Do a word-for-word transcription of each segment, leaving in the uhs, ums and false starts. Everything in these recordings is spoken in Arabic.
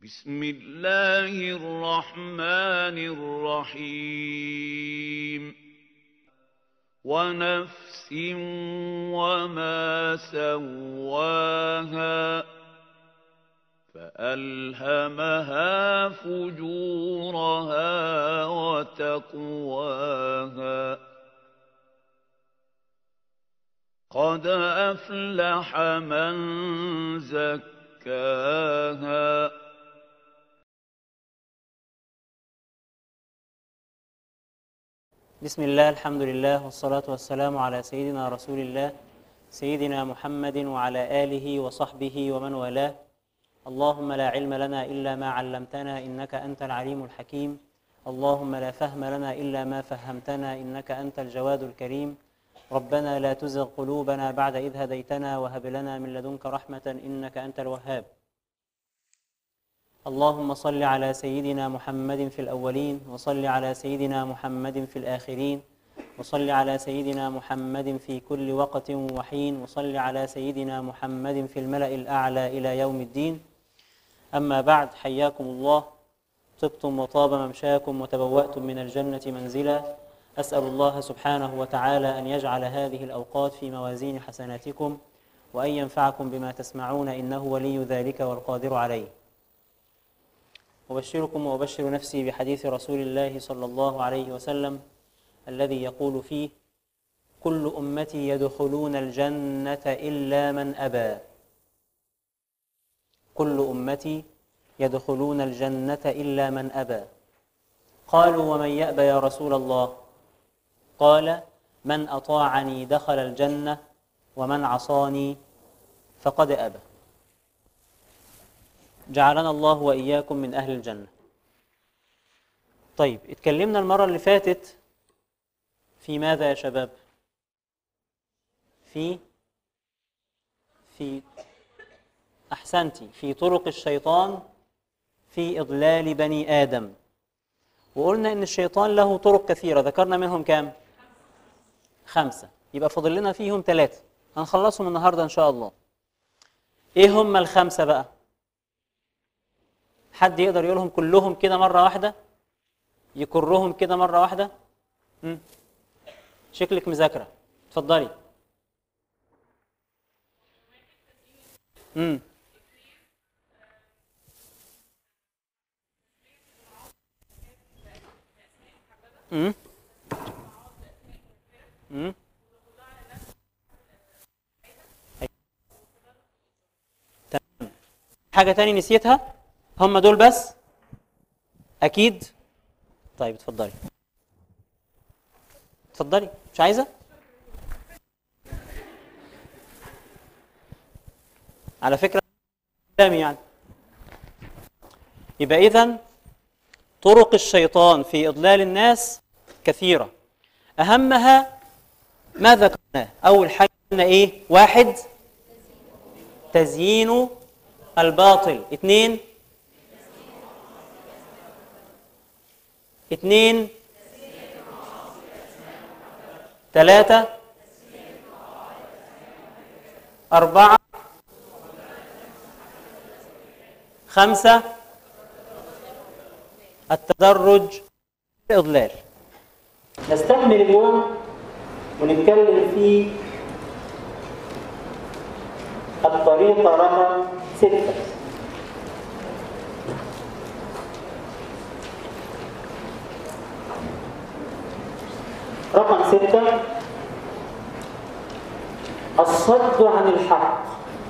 بسم الله الرحمن الرحيم ونفس وما سواها فألهمها فجورها وتقواها قد أفلح من زكاها بسم الله الحمد لله والصلاة والسلام على سيدنا رسول الله سيدنا محمد وعلى آله وصحبه ومن والاه. اللهم لا علم لنا إلا ما علمتنا إنك أنت العليم الحكيم. اللهم لا فهم لنا إلا ما فهمتنا إنك أنت الجواد الكريم. ربنا لا تزغ قلوبنا بعد إذ هديتنا وهب لنا من لدنك رحمة إنك أنت الوهاب. اللهم صل على سيدنا محمد في الأولين وصل على سيدنا محمد في الآخرين وصل على سيدنا محمد في كل وقت وحين وصل على سيدنا محمد في الملأ الأعلى إلى يوم الدين. أما بعد، حياكم الله، طبتم وطاب ممشاكم وتبوأتم من الجنة منزلا. أسأل الله سبحانه وتعالى أن يجعل هذه الأوقات في موازين حسناتكم وأن ينفعكم بما تسمعون إنه ولي ذلك والقادر عليه. أبشركم وأبشر نفسي بحديث رسول الله صلى الله عليه وسلم الذي يقول فيه: كل أمتي يدخلون الجنة إلا من أبى. كل أمتي يدخلون الجنة إلا من أبى. قالوا: ومن يأبى يا رسول الله؟ قال: من أطاعني دخل الجنة ومن عصاني فقد أبى. جعلنا الله وإياكم من أهل الجنة. طيب، اتكلمنا المرة اللي فاتت في ماذا يا شباب؟ في في أحسنتي في طرق الشيطان في إضلال بني آدم، وقلنا إن الشيطان له طرق كثيرة، ذكرنا منهم كام؟ خمسة، يبقى فاضل لنا فيهم ثلاثة هنخلصهم النهاردة إن شاء الله. إيه هم الخمسة بقى؟ حد يقدر يقولهم كلهم كده مرة واحدة؟ يكرهم كده مرة واحدة؟ مم. شكلك مذاكرة، اتفضلي. امم امم امم تمام. حاجة تاني نسيتها؟ هم دول بس؟ أكيد؟ طيب اتفضلي اتفضلي، مش عايزة؟ على فكرة كلامي يعني. يبقى إذن طرق الشيطان في إضلال الناس كثيرة، أهمها ما ذكرناه. أول حاجة قلنا إيه؟ واحد، تزيين الباطل. اثنين اثنين ثلاثة أربعة خمسة التدرج في الإضلال. نستكمل اليوم ونتكلم في الطريقة رقم ستة. رقم ستة: الصد عن الحق.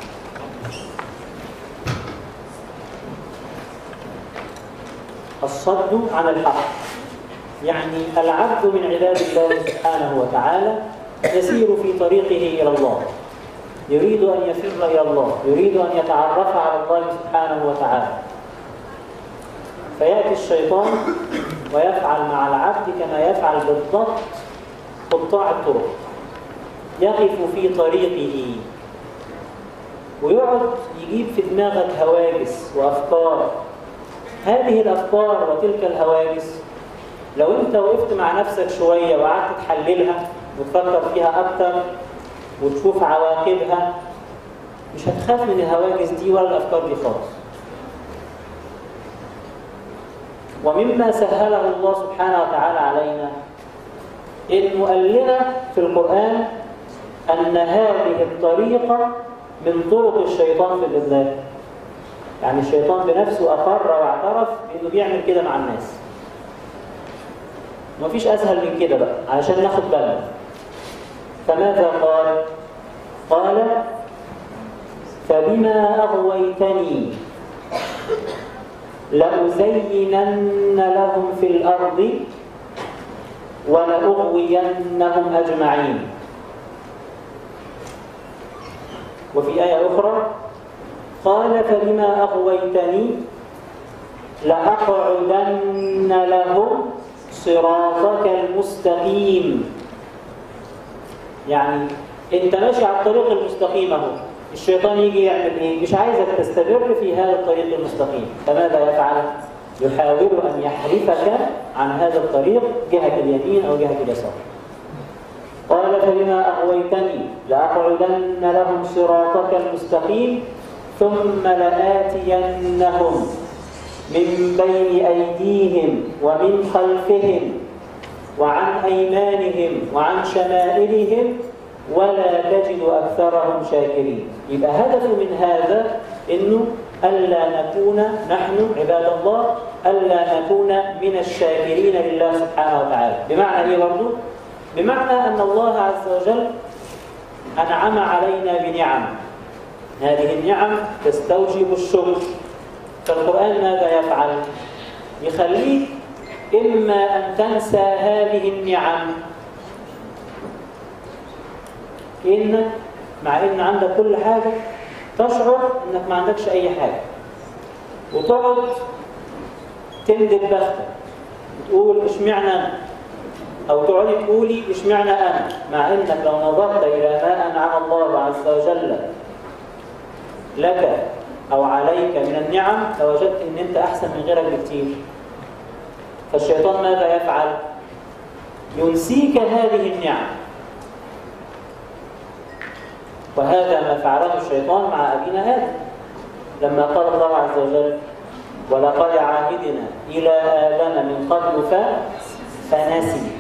الصد عن الحق يعني العبد من عباد الله سبحانه وتعالى يسير في طريقه إلى الله، يريد أن يفر إلى الله، يريد أن يتعرف على الله سبحانه وتعالى، فيأتي الشيطان ويفعل مع العبد كما يفعل بالضبط قطاع الطرق، يقف في طريقه ويقعد يجيب في دماغك هواجس وأفكار. هذه الأفكار وتلك الهواجس لو أنت وقفت مع نفسك شوية وقعدت تحللها وتفكر فيها أكتر وتشوف عواقبها، مش هتخاف من الهواجس دي ولا الأفكار دي خالص. ومما سهله الله سبحانه وتعالى علينا إنه قال لنا في القرآن أن هذه الطريقة من طرق الشيطان في الإضلال. يعني الشيطان بنفسه أقر واعترف بأنه بيعمل كده مع الناس. ومفيش أسهل من كده بقى علشان ناخد بالنا. فماذا قال؟ قال فبما أغويتني لأزينن لهم في الأرض ولأغوينهم أجمعين. وفي آية أخرى قال فبما أغويتني لأقعدن لهم صراطك المستقيم. يعني أنت ماشي على الطريق المستقيم اهو، الشيطان يجي يعمل إيه؟ مش عايزك تستمر في هذا الطريق المستقيم، فماذا يفعل؟ يحاول أن يحرفك عن هذا الطريق جهة اليمين أو جهة اليسار. قال فبما أغويتني لأقعدن لهم صراطك المستقيم ثم لآتينهم من بين أيديهم ومن خلفهم وعن أيمانهم وعن شمائلهم ولا تجد أكثرهم شاكرين. يبقى هدف من هذا إنه ألا نكون نحن عباد الله ألا نكون من الشاكرين لله سبحانه وتعالى. بمعنى إيه برضو؟ بمعنى أن الله عز وجل أنعم علينا بنعم، هذه النعم تستوجب الشكر. فالقرآن ماذا يفعل؟ يخليك إما أن تنسى هذه النعم، إن مع إن عندك كل حاجة تشعر إنك ما عندكش أي حاجة، وتقعد تندب بختك وتقول إشمعنى أنا، أو تقعدي تقولي إشمعنى أنا، مع إنك لو نظرت إلى ما أنعم الله عز وجل لك أو عليك من النعم لوجدت إن أنت أحسن من غيرك بكتير. فالشيطان ماذا يفعل؟ ينسيك هذه النعم. وهذا ما فعله الشيطان مع أبينا آدم لما قال الله عز وجل ولقد عاهدنا إلى آدم من قبل فنسي.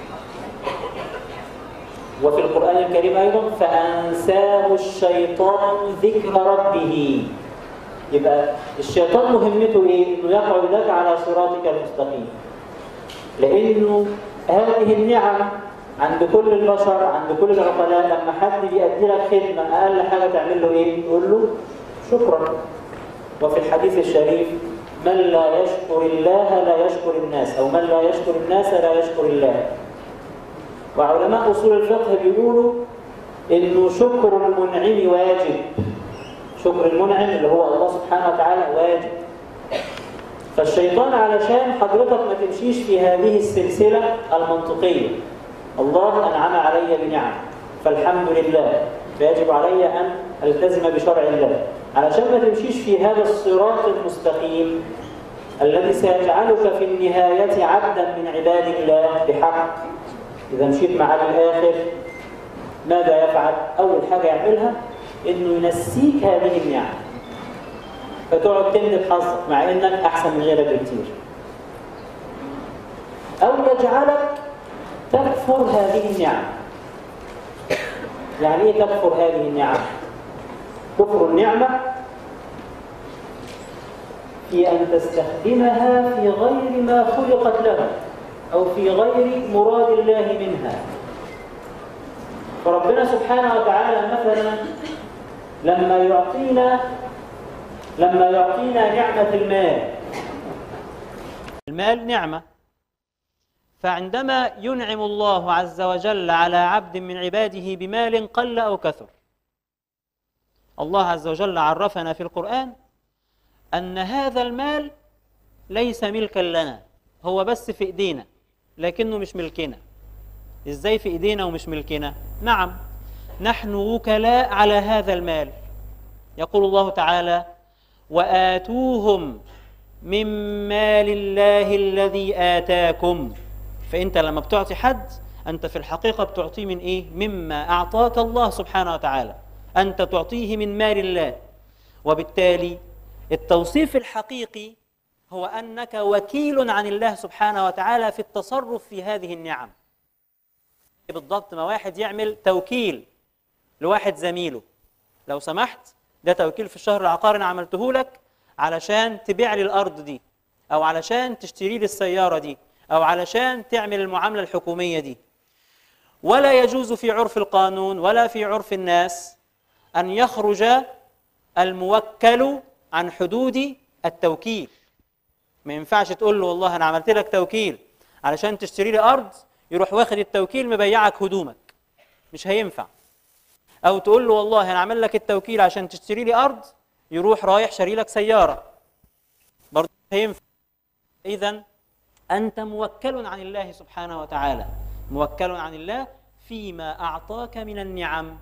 وفي القرآن الكريم أيضا فأنساه الشيطان ذكر ربه. يبقى الشيطان مهمته إيه؟ إنه يقعد لك على صراطك المستقيم، لأنه هذه النعم عند كل البشر عند كل العقلاء لما حد بيأدي لك خدمة أقل حاجة تعمل له إيه؟ تقول له شكرا. وفي الحديث الشريف من لا يشكر الله لا يشكر الناس، أو من لا يشكر الناس لا يشكر الله. وعلماء أصول الفقه بيقولوا إنه شكر المنعم واجب. شكر المنعم اللي هو الله سبحانه وتعالى واجب. فالشيطان علشان حضرتك ما تمشيش في هذه السلسلة المنطقية، الله أنعم علي بنعم فالحمد لله فيجب علي أن ألتزم بشرع الله، علشان ما تمشيش في هذا الصراط المستقيم الذي سيجعلك في النهاية عبدا من عباد الله بحق. إذا مشيت معاه للآخر ماذا يفعل؟ أول حاجة يعملها إنه ينسيك هذه النعم، فتقعد تندب حظك مع إنك أحسن من غيرك بكتير، أو يجعلك تكفر هذه النعم. يعني إيه تكفر هذه النعم؟ كفر النعمة في أن تستخدمها في غير ما خلقت له أو في غير مراد الله منها. فربنا سبحانه وتعالى مثلا لما يعطينا لما يعطينا نعمة المال، المال نعمة، فعندما ينعم الله عز وجل على عبد من عباده بمال قل أو كثر، الله عز وجل عرفنا في القرآن أن هذا المال ليس ملكا لنا، هو بس في إيدينا لكنه مش ملكنا. إزاي في إيدينا ومش ملكنا؟ نعم نحن وكلاء على هذا المال. يقول الله تعالى وآتوهم من مال الله الذي آتاكم. فأنت لما بتعطي حد أنت في الحقيقة بتعطيه من إيه؟ مما أعطاك الله سبحانه وتعالى، أنت تعطيه من مال الله. وبالتالي التوصيف الحقيقي هو أنك وكيل عن الله سبحانه وتعالى في التصرف في هذه النعم. بالضبط ما واحد يعمل توكيل لواحد زميله، لو سمحت ده توكيل في الشهر العقاري أنا عملته لك علشان تبيع لي الأرض دي، أو علشان تشتري لي السيارة دي، أو علشان تعمل المعاملة الحكومية دي. ولا يجوز في عرف القانون ولا في عرف الناس أن يخرج الموكل عن حدود التوكيل. ما ينفعش تقول له والله أنا عملت لك توكيل علشان تشتري لي أرض، يروح واخد التوكيل مبيعك هدومك، مش هينفع. أو تقول له والله أنا عامل لك التوكيل عشان تشتري لي أرض، يروح رايح شاري لك سيارة، برضه مش هينفع. إذن أنت موكل عن الله سبحانه وتعالى، موكل عن الله فيما أعطاك من النعم،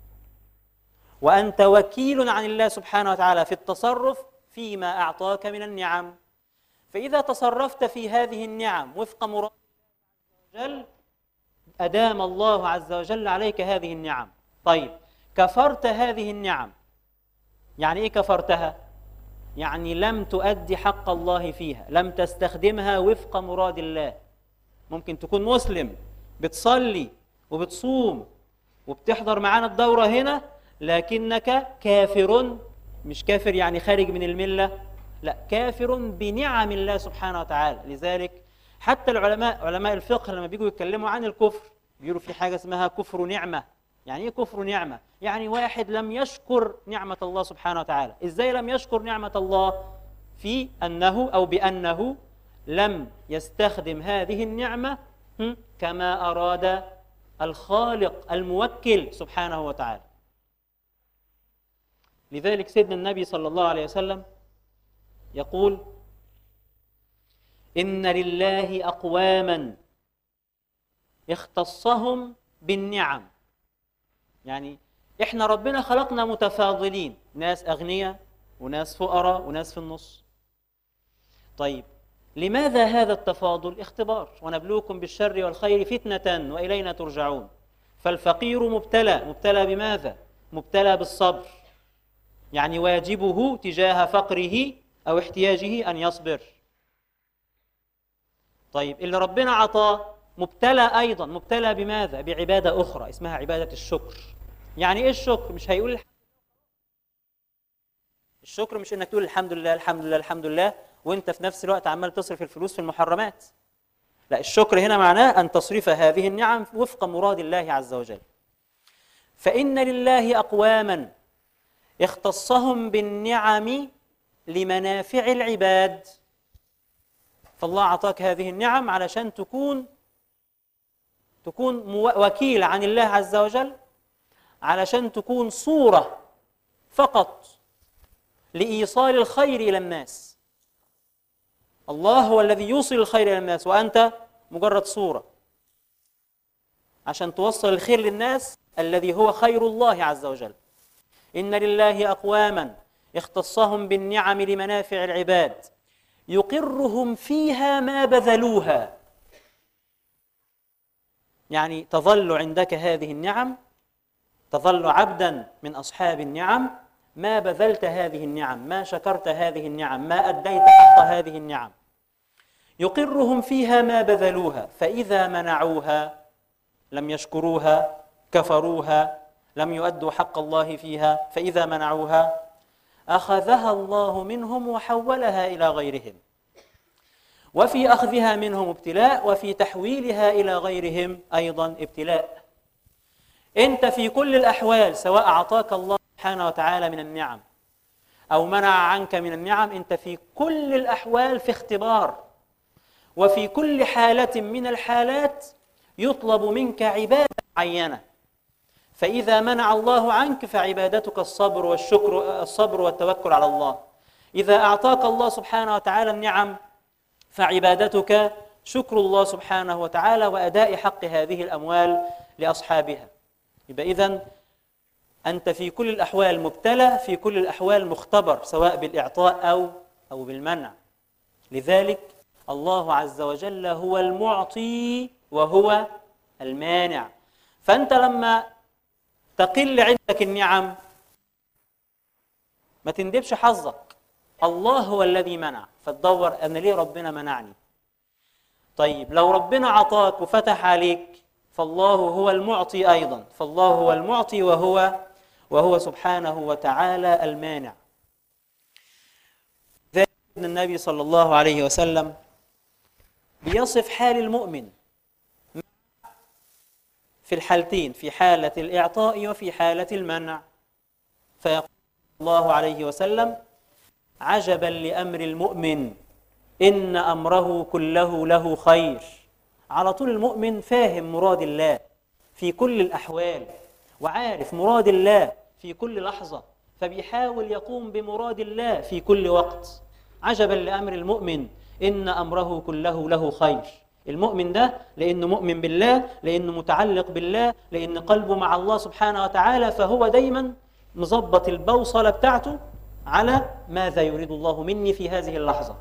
وأنت وكيل عن الله سبحانه وتعالى في التصرف فيما أعطاك من النعم. فإذا تصرفت في هذه النعم وفق مراد الله عز وجل أدام الله عز وجل عليك هذه النعم. طيب كفرت هذه النعم، يعني إيه كفرتها؟ يعني لم تؤدي حق الله فيها، لم تستخدمها وفق مراد الله. ممكن تكون مسلم بتصلي وبتصوم وبتحضر معانا الدورة هنا، لكنك كافر. مش كافر يعني خارج من الملة، لا، كافر بنعم الله سبحانه وتعالى. لذلك حتى العلماء علماء الفقه لما بيجوا يتكلموا عن الكفر بيقولوا في حاجة اسمها كفر نعمة. يعني ايه كفر نعمة؟ يعني واحد لم يشكر نعمة الله سبحانه وتعالى. ازاي لم يشكر نعمة الله؟ في أنه أو بأنه لم يستخدم هذه النعمة كما أراد الخالق الموكل سبحانه وتعالى. لذلك سيدنا النبي صلى الله عليه وسلم يقول: إن لله أقواما اختصهم بالنعم. يعني إحنا ربنا خلقنا متفاضلين، ناس أغنياء وناس فقراء وناس في النص. طيب لماذا هذا التفاضل؟ اختبار، ونبلوكم بالشر والخير فتنة وإلينا ترجعون. فالفقير مبتلى، مبتلى بماذا؟ مبتلى بالصبر، يعني واجبه تجاه فقره أو احتياجه أن يصبر. طيب اللي ربنا عطاه مبتلى أيضا، مبتلى بماذا؟ بعبادة أخرى اسمها عبادة الشكر. يعني إيه الشكر؟ مش هيقول الحمد لله. الشكر مش إنك تقول الحمد لله الحمد لله الحمد لله وإنت في نفس الوقت عمال تصرف الفلوس في المحرمات. لا، الشكر هنا معناه أن تصرف هذه النعم وفق مراد الله عز وجل. فإن لله أقواما اختصهم بالنعم لمنافع العباد. فالله أعطاك هذه النعم علشان تكون تكون وكيل عن الله عز وجل، علشان تكون صورة فقط لإيصال الخير إلى الناس. الله هو الذي يوصل الخير إلى الناس، وأنت مجرد صورة عشان توصل الخير للناس الذي هو خير الله عز وجل. إن لله أقواما اختصهم بالنعم لمنافع العباد يقرهم فيها ما بذلوها. يعني تظل عندك هذه النعم، تظل عبدا من أصحاب النعم ما بذلت هذه النعم، ما شكرت هذه النعم، ما أديت حق هذه النعم. يقرهم فيها ما بذلوها، فإذا منعوها لم يشكروها، كفروها، لم يؤدوا حق الله فيها، فإذا منعوها أخذها الله منهم وحولها إلى غيرهم. وفي أخذها منهم ابتلاء، وفي تحويلها إلى غيرهم أيضا ابتلاء. أنت في كل الأحوال سواء أعطاك الله سبحانه وتعالى من النعم أو منع عنك من النعم، أنت في كل الأحوال في اختبار، وفي كل حالة من الحالات يطلب منك عبادة معينة. فإذا منع الله عنك فعبادتك الصبر والشكر، الصبر والتوكل على الله. إذا أعطاك الله سبحانه وتعالى النعم فعبادتك شكر الله سبحانه وتعالى وأداء حق هذه الأموال لأصحابها. يبقى إذن أنت في كل الأحوال مبتلى، في كل الأحوال مختبر، سواء بالإعطاء أو أو بالمنع. لذلك الله عز وجل هو المعطي وهو المانع. فأنت لما تقل عندك النعم ما تندبش حظك، الله هو الذي منع، فتدور أنا ليه ربنا منعني. طيب لو ربنا عطاك وفتح عليك فالله هو المعطي أيضا، فالله هو المعطي وهو وهو سبحانه وتعالى المانع. ذلك النبي صلى الله عليه وسلم بيصف حال المؤمن في الحالتين، في حالة الإعطاء وفي حالة المنع، فيقول الله عليه وسلم: عجبا لأمر المؤمن إن أمره كله له خير. على طول المؤمن فاهم مراد الله في كل الأحوال، وعارف مراد الله في كل لحظة، فبيحاول يقوم بمراد الله في كل وقت. عجبا لأمر المؤمن إن أمره كله له خير. المؤمن ده لأنه مؤمن بالله، لأنه متعلق بالله، لأن قلبه مع الله سبحانه وتعالى، فهو دايما مظبط البوصلة بتاعته على ماذا يريد الله مني في هذه اللحظة.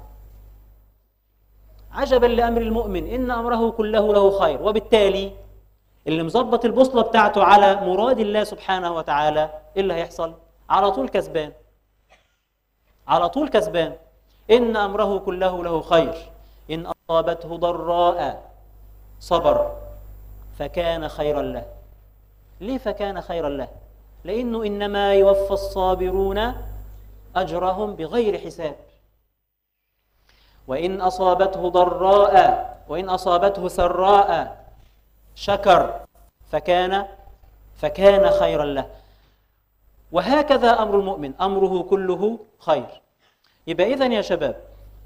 عجبا لأمر المؤمن إن أمره كله له خير. وبالتالي اللي مظبط البوصلة بتاعته على مراد الله سبحانه وتعالى، إيه اللي هيحصل؟ على طول كسبان، على طول كسبان. إن أمره كله له خير، إن أصابته ضراء صبر فكان خيرا له. ليه فكان خيرا له؟ لأنه إنما يوفى الصابرون أجرهم بغير حساب. وإن أصابته ضراء وإن أصابته سراء شكر فكان فكان خيرا له. وهكذا أمر المؤمن، أمره كله خير. يبقى إذن يا شباب،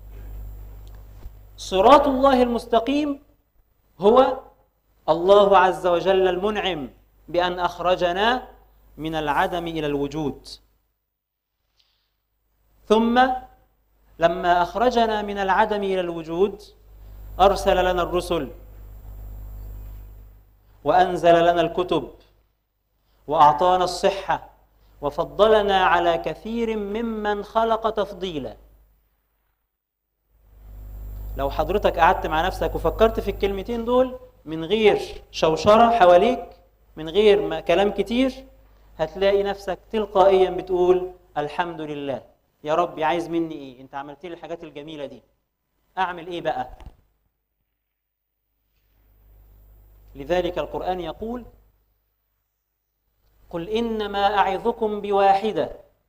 صراط الله المستقيم هو الله عز وجل المنعم بأن أخرجنا من العدم إلى الوجود، ثم لما أخرجنا من العدم إلى الوجود أرسل لنا الرسل وأنزل لنا الكتب وأعطانا الصحة وفضلنا على كثير ممن خلق تفضيلا. لو حضرتك قعدت مع نفسك وفكرت في الكلمتين دول من غير شوشرة حواليك، من غير ما كلام كتير، هتلاقي نفسك تلقائيا بتقول الحمد لله يا ربي، عايز مني ايه؟ انت عملت لي الحاجات الجميلة دي، اعمل ايه بقى؟ لذلك القرآن يقول: قل إنما أعظكم بواحدة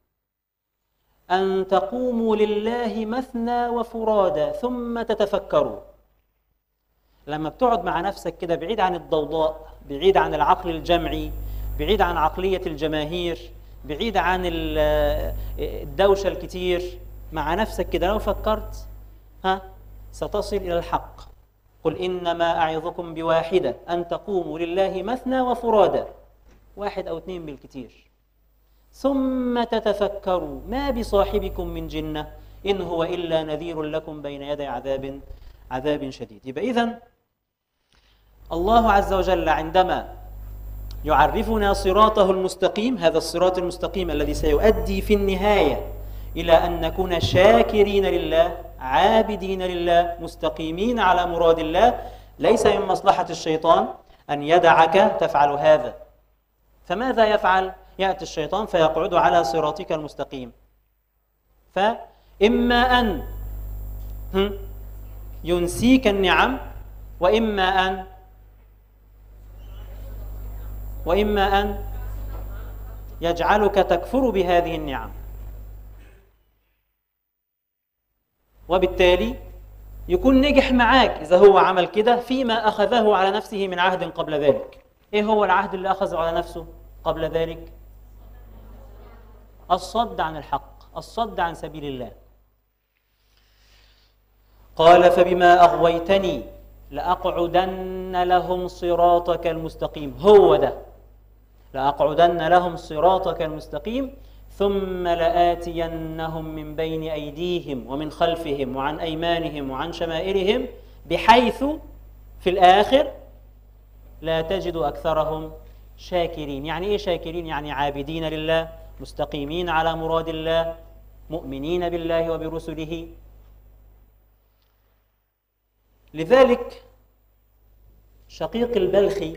أن تقوموا لله مثنى وفرادى ثم تتفكروا. لما بتقعد مع نفسك كده بعيد عن الضوضاء، بعيد عن العقل الجمعي، بعيد عن عقلية الجماهير، بعيد عن الدوشة الكتير، مع نفسك كده لو فكرت ها ستصل إلى الحق. قل إنما أعظكم بواحدة أن تقوموا لله مثنى وفرادى، واحد أو اثنين بالكتير، ثم تتفكروا ما بصاحبكم من جنة إن هو إلا نذير لكم بين يدي عذاب عذاب شديد. يبقى إذن الله عز وجل عندما يعرفنا صراطه المستقيم، هذا الصراط المستقيم الذي سيؤدي في النهاية إلى أن نكون شاكرين لله، عابدين لله، مستقيمين على مراد الله، ليس من مصلحة الشيطان أن يدعك تفعل هذا. فماذا يفعل؟ يأتي الشيطان فيقعد على صراطك المستقيم، فإما أن ينسيك النعم، وإما أن وإما أن يجعلك تكفر بهذه النعم. وبالتالي يكون نجح معاك إذا هو عمل كده فيما أخذه على نفسه من عهد قبل ذلك. إيه هو العهد اللي أخذه على نفسه قبل ذلك؟ الصد عن الحق، الصد عن سبيل الله. قال: فبما أغويتني لأقعدن لهم صراطك المستقيم. هو ده، لأقعدن لهم صراطك المستقيم ثم لآتينهم من بين أيديهم ومن خلفهم وعن أيمانهم وعن شمائلهم بحيث في الآخر لا تجد أكثرهم شاكرين. يعني إيه شاكرين؟ يعني عابدين لله، مستقيمين على مراد الله، مؤمنين بالله وبرسله. لذلك شقيق البلخي،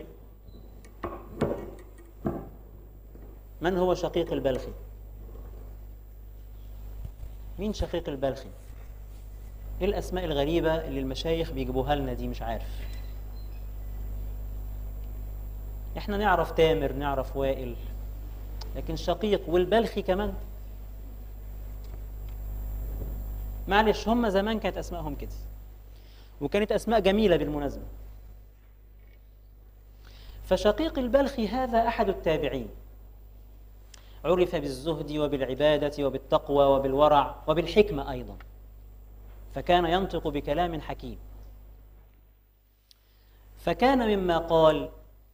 من هو شقيق البلخي؟ مين شقيق البلخي؟ ايه الاسماء الغريبه اللي المشايخ بيجيبوها لنا دي؟ مش عارف. احنا نعرف تامر، نعرف وائل، لكن شقيق والبلخي كمان؟ معلش، هم زمان كانت اسمائهم كده، وكانت اسماء جميله بالمناسبه. فشقيق البلخي هذا احد التابعين، عرف بالزهد وبالعباده وبالتقوى وبالورع وبالحكمه ايضا، فكان ينطق بكلام حكيم. فكان مما قال،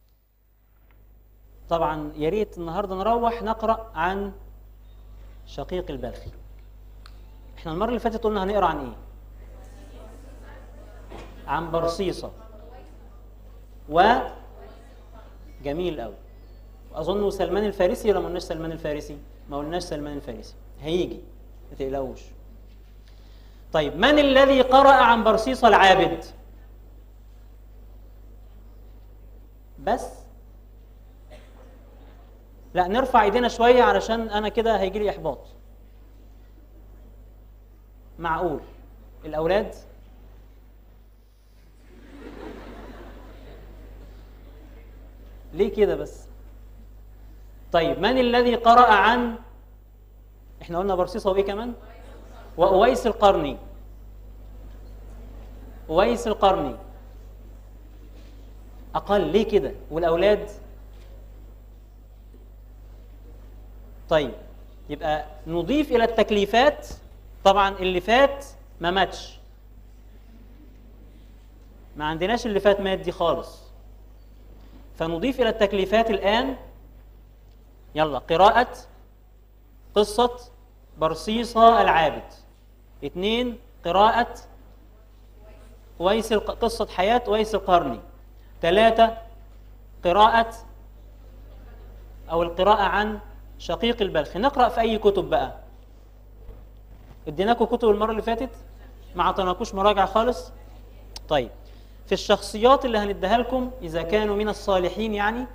طبعا يا ريت النهارده نروح نقرا عن شقيق البلخي. احنا المره اللي فاتت قلنا هنقرا عن ايه؟ عن برصيصه و جميل قوي. اظن سلمان الفارسي، ولا ما قلناش سلمان الفارسي؟ ما قلناش سلمان الفارسي، هيجي ما تقلقوش. طيب، من الذي قرأ عن برصيصة العابد؟ بس لا، نرفع ايدينا شويه علشان انا كده هيجي لي احباط. معقول الاولاد؟ ليه كده بس؟ طيب، من الذي قرأ عن، احنا قلنا برصيصة وايه كمان؟ وأويس القرني. أويس القرني أقل، ليه كده؟ والأولاد؟ طيب، يبقى نضيف إلى التكليفات، طبعا اللي فات ما ماتش، ما عندناش اللي فات مات دي خالص، فنضيف إلى التكليفات الآن. يلا، قراءة قصة برصيصة العابد. اثنين، قراءة أويس الق... قصة حياة أويس القرني. ثلاثة، قراءة أو القراءة عن شقيق البلخي. نقرأ في أي كتب بقى؟ اديناكم كتب المرة اللي فاتت؟ ما عطيناكوش مراجعة خالص؟ طيب، في الشخصيات اللي هنديها لكم إذا كانوا من الصالحين يعني،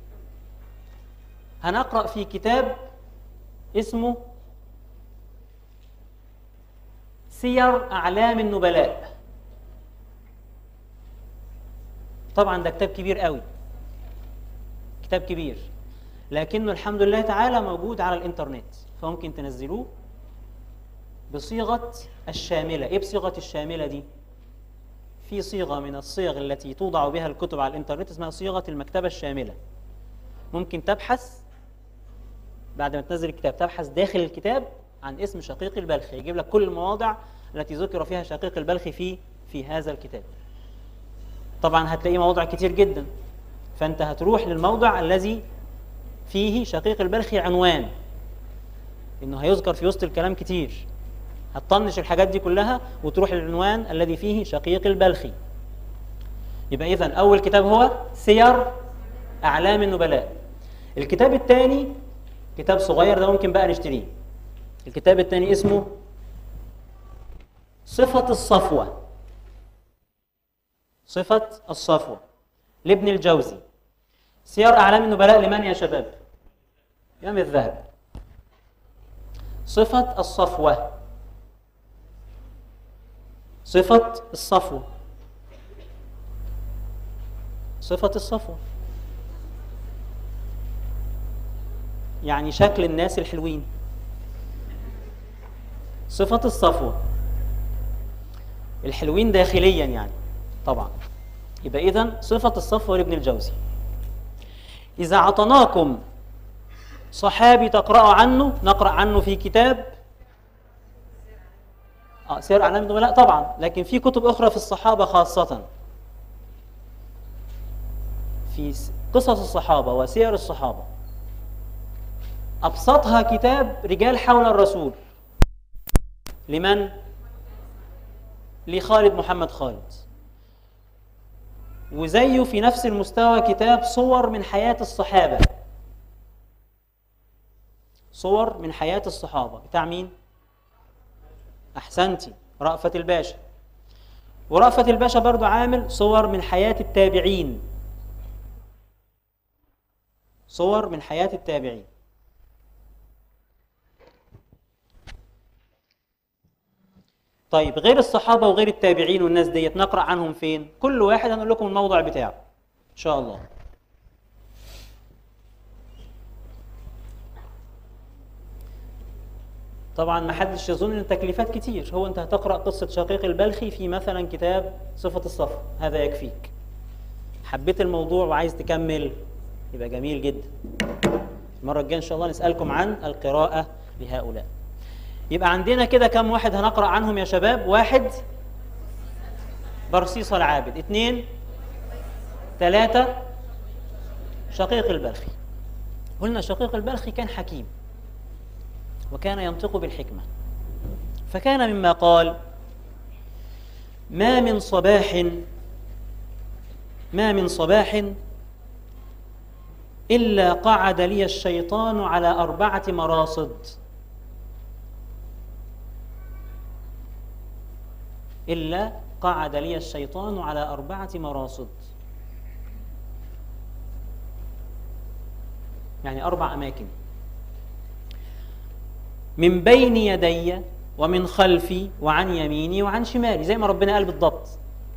هنقرأ في كتاب اسمه سير أعلام النبلاء. طبعا ده كتاب كبير قوي، كتاب كبير، لكنه الحمد لله تعالى موجود على الانترنت، فممكن تنزلوه بصيغة الشاملة. ايه بصيغة الشاملة دي؟ في صيغة من الصيغ التي توضع بها الكتب على الانترنت اسمها صيغة المكتبة الشاملة. ممكن تبحث بعد ما تنزل الكتاب، تبحث داخل الكتاب عن اسم شقيق البلخي، يجيب لك كل المواضع التي ذكر فيها شقيق البلخي في في هذا الكتاب. طبعا هتلاقي مواضع كتير جدا، فانت هتروح للموضع الذي فيه شقيق البلخي عنوان، انه هيذكر في وسط الكلام كتير، هتطنش الحاجات دي كلها وتروح للعنوان الذي فيه شقيق البلخي. يبقى اذا اول كتاب هو سير اعلام النبلاء. الكتاب الثاني كتاب صغير، ده ممكن بقى نشتريه. الكتاب الثاني اسمه صفة الصفوة. صفة الصفوة لابن الجوزي. سير أعلام النبلاء لمن يا شباب؟ يوم الذهب. صفة الصفوة، صفة الصفوة، صفة الصفوة، يعني شكل الناس الحلوين. صفة الصفوة، الحلوين داخليا يعني طبعا. يبقى إذن صفة الصفوة لابن الجوزي. إذا عطناكم صحابي تقرأوا عنه، نقرأ عنه في كتاب آه سير أعلام النبلاء طبعا، لكن في كتب أخرى في الصحابة خاصة، في قصص الصحابة وسير الصحابة. أبسطها كتاب رجال حول الرسول لمن؟ لخالد محمد خالد. وزيه في نفس المستوى كتاب صور من حياة الصحابة. صور من حياة الصحابة بتاع مين؟ أحسنتي، رأفت الباشا. ورأفت الباشا برضو عامل صور من حياة التابعين. صور من حياة التابعين. طيب غير الصحابة وغير التابعين والناس ديت نقرأ عنهم فين؟ كل واحد هنقول لكم الموضع بتاعه إن شاء الله. طبعا ما حدش يظن ان التكليفات كتير، هو انت هتقرأ قصة شقيق البلخي في مثلا كتاب صفة الصف، هذا يكفيك. حبيت الموضوع وعايز تكمل يبقى جميل جدا. المرة الجاية ان شاء الله نسألكم عن القراءة لهؤلاء. يبقى عندنا كده كم واحد هنقرأ عنهم يا شباب؟ واحد برصيصة العابد، اثنين ثلاثة شقيق البلخي. قلنا شقيق البلخي كان حكيم وكان ينطق بالحكمة، فكان مما قال: ما من صباح ما من صباح إلا قعد لي الشيطان على أربعة مراصد إلا قعد لي الشيطان على أربعة مراصد، يعني أربع أماكن: من بين يدي ومن خلفي وعن يميني وعن شمالي، زي ما ربنا قال بالضبط.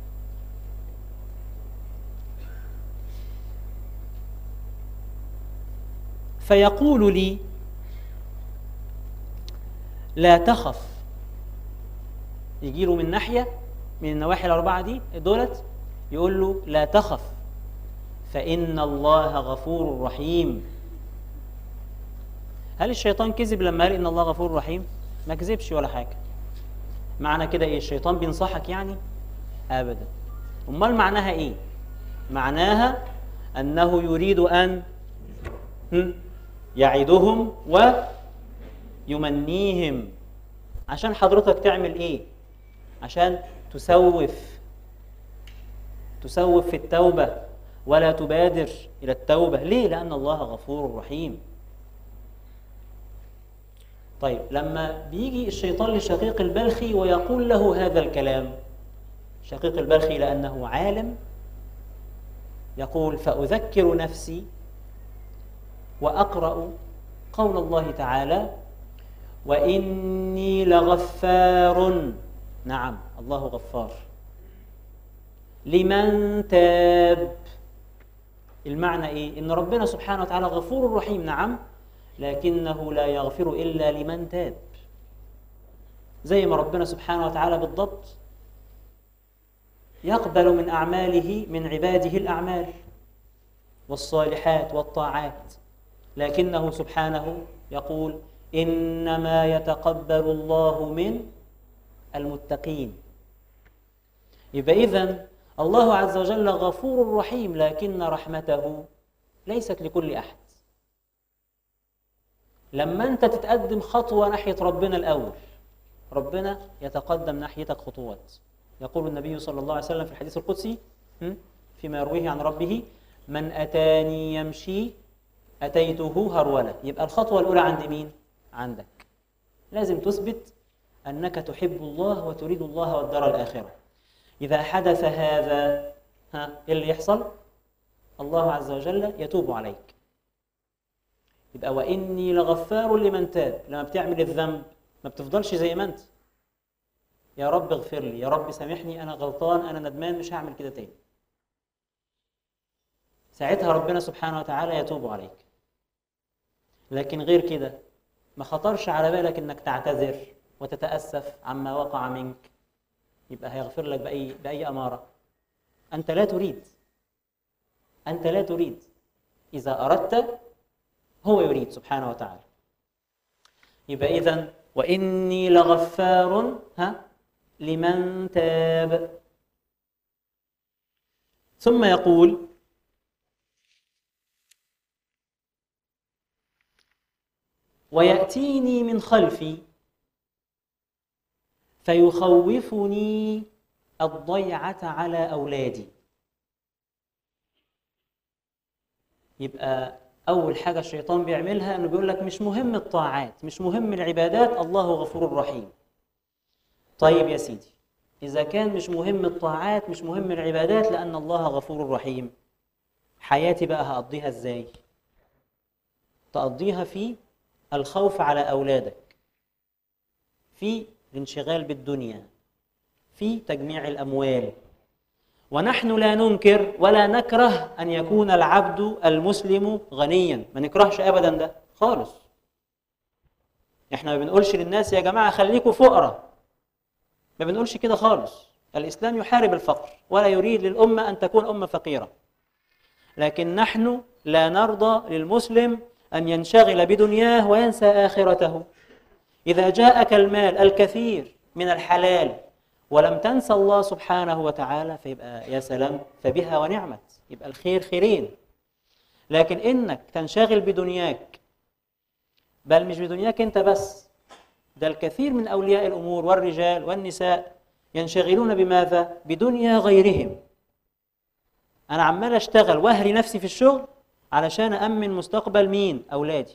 فيقول لي: لا تخف. يجي له من ناحية من النواحي الأربعة دي دولت، يقول له: لا تخف فإن الله غفور رحيم. هل الشيطان كذب لما قال إن الله غفور رحيم؟ ما كذبش ولا حاجة. معنى كده إيه؟ الشيطان بينصحك يعني؟ أبدا. أمال معناها إيه؟ معناها أنه يريد أن يعدهم ويمنيهم. عشان حضرتك تعمل إيه؟ عشان تسوف تسوف في التوبة ولا تبادر إلى التوبة. ليه؟ لأن الله غفور رحيم. طيب لما بيجي الشيطان لشقيق البلخي ويقول له هذا الكلام، شقيق البلخي لأنه عالم يقول: فأذكر نفسي وأقرأ قول الله تعالى: وإني لغفار. نعم، الله غفار لمن تاب. المعنى إيه؟ إن ربنا سبحانه وتعالى غفور رحيم، نعم، لكنه لا يغفر إلا لمن تاب. زي ما ربنا سبحانه وتعالى بالضبط يقبل من أعماله من عباده الأعمال والصالحات والطاعات، لكنه سبحانه يقول: إنما يتقبل الله من المتقين. يبقى إذن الله عز وجل غفور رحيم، لكن رحمته ليست لكل أحد. لما أنت تتقدم خطوة ناحية ربنا الأول، ربنا يتقدم ناحيتك خطوات. يقول النبي صلى الله عليه وسلم في الحديث القدسي فيما يرويه عن ربه: من أتاني يمشي أتيته هرولة. يبقى الخطوة الأولى عند مين؟ عندك. لازم تثبت أنك تحب الله وتريد الله والدار الآخرة. إذا حدث هذا، ها إيه اللي يحصل؟ الله عز وجل يتوب عليك. يبقى وإني لغفار لمن تاب. لما بتعمل الذنب ما بتفضلش زي ما أنت: يا رب اغفر لي، يا رب سامحني، أنا غلطان، أنا ندمان، مش هعمل كده تاني. ساعتها ربنا سبحانه وتعالى يتوب عليك. لكن غير كده ما خطرش على بالك إنك تعتذر وتتأسف عما وقع منك، يبقى هيغفر لك بأي, بأي أمارة. أنت لا تريد أنت لا تريد إذا أردت هو يريد سبحانه وتعالى. يبقى إذن وإني لغفار ها لمن تاب. ثم يقول: ويأتيني من خلفي فيخوفني الضيعة على أولادي. يبقى أول حاجة الشيطان بيعملها أنه بيقول لك مش مهم الطاعات، مش مهم العبادات، الله غفور رحيم. طيب يا سيدي، إذا كان مش مهم الطاعات، مش مهم العبادات، لأن الله غفور رحيم، حياتي بقى هقضيها إزاي؟ تقضيها في الخوف على أولادك، في الانشغال بالدنيا، في تجميع الأموال. ونحن لا ننكر ولا نكره أن يكون العبد المسلم غنيا، ما نكرهش أبدا ده خالص. احنا ما بنقولش للناس يا جماعة خليكوا فقراء، ما بنقولش كده خالص. الإسلام يحارب الفقر ولا يريد للأمة أن تكون أمة فقيرة، لكن نحن لا نرضى للمسلم أن ينشغل بدنياه وينسى آخرته. إذا جاءك المال الكثير من الحلال ولم تنسى الله سبحانه وتعالى فيبقى يا سلام، فبها ونعمت، يبقى الخير خيرين. لكن إنك تنشغل بدنياك، بل مش بدنياك أنت بس، ده الكثير من أولياء الأمور والرجال والنساء ينشغلون بماذا؟ بدنيا غيرهم. أنا عمال أشتغل وأهري نفسي في الشغل علشان أأمن مستقبل مين؟ أولادي.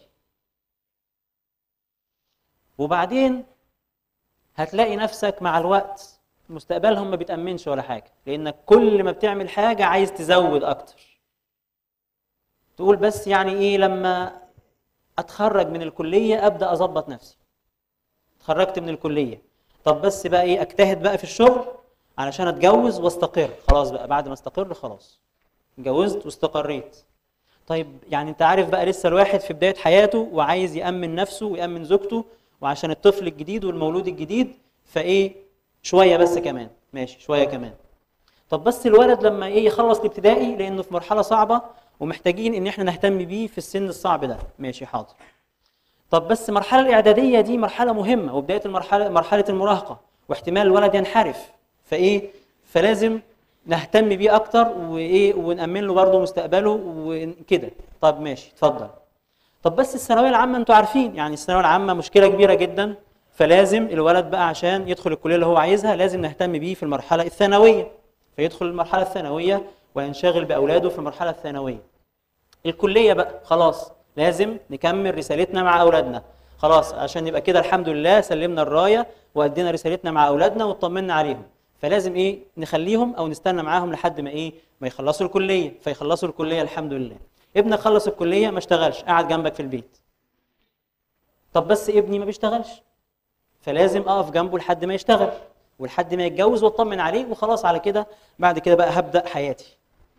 وبعدين هتلاقي نفسك مع الوقت مستقبلهم ما بيتأمنش ولا حاجة، لأنك كل ما بتعمل حاجة عايز تزود أكتر. تقول بس يعني إيه لما أتخرج من الكلية أبدأ أظبط نفسي. اتخرجت من الكلية، طب بس بقى إيه أجتهد بقى في الشغل علشان أتجوز واستقر. خلاص بقى بعد ما استقر خلاص اتجوزت واستقريت. طيب يعني أنت عارف بقى لسه الواحد في بداية حياته وعايز يأمن نفسه ويأمن زوجته، وعشان الطفل الجديد والمولود الجديد فإيه شوية بس كمان، ماشي شوية كمان. طب بس الولد لما إيه يخلص الابتدائي لأنه في مرحلة صعبة ومحتاجين إن إحنا نهتم بيه في السن الصعب ده، ماشي حاضر. طب بس المرحلة الإعدادية دي مرحلة مهمة، وبداية المرحلة مرحلة المراهقة، واحتمال الولد ينحرف، فإيه فلازم نهتم بيه أكتر وإيه ونأمن له برضه مستقبله وكده. طب ماشي اتفضل. طب بس الثانوية العامة أنتوا عارفين يعني الثانوية العامة مشكلة كبيرة جدا، فلازم الولد بقى عشان يدخل الكلية اللي هو عايزها لازم نهتم بيه في المرحلة الثانوية، فيدخل المرحلة الثانوية وينشغل بأولاده في المرحلة الثانوية. الكلية بقى خلاص لازم نكمل رسالتنا مع أولادنا، خلاص عشان يبقى كده الحمد لله سلمنا الراية وأدينا رسالتنا مع أولادنا واطمنا عليهم، فلازم إيه نخليهم أو نستنى معاهم لحد ما إيه ما يخلصوا الكلية، فيخلصوا الكلية الحمد لله. ابنك خلص الكلية ما اشتغلش، قاعد جنبك في البيت. طب بس ابني ما بيشتغلش، فلازم أقف جنبه لحد ما يشتغل ولحد ما يتجوز واطمن عليه، وخلاص على كده بعد كده بقى هبدأ حياتي.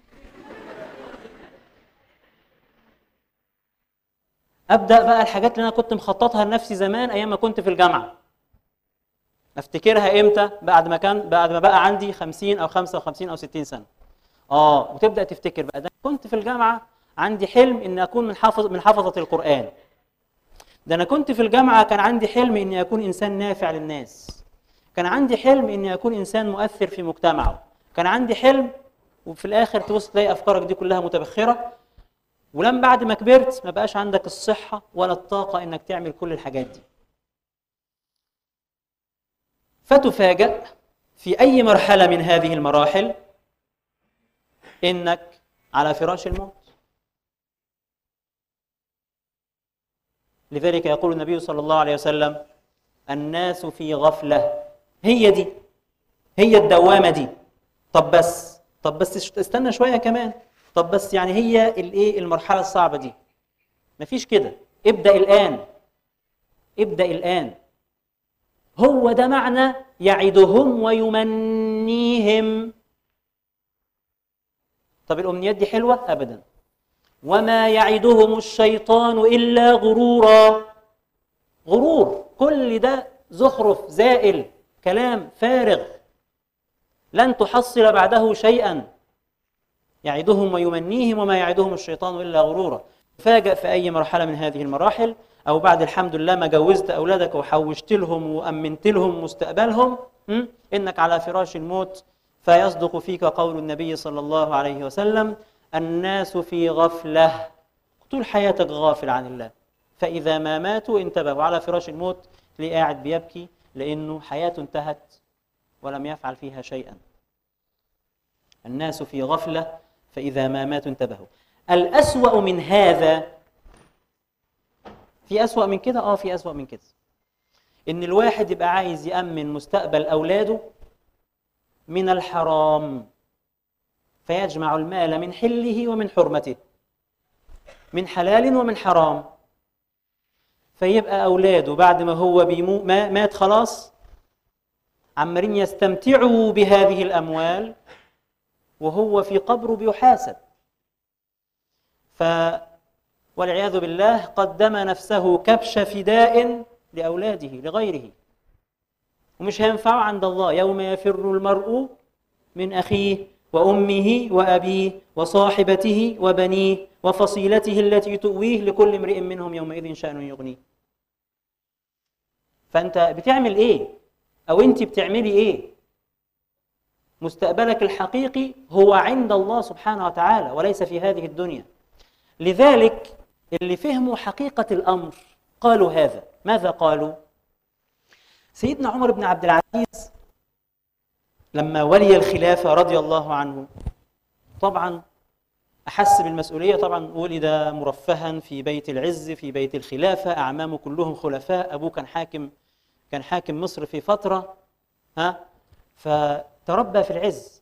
أبدأ بقى الحاجات اللي أنا كنت مخططها لنفسي زمان أيام ما كنت في الجامعة. أفتكرها إمتى؟ بعد ما كان بعد ما بقى عندي خمسين أو خمسة وخمسين أو ستين سنة. آه وتبدأ تفتكر بقى ده كنت في الجامعة عندي حلم إن أكون من حافظ من حفظة القرآن. ده أنا كنت في الجامعة كان عندي حلم إني أكون إنسان نافع للناس. كان عندي حلم إني أكون إنسان مؤثر في مجتمعه. كان عندي حلم، وفي الآخر تبص تلاقي أفكارك دي كلها متبخرة، ولما بعد ما كبرت ما بقاش عندك الصحة ولا الطاقة إنك تعمل كل الحاجات دي. فتفاجأ في أي مرحلة من هذه المراحل إنك على فراش الموت. لذلك يقول النبي صلى الله عليه وسلم: الناس في غفلة. هي دي هي الدوامة دي. طب بس طب بس استنى شوية كمان. طب بس يعني هي الايه المرحلة الصعبة دي؟ مفيش كده. ابدأ الآن، ابدأ الآن. هو ده معنى يعدهم ويمنيهم. طب الأمنيات دي حلوة؟ أبدا. وما يعدهم الشيطان إلا غرورا. غرور، كل ده زخرف زائل، كلام فارغ، لن تحصل بعده شيئا. يعدهم ويمنيهم وما يعدهم الشيطان إلا غرورا. تفاجأ في أي مرحلة من هذه المراحل، أو بعد الحمد لله ما جوزت أولادك وحوشت لهم وأمنت لهم مستقبلهم، إنك على فراش الموت، فيصدق فيك قول النبي صلى الله عليه وسلم: الناس في غفلة. طول حياتك غافل عن الله، فإذا ما ماتوا انتبهوا. على فراش الموت تلاقيه قاعد بيبكي لأنه حياته انتهت ولم يفعل فيها شيئا. الناس في غفلة فإذا ما ماتوا انتبهوا. الأسوأ من هذا، في أسوأ من كده؟ آه في أسوأ من كده. إن الواحد يبقى عايز يأمن مستقبل أولاده من الحرام، فيجمع المال من حله ومن حرمته، من حلال ومن حرام، فيبقى أولاده بعد ما هو بيمو مات خلاص عمالين يستمتعوا بهذه الأموال وهو في قبره بيحاسب. ف والعياذ بالله قدم نفسه كبش فداء لأولاده لغيره، ومش هينفعه عند الله. يوم يفر المرء من أخيه وأمه وأبيه وصاحبته وبنيه وفصيلته التي تؤويه لكل امرئ منهم يومئذ شأن يغنيه. فأنت بتعمل إيه؟ أو أنت بتعملي إيه؟ مستقبلك الحقيقي هو عند الله سبحانه وتعالى وليس في هذه الدنيا. لذلك اللي فهموا حقيقة الأمر قالوا هذا. ماذا قالوا؟ سيدنا عمر بن عبد العزيز لما ولي الخلافة رضي الله عنه طبعا أحس بالمسؤولية. طبعا ولد مرفها في بيت العز في بيت الخلافة، أعمامه كلهم خلفاء، أبوه كان حاكم كان حاكم مصر في فترة، ها فتربى في العز.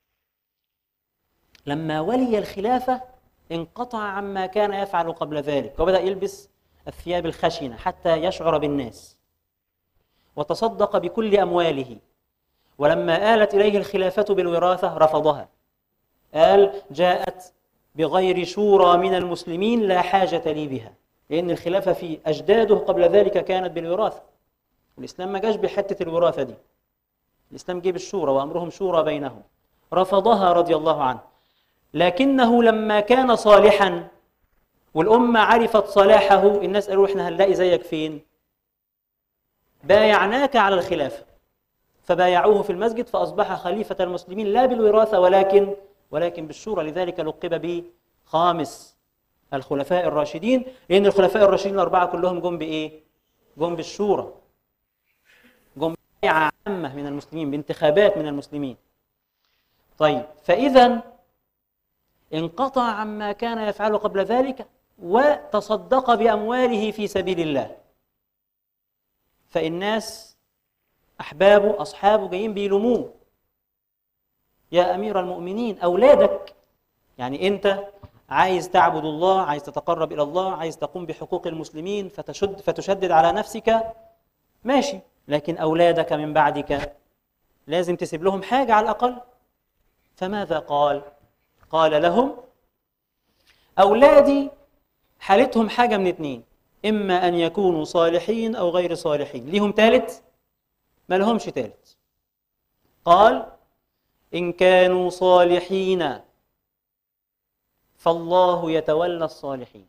لما ولي الخلافة انقطع عما كان يفعل قبل ذلك، وبدأ يلبس الثياب الخشنة حتى يشعر بالناس، وتصدق بكل أمواله. ولما آلت إليه الخلافة بالوراثة رفضها، قال جاءت بغير شورى من المسلمين لا حاجة لي بها، لأن الخلافة في أجداده قبل ذلك كانت بالوراثة. الإسلام ما جاش بحتة الوراثة دي، الإسلام جه بالشورى وأمرهم شورى بينهم. رفضها رضي الله عنه، لكنه لما كان صالحا والأمة عرفت صلاحه الناس قالوا إحنا هنلاقي زيك فين؟ بايعناك على الخلافة، فبايعوه في المسجد فأصبح خليفة المسلمين لا بالوراثة ولكن ولكن بالشورى. لذلك لقب به خامس الخلفاء الراشدين، لأن الخلفاء الراشدين الأربعة كلهم جم بإيه؟ جم بالشورى، جم ببيعة عامة من المسلمين، بانتخابات من المسلمين. طيب، فإذا انقطع عما كان يفعله قبل ذلك وتصدق بأمواله في سبيل الله. فالناس أحبابه أصحابه جايين بيلوموه، يا أمير المؤمنين أولادك، يعني أنت عايز تعبد الله، عايز تتقرب إلى الله، عايز تقوم بحقوق المسلمين فتشد فتشدد على نفسك، ماشي، لكن أولادك من بعدك لازم تسيب لهم حاجة على الأقل. فماذا قال؟ قال لهم أولادي حالتهم حاجة من اتنين، إما أن يكونوا صالحين أو غير صالحين. ليهم ثالث؟ ما لهمش ثالث. قال إن كانوا صالحين فالله يتولى الصالحين.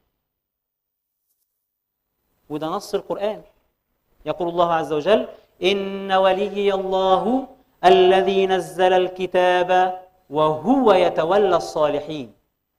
وده نص القرآن، يقول الله عز وجل إن وليي الله الذي نزل الكتاب وهو يتولى الصالحين.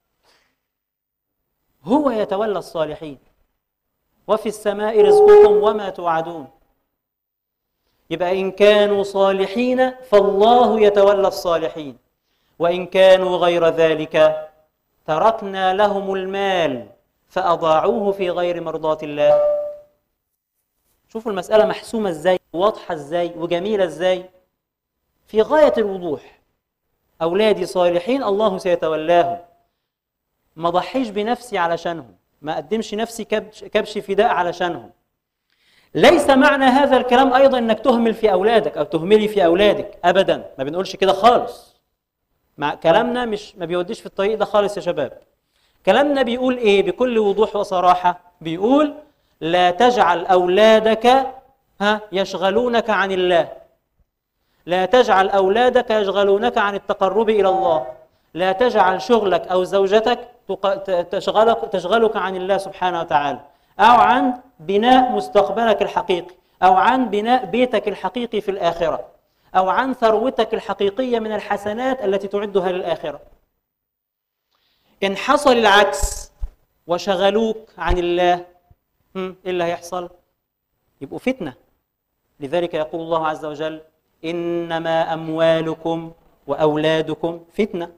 هو يتولى الصالحين، وفي السماء رزقكم وما توعدون. يبقى إن كانوا صالحين فالله يتولى الصالحين، وإن كانوا غير ذلك تركنا لهم المال فأضاعوه في غير مرضاة الله. شوفوا المسألة محسومة ازاي، واضحة ازاي، وجميلة ازاي، في غاية الوضوح. أولادي صالحين الله سيتولاهم، ما ضحيش بنفسي علشانهم، ما أقدمش نفسي كبش, كبش فداء علشانهم. ليس معنى هذا الكلام أيضا أنك تهمل في أولادك أو تهملي في أولادك، أبدا، ما بنقولش كده خالص. مع كلامنا مش ما بيوديش في الطريق ده خالص يا شباب. كلامنا بيقول إيه بكل وضوح وصراحة؟ بيقول لا تجعل أولادك ها يشغلونك عن الله، لا تجعل أولادك يشغلونك عن التقرب إلى الله، لا تجعل شغلك أو زوجتك تشغلك, تشغلك عن الله سبحانه وتعالى، أو عن بناء مستقبلك الحقيقي، أو عن بناء بيتك الحقيقي في الآخرة، أو عن ثروتك الحقيقية من الحسنات التي تعدها للآخرة. إن حصل العكس وشغلوك عن الله، إيه اللي هيحصل؟ يبقوا فتنة. لذلك يقول الله عز وجل إنما أموالكم وأولادكم فتنة.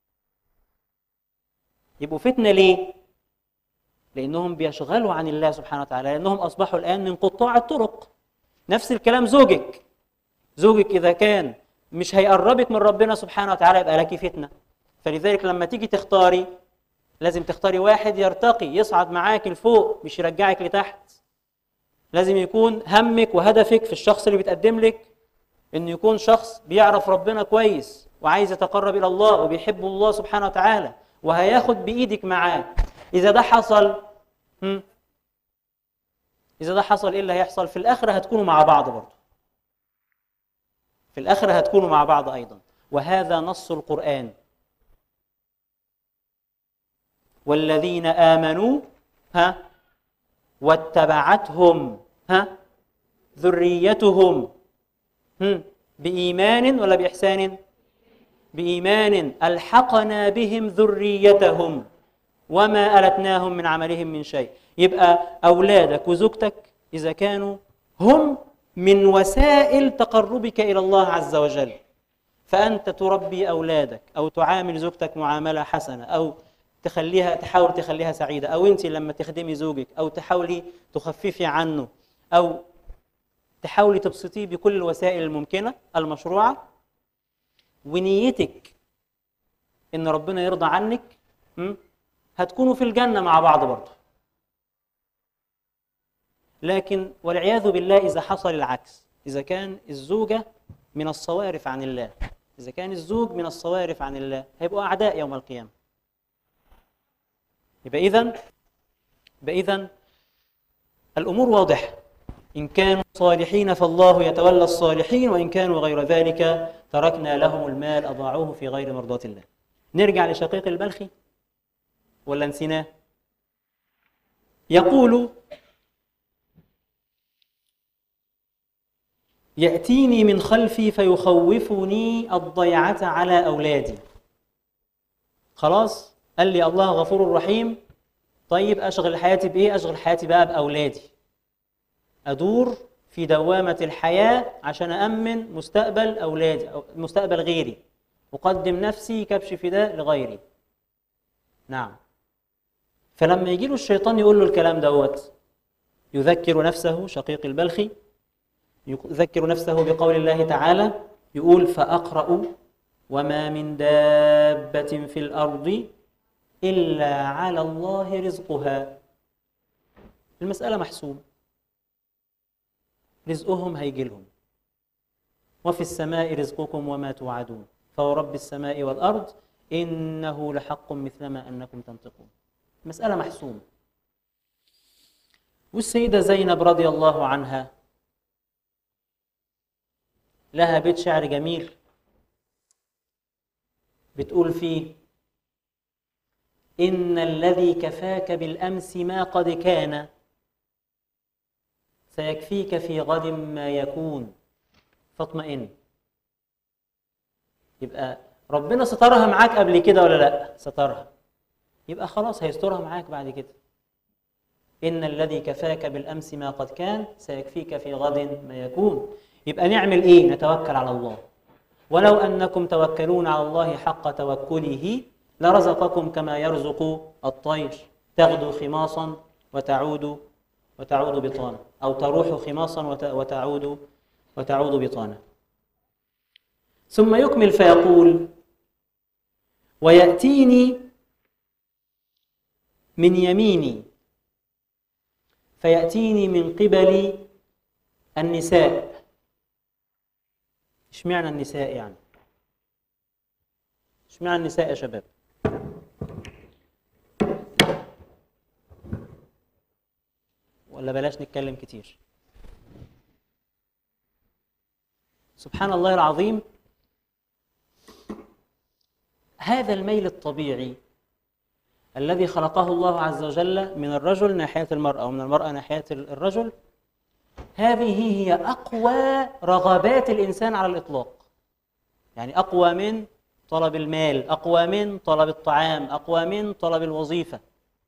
يبقوا فتنة ليه؟ لأنهم بيشغلوا عن الله سبحانه وتعالى، لأنهم أصبحوا الآن من قطاع الطرق. نفس الكلام زوجك، زوجك إذا كان مش هيقربك من ربنا سبحانه وتعالى يبقى لك فتنة. فلذلك لما تيجي تختاري لازم تختاري واحد يرتقي، يصعد معاك لفوق، مش يرجعك لتحت. لازم يكون همك وهدفك في الشخص اللي بتقدم لك إنه يكون شخص بيعرف ربنا كويس وعايز يتقرب إلى الله وبيحب الله سبحانه وتعالى وهياخد بإيدك معاه. إذا ده حصل هم؟ إذا ده حصل إيه اللي هيحصل؟ في الآخرة هتكونوا مع بعض برضه. في الآخرة هتكونوا مع بعض أيضا، وهذا نص القرآن. والذين آمنوا ها واتبعتهم ها ذريتهم هم بإيمان ولا بإحسان؟ بإيمان ألحقنا بهم ذريتهم وما ألتناهم من عملهم من شيء. يبقى أولادك وزوجتك إذا كانوا هم من وسائل تقربك إلى الله عز وجل، فأنت تربي أولادك أو تعامل زوجتك معاملة حسنة أو تخليها تحاول تخليها سعيدة، أو أنت لما تخدمي زوجك أو تحاولي تخففي عنه أو تحاولي تبسطيه بكل الوسائل الممكنة المشروعة، ونيتك إن ربنا يرضى عنك، هتكونوا في الجنة مع بعض برضه. لكن والعياذ بالله إذا حصل العكس، إذا كان الزوجة من الصوارف عن الله، إذا كان الزوج من الصوارف عن الله، هيبقوا أعداء يوم القيامة. يبقى إذن يبقى إذن الأمور واضحة. إن كانوا صالحين فالله يتولى الصالحين، وإن كانوا غير ذلك تركنا لهم المال أضاعوه في غير مرضاة الله. نرجع لشقيق البلخي ولا نسيناه؟ يقول: يأتيني من خلفي فيخوفني الضيعة على أولادي. خلاص قال لي الله غفور رحيم، طيب أشغل حياتي بإيه؟ أشغل حياتي بقى بأولادي، أدور في دوامة الحياة عشان أأمن مستقبل أولادي أو مستقبل غيري، أقدم نفسي كبش فداء لغيري. نعم. فلما يجي له الشيطان يقول له الكلام دوت، يذكر نفسه شقيق البلخي يذكر نفسه بقول الله تعالى، يقول: فأقرأ وما من دابة في الأرض إلا على الله رزقها. المسألة محسومة، رزقهم هيجي لهم. وفي السماء رزقكم وما توعدون فورب السماء والأرض إنه لحق مثلما أنكم تنطقون. مسألة محسومة. والسيدة زينب رضي الله عنها لها بيت شعر جميل بتقول فيه: إن الذي كفاك بالأمس ما قد كان سيكفيك في غد ما يكون فاطمئن. يبقى ربنا سترها معاك قبل كده ولا لا؟ سترها، يبقى خلاص هيسترها معاك بعد كده. إن الذي كفاك بالأمس ما قد كان سيكفيك في غد ما يكون. يبقى نعمل إيه؟ نتوكل على الله. ولو أنكم توكلون على الله حق توكله لرزقكم كما يرزق الطير، تغدو خماصا وتعود وتعود بطانا، أو تروح خماصا وتعود وتعود بطانا. ثم يكمل فيقول: ويأتيني من يميني فيأتيني من قبل النساء. اشمعنى النساء يعني؟ اشمعنى النساء يا شباب؟ ولا بلاش نتكلم كتير؟ سبحان الله العظيم، هذا الميل الطبيعي الذي خلقه الله عز وجل من الرجل ناحية المرأة ومن المرأة ناحية الرجل، هذه هي أقوى رغبات الإنسان على الإطلاق. يعني أقوى من طلب المال، أقوى من طلب الطعام، أقوى من طلب الوظيفة.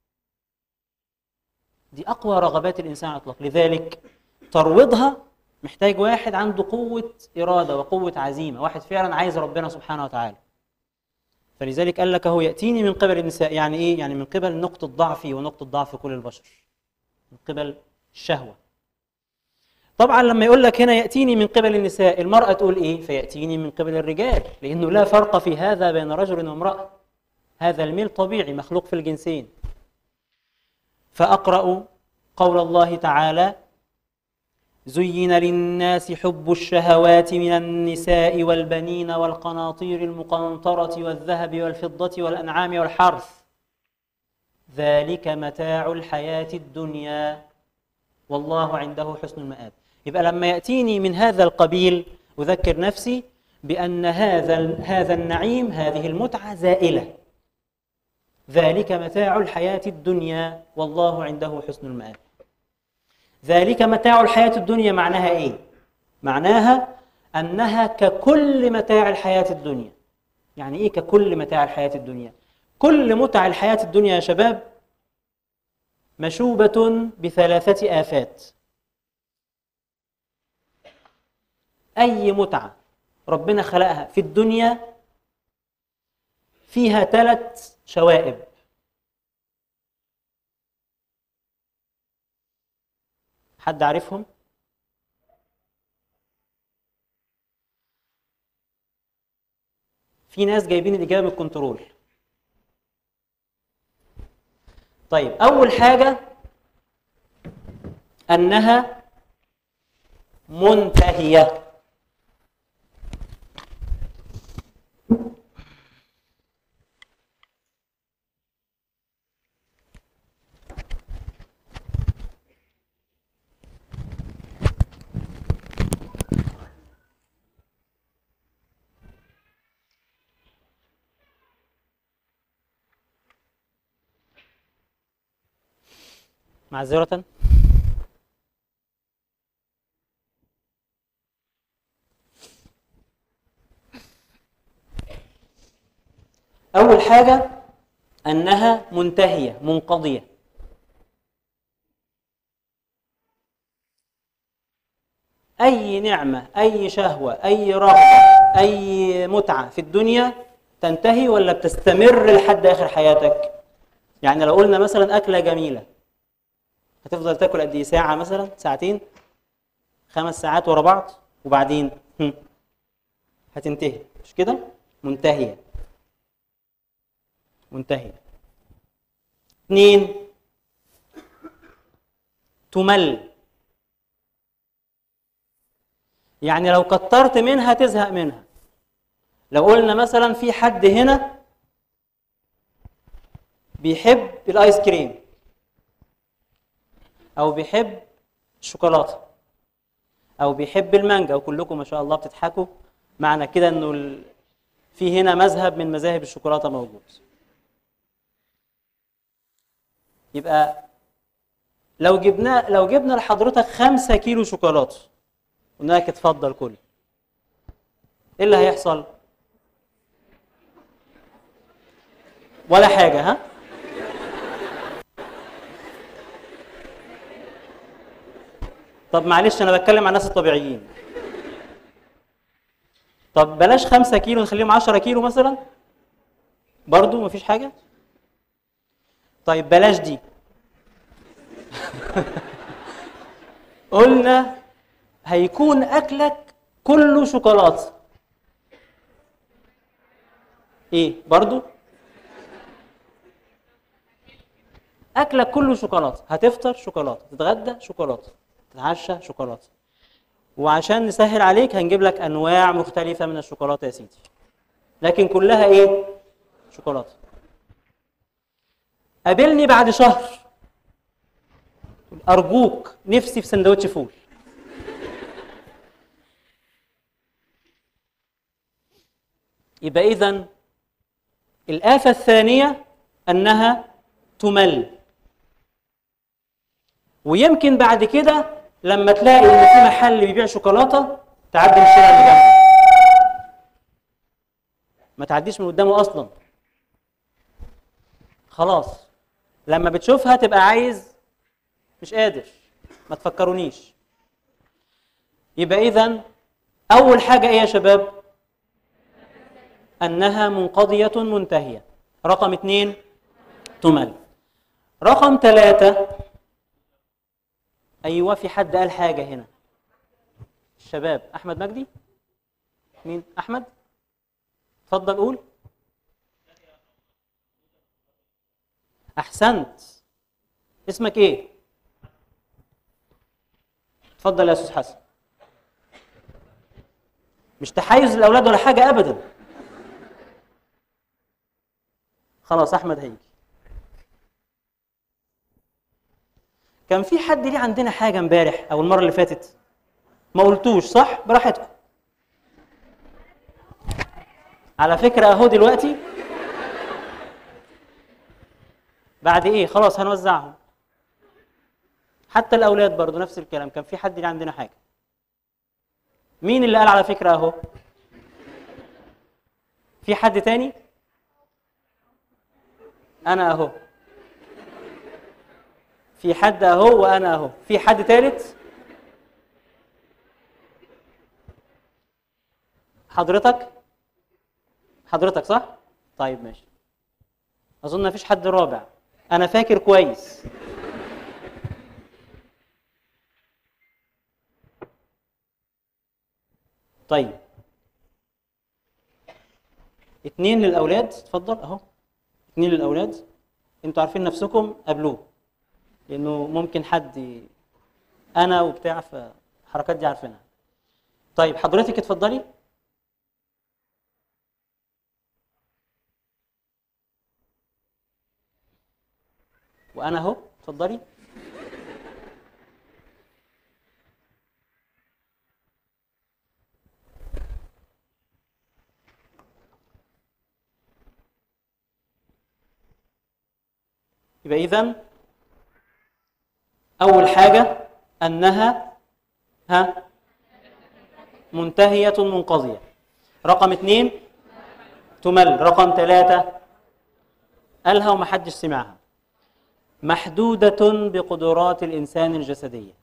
دي أقوى رغبات الإنسان على الإطلاق. لذلك ترويضها محتاج واحد عنده قوة إرادة وقوة عزيمة، واحد فعلا عايز ربنا سبحانه وتعالى. فلذلك قال لك: هو يأتيني من قبل النساء. يعني إيه؟ يعني من قبل نقطة ضعفي ونقطة ضعف كل البشر، من قبل الشهوة. طبعا لما يقول لك هنا يأتيني من قبل النساء، المرأة تقول إيه؟ فيأتيني من قبل الرجال، لأنه لا فرق في هذا بين رجل وامرأة، هذا الميل طبيعي مخلوق في الجنسين. فأقرأ قول الله تعالى: زين للناس حب الشهوات من النساء والبنين والقناطير المقنطرة والذهب والفضة والأنعام والحرث ذلك متاع الحياة الدنيا والله عنده حسن المآب. يبقى لما يأتيني من هذا القبيل أذكر نفسي بأن هذا هذا النعيم، هذه المتعة زائلة. ذلك متاع الحياة الدنيا والله عنده حسن المآب. ذلك متاع الحياة الدنيا معناها إيه؟ معناها أنها ككل متاع الحياة الدنيا. يعني إيه ككل متاع الحياة الدنيا؟ كل متع الحياة الدنيا يا شباب مشوبة بثلاثة آفات. أي متعة ربنا خلقها في الدنيا فيها ثلاث شوائب. حد عارفهم؟ في ناس جايبين الإجابة بالكنترول. طيب أول حاجة أنها منتهية. معذرة. أول حاجة أنها منتهية منقضية. أي نعمة، أي شهوة، أي رغبة، أي متعة في الدنيا تنتهي ولا بتستمر لحد آخر حياتك؟ يعني لو قلنا مثلا أكلة جميلة هتفضل تاكل قد ايه؟ ساعة مثلا؟ ساعتين؟ خمس ساعات ورا بعض؟ وبعدين هم. هتنتهي، مش كده؟ منتهية. منتهية. اثنين، تمل. يعني لو كترت منها تزهق منها. لو قلنا مثلا في حد هنا بيحب الايس كريم او بيحب الشوكولاته او بيحب المانجا، وكلكم ما شاء الله بتضحكوا، معنى كده انه ال... في هنا مذهب من مذاهب الشوكولاته موجود. يبقى لو جبنا لو جبنا لحضرتك خمسة كيلو شوكولاته قلنا لك اتفضل كل، ايه اللي هيحصل؟ ولا حاجه. ها؟ طب معلش انا بتكلم عن الناس الطبيعيين. طب بلاش خمسة كيلو نخليهم عشرة كيلو مثلا، برضو مفيش حاجه. طيب بلاش دي. قلنا هيكون اكلك كله شوكولاته، ايه برضو؟ اكلك كله شوكولاته، هتفطر شوكولاته، تتغدى شوكولاته، تتعشى شوكولاته. وعشان نسهل عليك هنجيب لك انواع مختلفه من الشوكولاته يا سيدي، لكن كلها ايه؟ شوكولاته. قابلني بعد شهر ارجوك نفسي في سندوتش فول. يبقى اذا الآفة الثانية انها تمل. ويمكن بعد كده لما تلاقي ان في محل بيبيع شوكولاته تعدي من الشارع اللي جنبه، ما تعديش من قدامه اصلا. خلاص لما بتشوفها تبقى عايز، مش قادر، ما تفكرونيش. يبقى اذا اول حاجه ايه يا شباب؟ انها منقضيه منتهيه. رقم اثنين تمل. رقم ثلاثة، ايوه في حد قال حاجه هنا، الشباب. احمد مجدي؟ مين احمد؟ اتفضل قول. احسنت. اسمك ايه؟ اتفضل يا استاذ حسن. مش تحيز الاولاد ولا حاجه ابدا. خلاص احمد هيجي. كان في حد ليه عندنا حاجه امبارح او المره اللي فاتت ما قلتوش صح؟ براحتكم. على فكره اهو دلوقتي بعد ايه خلاص هنوزعهم. حتى الاولاد برضو نفس الكلام. كان في حد ليه عندنا حاجه. مين اللي قال على فكره اهو؟ في حد تاني؟ انا اهو. في حد اهو وانا اهو. في حد ثالث؟ حضرتك؟ حضرتك صح؟ طيب ماشي. اظن مفيش حد رابع. انا فاكر كويس. طيب اتنين للاولاد. اتفضل اهو. اتنين للاولاد. انتوا عارفين نفسكم قبلوه لانه ممكن حد انا وبتاع فالحركات دي عارفينها. طيب حضرتك اتفضلي. وانا اهو اتفضلي. يبقى اذن اول حاجه انها ها منتهيه منقضيه. رقم اثنين تمل. رقم ثلاثه قالها ومحدش سمعها، محدودة بقدرات الإنسان الجسدية.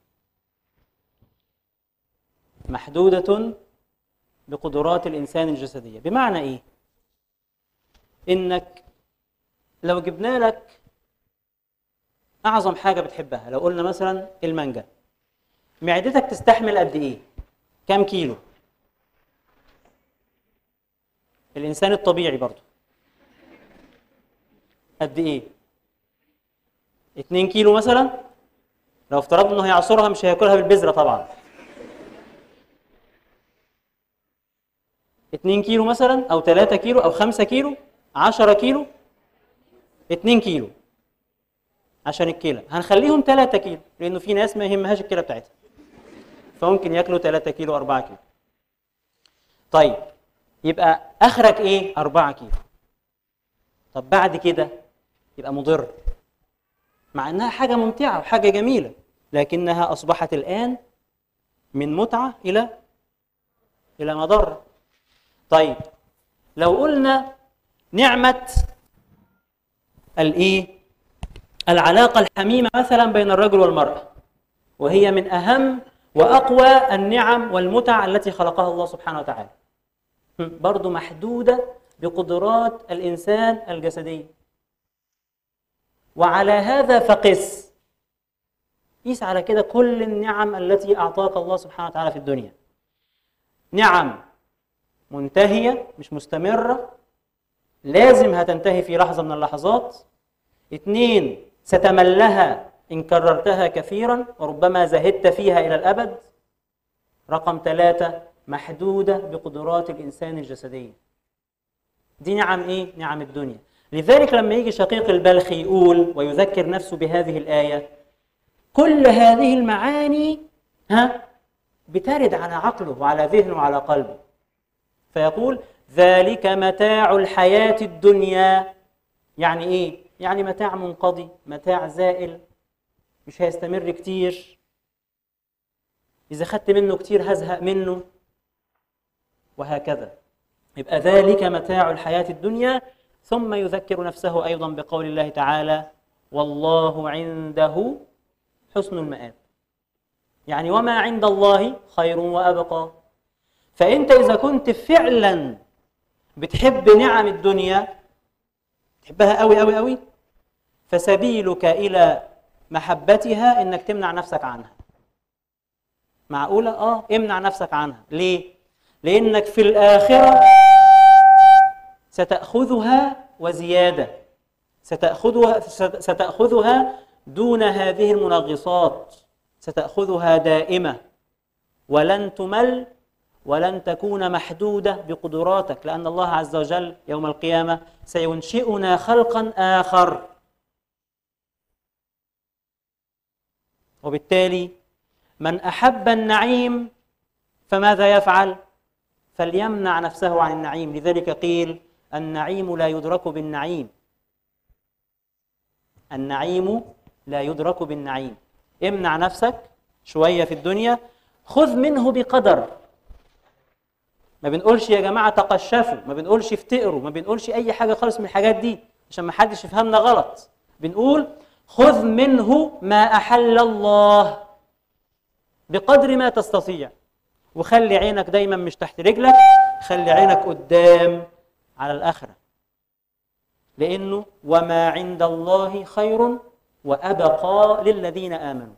محدودة بقدرات الإنسان الجسدية. بمعنى إيه؟ إنك لو جبنا لك أعظم حاجة بتحبها، لو قلنا مثلا المانجا، معدتك تستحمل قد إيه؟ كم كيلو؟ الإنسان الطبيعي برضو قد إيه؟ اتنين كيلو مثلا. لو افترضنا انه هيعصرها مش هياكلها بالبذره طبعا. اتنين كيلو مثلا او تلاتة كيلو او خمسة كيلو، عشرة كيلو، اتنين كيلو عشان الكلى. هنخليهم تلاتة كيلو لانه في ناس ما يهمهاش الكلى بتاعتها، فممكن ياكلوا تلاتة كيلو أربعة كيلو. طيب يبقى اخرك ايه؟ أربعة كيلو. طب بعد كده يبقى مضر، مع انها حاجه ممتعه وحاجه جميله، لكنها اصبحت الان من متعه الى الى مضره. طيب لو قلنا نعمه الايه؟ العلاقه الحميمه مثلا بين الرجل والمراه، وهي من اهم واقوى النعم والمتع التي خلقها الله سبحانه وتعالى، برضو محدوده بقدرات الانسان الجسديه. وعلى هذا فقس، قيس على كده كل النعم التي أعطاك الله سبحانه وتعالى في الدنيا. نعم منتهية مش مستمرة، لازم هتنتهي في لحظة من اللحظات. اثنين ستملها إن كررتها كثيرا وربما زهدت فيها إلى الأبد. رقم ثلاثة محدودة بقدرات الإنسان الجسدية. دي نعم إيه؟ نعم الدنيا. لذلك لما يجي شقيق البلخي يقول ويذكر نفسه بهذه الآية، كل هذه المعاني ها بترد على عقله وعلى ذهنه وعلى قلبه، فيقول ذلك متاع الحياة الدنيا. يعني إيه؟ يعني متاع منقضي، متاع زائل، مش هيستمر كتير، إذا خدت منه كتير هزهق منه، وهكذا. يبقى ذلك متاع الحياة الدنيا. ثم يذكر نفسه أيضا بقول الله تعالى والله عنده حسن المآب، يعني وما عند الله خير وأبقى. فأنت إذا كنت فعلا بتحب نعم الدنيا، تحبها قوي قوي قوي، فسبيلك إلى محبتها إنك تمنع نفسك عنها. معقولة؟ آه امنع نفسك عنها. ليه؟ لأنك في الآخرة ستأخذها وزيادة، ستأخذها ستأخذها دون هذه المنغصات، ستأخذها دائمة ولن تمل ولن تكون محدودة بقدراتك، لأن الله عز وجل يوم القيامة سينشئنا خلقا آخر. وبالتالي من أحب النعيم فماذا يفعل؟ فليمنع نفسه عن النعيم. لذلك قيل النعيم لا يدرك بالنعيم، النعيم لا يدرك بالنعيم. امنع نفسك شوية في الدنيا، خذ منه بقدر. ما بنقولش يا جماعة تقشفوا، ما بنقولش افتقروا، ما بنقولش أي حاجة خالص من الحاجات دي عشان ما حدش يفهمنا غلط. بنقول خذ منه ما أحل الله بقدر ما تستطيع، وخلي عينك دايما مش تحت رجلك، خلي عينك قدام على الآخرة، لأنه وما عند الله خير وأبقى للذين آمنوا.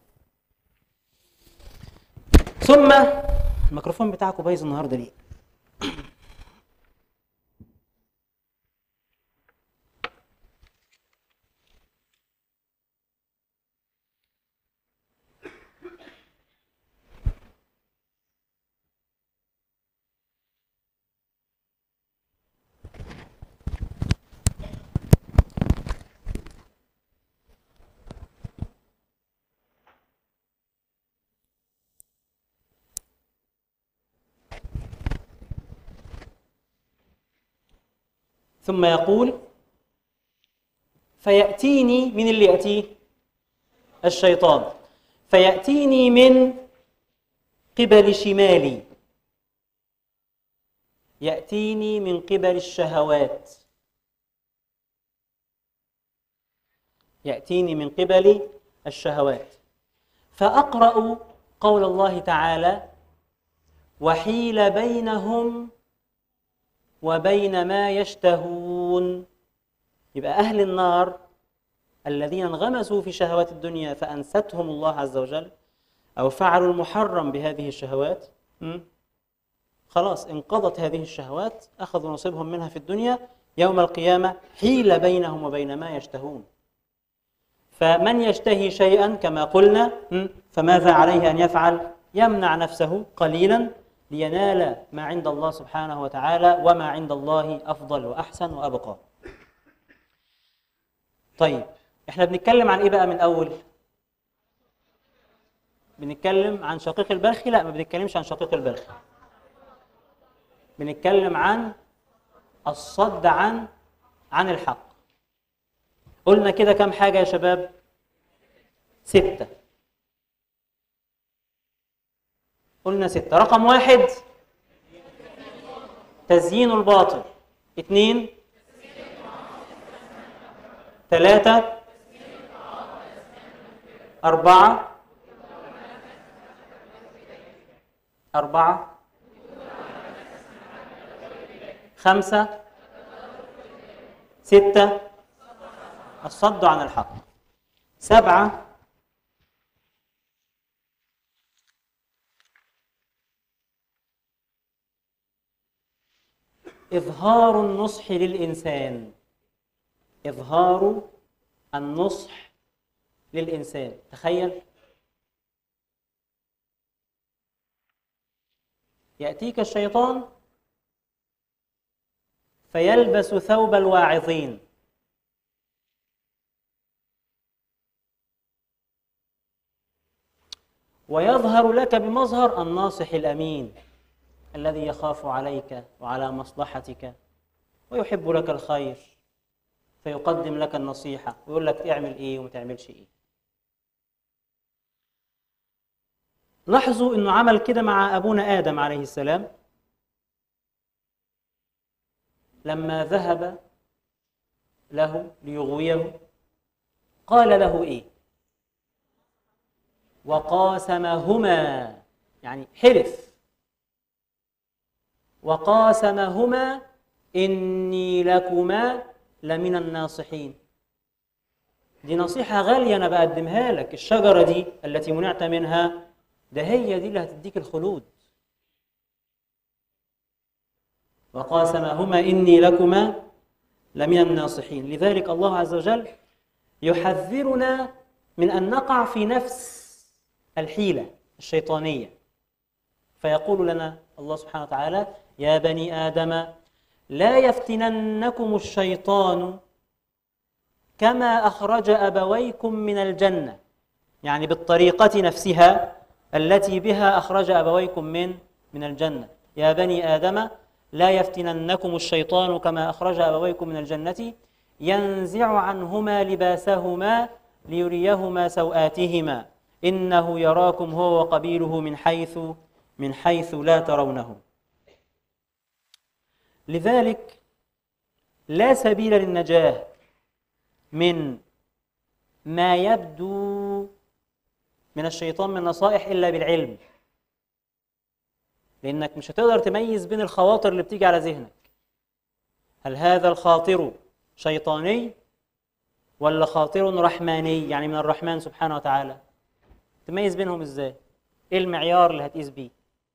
ثم الميكروفون بتاعكم بايظ النهارده ليه؟ ثم يقول فيأتيني، من اللي يأتيه؟ الشيطان. فيأتيني من قبل شمالي، يأتيني من قبل الشهوات، يأتيني من قبل الشهوات. فأقرأ قول الله تعالى وحيل بينهم وبين ما يشتهون. يبقى أهل النار الذين انغمسوا في شهوات الدنيا فأنستهم الله عز وجل أو فعلوا المحرم بهذه الشهوات، خلاص انقضت هذه الشهوات، أخذوا نصيبهم منها في الدنيا. يوم القيامة حيل بينهم وبين ما يشتهون. فمن يشتهي شيئا كما قلنا فماذا عليه أن يفعل؟ يمنع نفسه قليلا لينال ما عند الله سبحانه وتعالى، وما عند الله أفضل وأحسن وأبقى. طيب احنا بنتكلم عن ايه بقى من أول؟ بنتكلم عن شقيق البلخي؟ لا، ما بنتكلمش عن شقيق البلخي، بنتكلم عن الصد عن عن الحق. قلنا كده كم حاجة يا شباب؟ ستة. قلنا ستة. رقم واحد تزيين الباطل. اثنين ثلاثة أربعة أربعة خمسة ستة الصد عن الحق. سبعة إظهار النصح للإنسان، إظهار النصح للإنسان. تخيل يأتيك الشيطان فيلبس ثوب الواعظين، ويظهر لك بمظهر الناصح الأمين الذي يخاف عليك وعلى مصلحتك ويحب لك الخير، فيقدم لك النصيحة ويقول لك اعمل ايه وما تعملش ايه. لاحظوا انه عمل كده مع ابونا آدم عليه السلام لما ذهب له ليغويه، قال له ايه؟ وقاسمهما، يعني حلف، وقاسمهما إني لكما لمن الناصحين. دي نصيحة غالية أنا بقدمها لك. الشجرة دي التي منعت منها ده هي دي اللي هتديك الخلود. وقاسمهما إني لكما لمن الناصحين. لذلك الله عز وجل يحذرنا من أن نقع في نفس الحيلة الشيطانية، فيقول لنا الله سبحانه وتعالى: يا بني آدم لا يفتننكم الشيطان كما أخرج أبويكم من الجنة، يعني بالطريقة نفسها التي بها أخرج أبويكم من من الجنة. يا بني آدم لا يفتننكم الشيطان كما أخرج أبويكم من الجنة ينزع عنهما لباسهما ليريهما سوآتهما إنه يراكم هو وقبيله من حيث من حيث لا ترونهم. لذلك لا سبيل للنجاة من ما يبدو من الشيطان من نصائح إلا بالعلم، لأنك مش هتقدر تميز بين الخواطر اللي بتيجي على ذهنك. هل هذا الخاطر شيطاني ولا خاطر رحماني، يعني من الرحمن سبحانه وتعالى؟ تميز بينهم ازاي؟ ايه المعيار اللي هتقيس بيه؟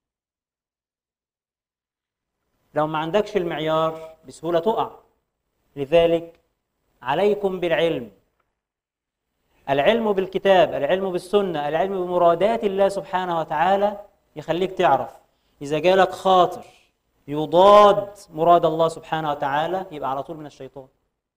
لو ما عندكش المعيار بسهولة تقع. لذلك عليكم بالعلم، العلم بالكتاب، العلم بالسنة، العلم بمرادات الله سبحانه وتعالى، يخليك تعرف إذا جالك خاطر يضاد مراد الله سبحانه وتعالى يبقى على طول من الشيطان.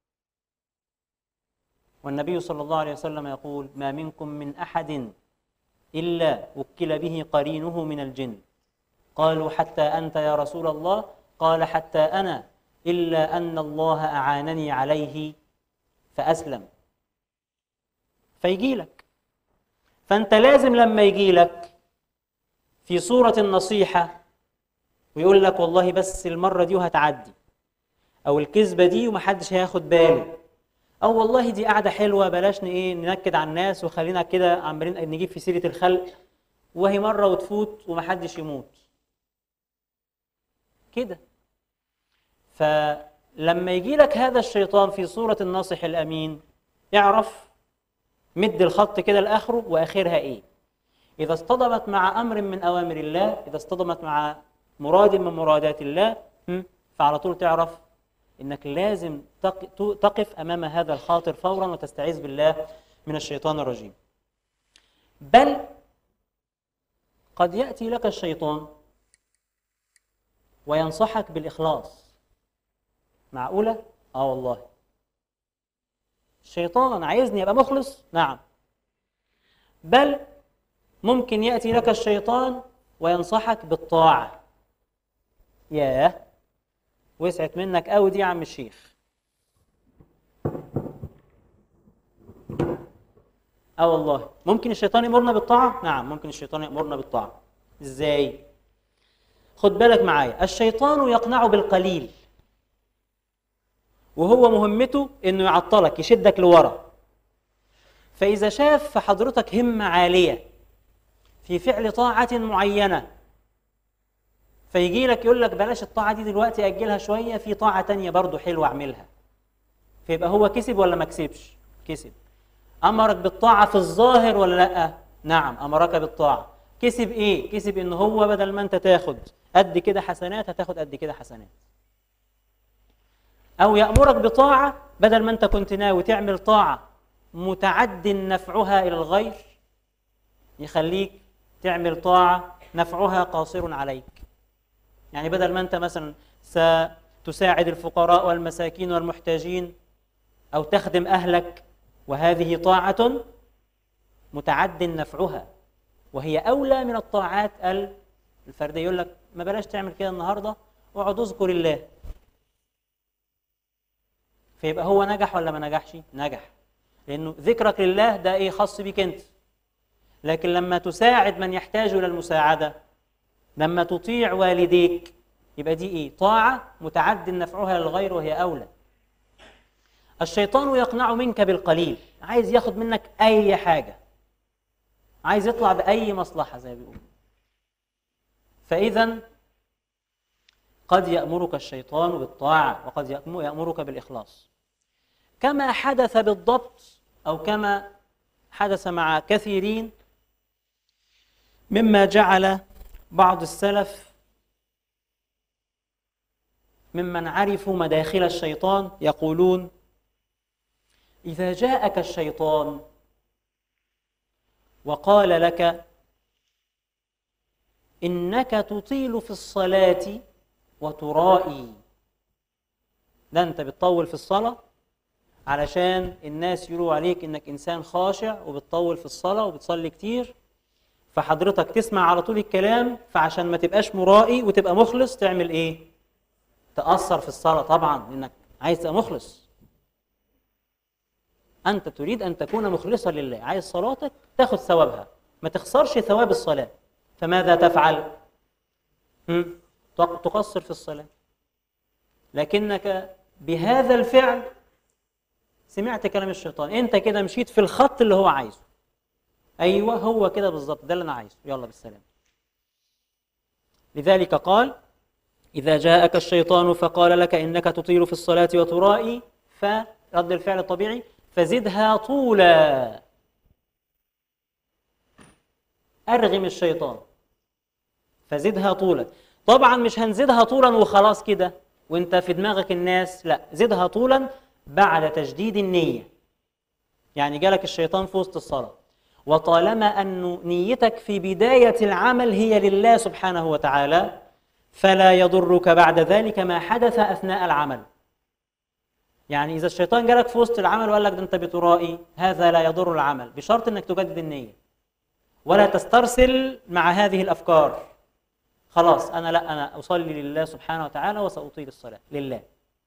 والنبي صلى الله عليه وسلم يقول: ما منكم من أحد إلا وكل به قرينه من الجن. قالوا: حتى أنت يا رسول الله؟ قال: حتى أنا، إلا أن الله أعانني عليه فأسلم. فيجي لك، فأنت لازم لما يجي لك في صورة النصيحة ويقول لك والله بس المرة دي وهتعدي، أو الكذبة دي ومحدش هياخد باله، أو والله دي قاعدة حلوة بلاش إيه ننكد على الناس وخلينا كده عمالين نجيب في سيرة الخلق وهي مرة وتفوت ومحدش يموت كده. فلما يجي لك هذا الشيطان في صورة الناصح الأمين اعرف مد الخط كده لآخره وآخرها إيه. إذا اصطدمت مع أمر من أوامر الله، إذا اصطدمت مع مراد من مرادات الله، فعلى طول تعرف إنك لازم تقف أمام هذا الخاطر فورا وتستعيذ بالله من الشيطان الرجيم. بل قد يأتي لك الشيطان وينصحك بالإخلاص. معقولة؟ آه والله الشيطان عايزني أبقى مخلص؟ نعم. بل ممكن يأتي لك الشيطان وينصحك بالطاعة. ياه وسعت منك قوي دي يا عم الشيخ. اه والله ممكن الشيطان يأمرنا بالطاعة؟ نعم ممكن الشيطان يأمرنا بالطاعة. ازاي؟ خد بالك معايا، الشيطان يقنع بالقليل، وهو مهمته انه يعطلك يشدك لورا. فإذا شاف في حضرتك همة عالية في فعل طاعة معينة فيجي لك يقول لك بلاش الطاعة دي دلوقتي أجلها شوية، في طاعة تانية برضو حلوة أعملها. فيبقى هو كسب ولا ما كسبش؟ كسب. أمرك بالطاعة في الظاهر ولا لأ؟ نعم أمرك بالطاعة. كسب إيه؟ كسب إن هو بدل ما أنت تاخد قد كده حسنات هتاخد قد كده حسنات. أو يأمرك بطاعة بدل ما أنت كنت ناوي تعمل طاعة متعد نفعها إلى الغير، يخليك تعمل طاعة نفعها قاصر عليك. يعني بدل ما أنت مثلا ستساعد الفقراء والمساكين والمحتاجين أو تخدم أهلك، وهذه طاعة متعد نفعها وهي أولى من الطاعات الفردية، يقول لك ما بلاش تعمل كده النهاردة واقعد اذكر الله. فيبقى هو نجح ولا ما نجحش؟ نجح، لأنه ذكرك لله ده إيه خاص بيك أنت. لكن لما تساعد من يحتاج إلى المساعدة، لما تطيع والديك، يبقى دي إيه؟ طاعة متعد نفعها للغير وهي أولى. الشيطان يقنع منك بالقليل، عايز ياخد منك أي حاجة، عايز يطلع بأي مصلحة زي ما بيقولوا. فإذا قد يأمرك الشيطان بالطاعة وقد يأمرك بالإخلاص، كما حدث بالضبط أو كما حدث مع كثيرين مما جعل بعض السلف ممن عرفوا مداخل الشيطان يقولون: إذا جاءك الشيطان وقال لك إنك تطيل في الصلاة وترائي. ده أنت بتطول في الصلاة علشان الناس يقولوا عليك إنك إنسان خاشع وبتطول في الصلاة وبتصلي كتير، فحضرتك تسمع على طول الكلام، فعشان ما تبقاش مرائي وتبقى مخلص تعمل إيه؟ تأثر في الصلاة طبعا، لأنك عايز تبقى مخلص. أنت تريد أن تكون مخلصا لله، عايز صلاتك تاخد ثوابها، ما تخسرش ثواب الصلاة، فماذا تفعل؟ هم؟ تقصر في الصلاة، لكنك بهذا الفعل سمعت كلام الشيطان، أنت كده مشيت في الخط اللي هو عايزه. أيوة هو كده بالظبط، ده اللي أنا عايزه، يلا بالسلام. لذلك قال: إذا جاءك الشيطان فقال لك إنك تطيل في الصلاة وترائي، فرد الفعل الطبيعي فزدها طولا. أرغم الشيطان فزدها طولا. طبعا مش هنزدها طولا وخلاص كده وانت في دماغك الناس، لا، زدها طولا بعد تجديد النية. يعني جالك الشيطان في وسط الصلاة، وطالما أن نيتك في بداية العمل هي لله سبحانه وتعالى، فلا يضرك بعد ذلك ما حدث أثناء العمل. يعني إذا الشيطان جالك في وسط العمل وقال لك ده أنت بترائي، هذا لا يضر العمل، بشرط أنك تجدد النية ولا تسترسل مع هذه الأفكار. خلاص أنا لا، أنا أصلي لله سبحانه وتعالى وسأطيل الصلاة لله.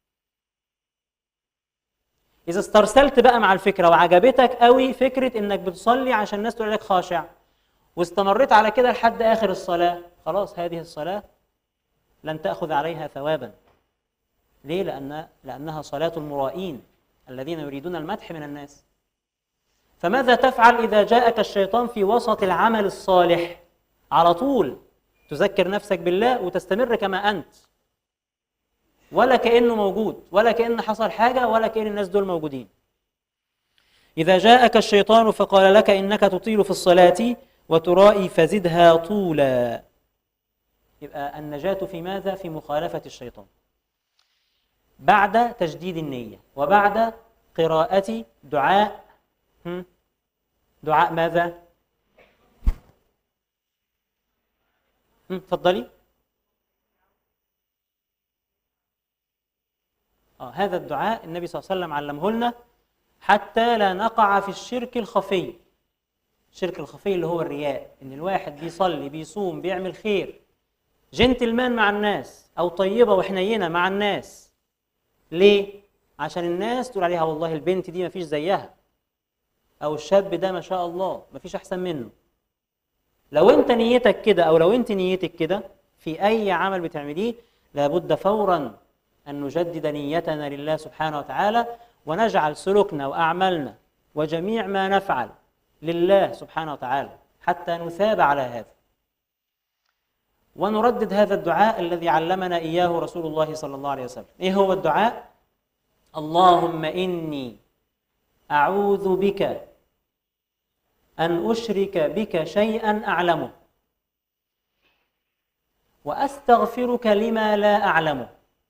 إذا استرسلت بقى مع الفكرة وعجبتك قوي فكرة إنك بتصلي عشان الناس تقول لك خاشع، واستمريت على كده لحد آخر الصلاة، خلاص هذه الصلاة لن تأخذ عليها ثوابا. ليه؟ لأن لأنها صلاة المرائين الذين يريدون المدح من الناس. فماذا تفعل إذا جاءك الشيطان في وسط العمل الصالح؟ على طول تذكر نفسك بالله وتستمر كما أنت، ولا كأنه موجود، ولا كأن حصل حاجة، ولا كأن الناس دول موجودين. إذا جاءك الشيطان فقال لك إنك تطيل في الصلاة وترائي فزدها طولا. يبقى النجاة في ماذا؟ في مخالفة الشيطان بعد تجديد النية وبعد قراءة دعاء. دعاء ماذا؟ تفضلي. آه هذا الدعاء النبي صلى الله عليه وسلم علمه لنا حتى لا نقع في الشرك الخفي. الشرك الخفي اللي هو الرياء، إن الواحد بيصلي بيصوم بيعمل خير، جنتلمان مع الناس أو طيبة وحنينة مع الناس، ليه؟ عشان الناس تقول عليها والله البنت دي ما فيش زيها، أو الشاب ده ما شاء الله ما فيش أحسن منه. لو أنت نيتك كده أو لو أنت نيتك كده في أي عمل بتعمليه، لابد فوراً أن نجدد نيتنا لله سبحانه وتعالى، ونجعل سلوكنا وأعمالنا وجميع ما نفعل لله سبحانه وتعالى حتى نثاب على هذا. ونردد هذا الدعاء الذي علمنا إياه رسول الله صلى الله عليه وسلم. إيه هو الدعاء؟ اللهم إني أعوذ بك أن أشرك بك شيئا أعلمه، وأستغفرك لما لا أعلمه.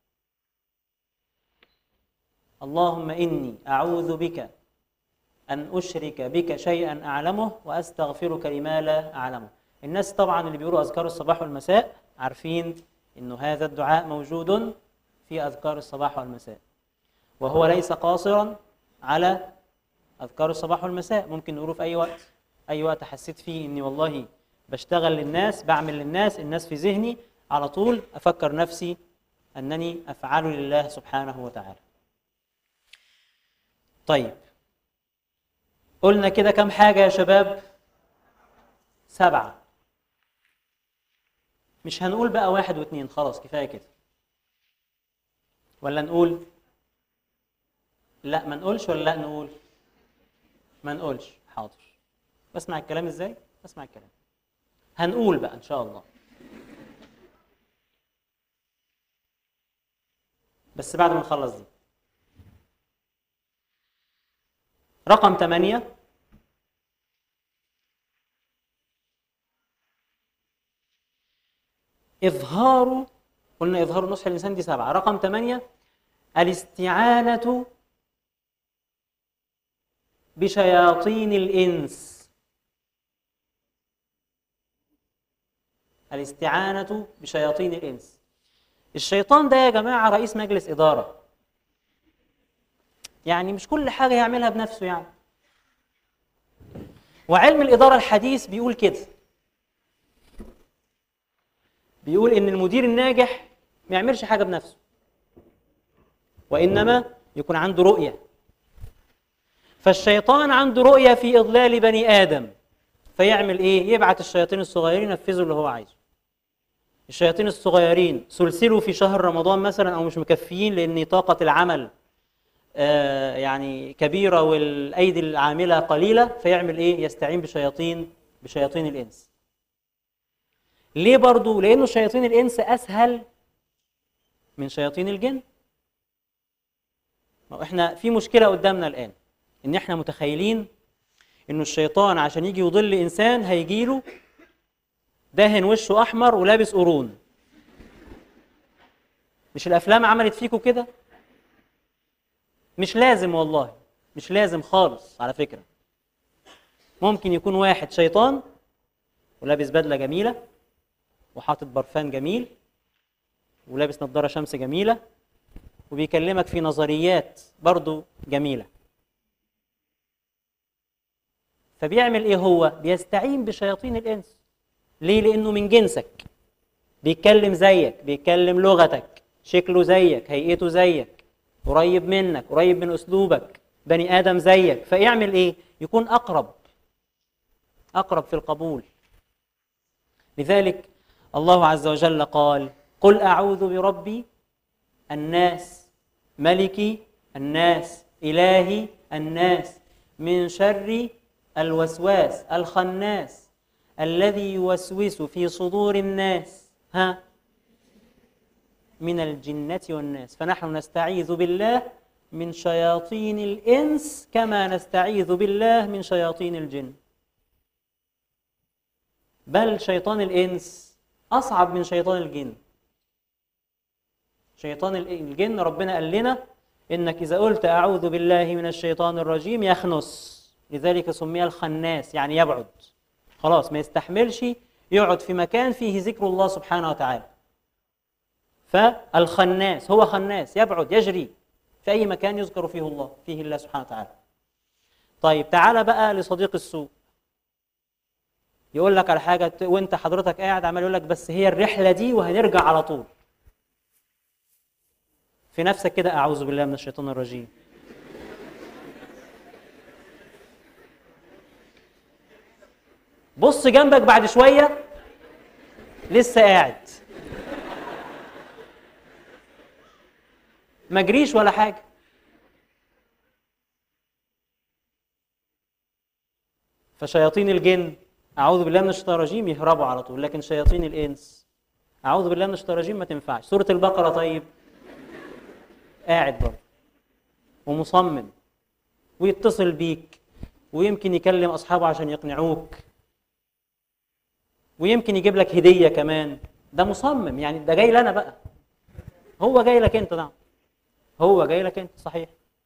اللهم إني أعوذ بك أن أشرك بك شيئا أعلمه وأستغفرك لما لا أعلمه. الناس طبعا اللي بيقولوا أذكار الصباح والمساء عارفين إنه هذا الدعاء موجود في أذكار الصباح والمساء، وهو ليس قاصرا على أذكار الصباح والمساء، ممكن نقوله في أي وقت. أي وقت حسيت فيه إني والله بشتغل للناس، بعمل للناس، الناس في ذهني، على طول أفكر نفسي أنني أفعل لله سبحانه وتعالى. طيب قلنا كده كم حاجة يا شباب؟ سبعة. مش هنقول بقى واحد واثنين، خلاص كفاية كده. ولا نقول؟ لا ما نقولش ولا لا نقول؟ ما نقولش. حاضر. بسمع الكلام ازاي؟ بسمع الكلام. هنقول بقى ان شاء الله، بس بعد ما نخلص دي. رقم ثمانية، إظهار، قلنا إظهار نصح الإنسان دي سبعة. رقم ثمانية الاستعانة بشياطين الإنس. الاستعانة بشياطين الإنس. الشيطان ده يا جماعة رئيس مجلس إدارة، يعني مش كل حاجة يعملها بنفسه يعني. وعلم الإدارة الحديث بيقول كده، بيقول إن المدير الناجح ما يعملش حاجة بنفسه، وإنما يكون عنده رؤية. فالشيطان عنده رؤية في إضلال بني آدم، فيعمل إيه؟ يبعت الشياطين الصغيرين ينفذوا اللي هو عايزه. الشياطين الصغيرين سلسلوا في شهر رمضان مثلا أو مش مكفيين لأن طاقة العمل آه يعني كبيرة والأيدي العاملة قليلة، فيعمل إيه؟ يستعين بشياطين بشياطين الإنس. ليه برضو؟ لأنه شياطين الإنس أسهل من شياطين الجن. إحنا في مشكلة قدامنا الآن، إن إحنا متخيلين إنه الشيطان عشان يجي يضل إنسان هيجيله دهن وشه أحمر ولابس قرون. مش الأفلام عملت فيكم كده؟ مش لازم والله، مش لازم خالص على فكرة. ممكن يكون واحد شيطان ولابس بدلة جميلة وحاطط برفان جميل ولابس نظارة شمس جميلة وبيكلمك في نظريات برضو جميلة. فبيعمل ايه هو؟ بيستعين بشياطين الإنس. ليه؟ لأنه من جنسك، بيتكلم زيك، بيتكلم لغتك، شكله زيك، هيئته زيك، قريب منك، قريب من أسلوبك، بني آدم زيك. فيعمل ايه؟ يكون أقرب أقرب في القبول. لذلك الله عز وجل قال: قل أعوذ برب الناس ملك الناس إله الناس من شر الوسواس الخناس الذي يوسوس في صدور الناس ها من الجنة والناس. فنحن نستعيذ بالله من شياطين الإنس كما نستعيذ بالله من شياطين الجن. بل شيطان الإنس أصعب من شيطان الجن. شيطان الجن ربنا قال لنا إنك إذا قلت أعوذ بالله من الشيطان الرجيم يخنس، لذلك سمي الخناس، يعني يبعد، خلاص ما يستحملش يقعد في مكان فيه ذكر الله سبحانه وتعالى. فالخناس هو خناس، يبعد يجري في أي مكان يذكر فيه الله فيه الله سبحانه وتعالى. طيب تعال بقى لصديق السوء، يقول لك على حاجة وانت حضرتك قاعد عمال يقول لك بس هي الرحلة دي وهنرجع على طول. في نفسك كده أعوذ بالله من الشيطان الرجيم. بص جنبك بعد شوية لسه قاعد ما جريش ولا حاجة. فشياطين الجن أعوذ بالله من الشيطان الرجيم يهربوا على طول، لكن شياطين الإنس أعوذ بالله من الشيطان الرجيم ما تنفعش. سورة البقرة طيب قاعد برضه ومصمم ويتصل بيك ويمكن يكلم أصحابه عشان يقنعوك ويمكن يجيب لك هدية كمان. ده مصمم، يعني ده جاي لنا بقى، هو جاي لك انت. نعم هو جاي لك انت صحيح.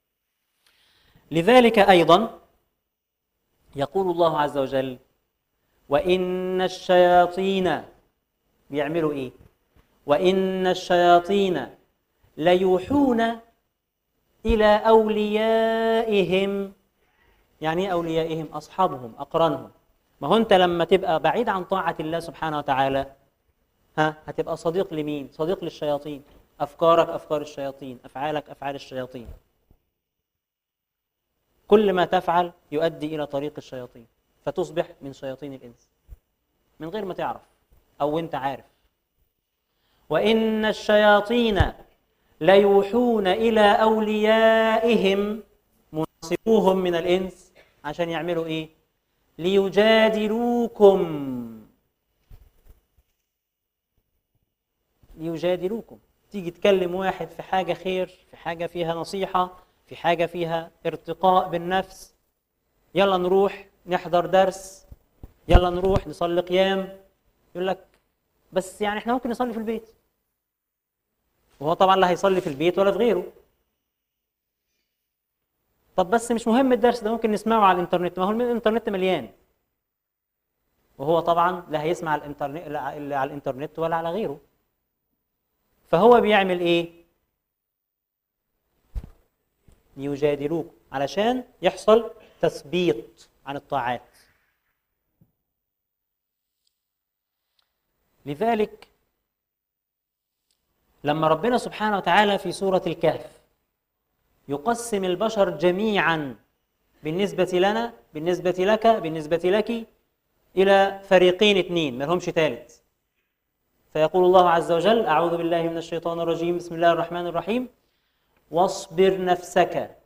لذلك أيضا يقول الله عز وجل: وإن الشياطين بيعملوا إيه؟ وإن الشياطين ليوحون إلى أوليائهم. يعني إيه أوليائهم؟ أصحابهم أقرانهم. ما هو أنت لما تبقى بعيد عن طاعة الله سبحانه وتعالى ها هتبقى صديق لمين؟ صديق للشياطين. أفكارك أفكار الشياطين، أفعالك أفعال الشياطين. كل ما تفعل يؤدي إلى طريق الشياطين، فتصبح من شياطين الإنس من غير ما تعرف أو أنت عارف. وإن الشياطين ليوحون إلى أوليائهم مناصبوهم من الإنس عشان يعملوا إيه؟ ليجادلوكم ليجادلوكم. تيجي تكلم واحد في حاجة خير، في حاجة فيها نصيحة، في حاجة فيها ارتقاء بالنفس، يلا نروح نحضر درس، يلا نروح نصلي قيام، يقول لك بس يعني احنا ممكن نصلي في البيت. وهو طبعا لا هيصلي في البيت ولا في غيره. طب بس مش مهم الدرس ده، ممكن نسمعه على الانترنت، ما هو الانترنت مليان. وهو طبعا لا هيسمع الانترنت لا على الانترنت ولا على غيره. فهو بيعمل ايه؟ يجادلوك علشان يحصل تثبيط عن الطاعات. لذلك لما ربنا سبحانه وتعالى في سورة الكهف يقسم البشر جميعا بالنسبة لنا بالنسبة لك بالنسبة لك إلى فريقين اثنين ما لهمش ثالث، فيقول الله عز وجل: أعوذ بالله من الشيطان الرجيم، بسم الله الرحمن الرحيم: واصبر نفسك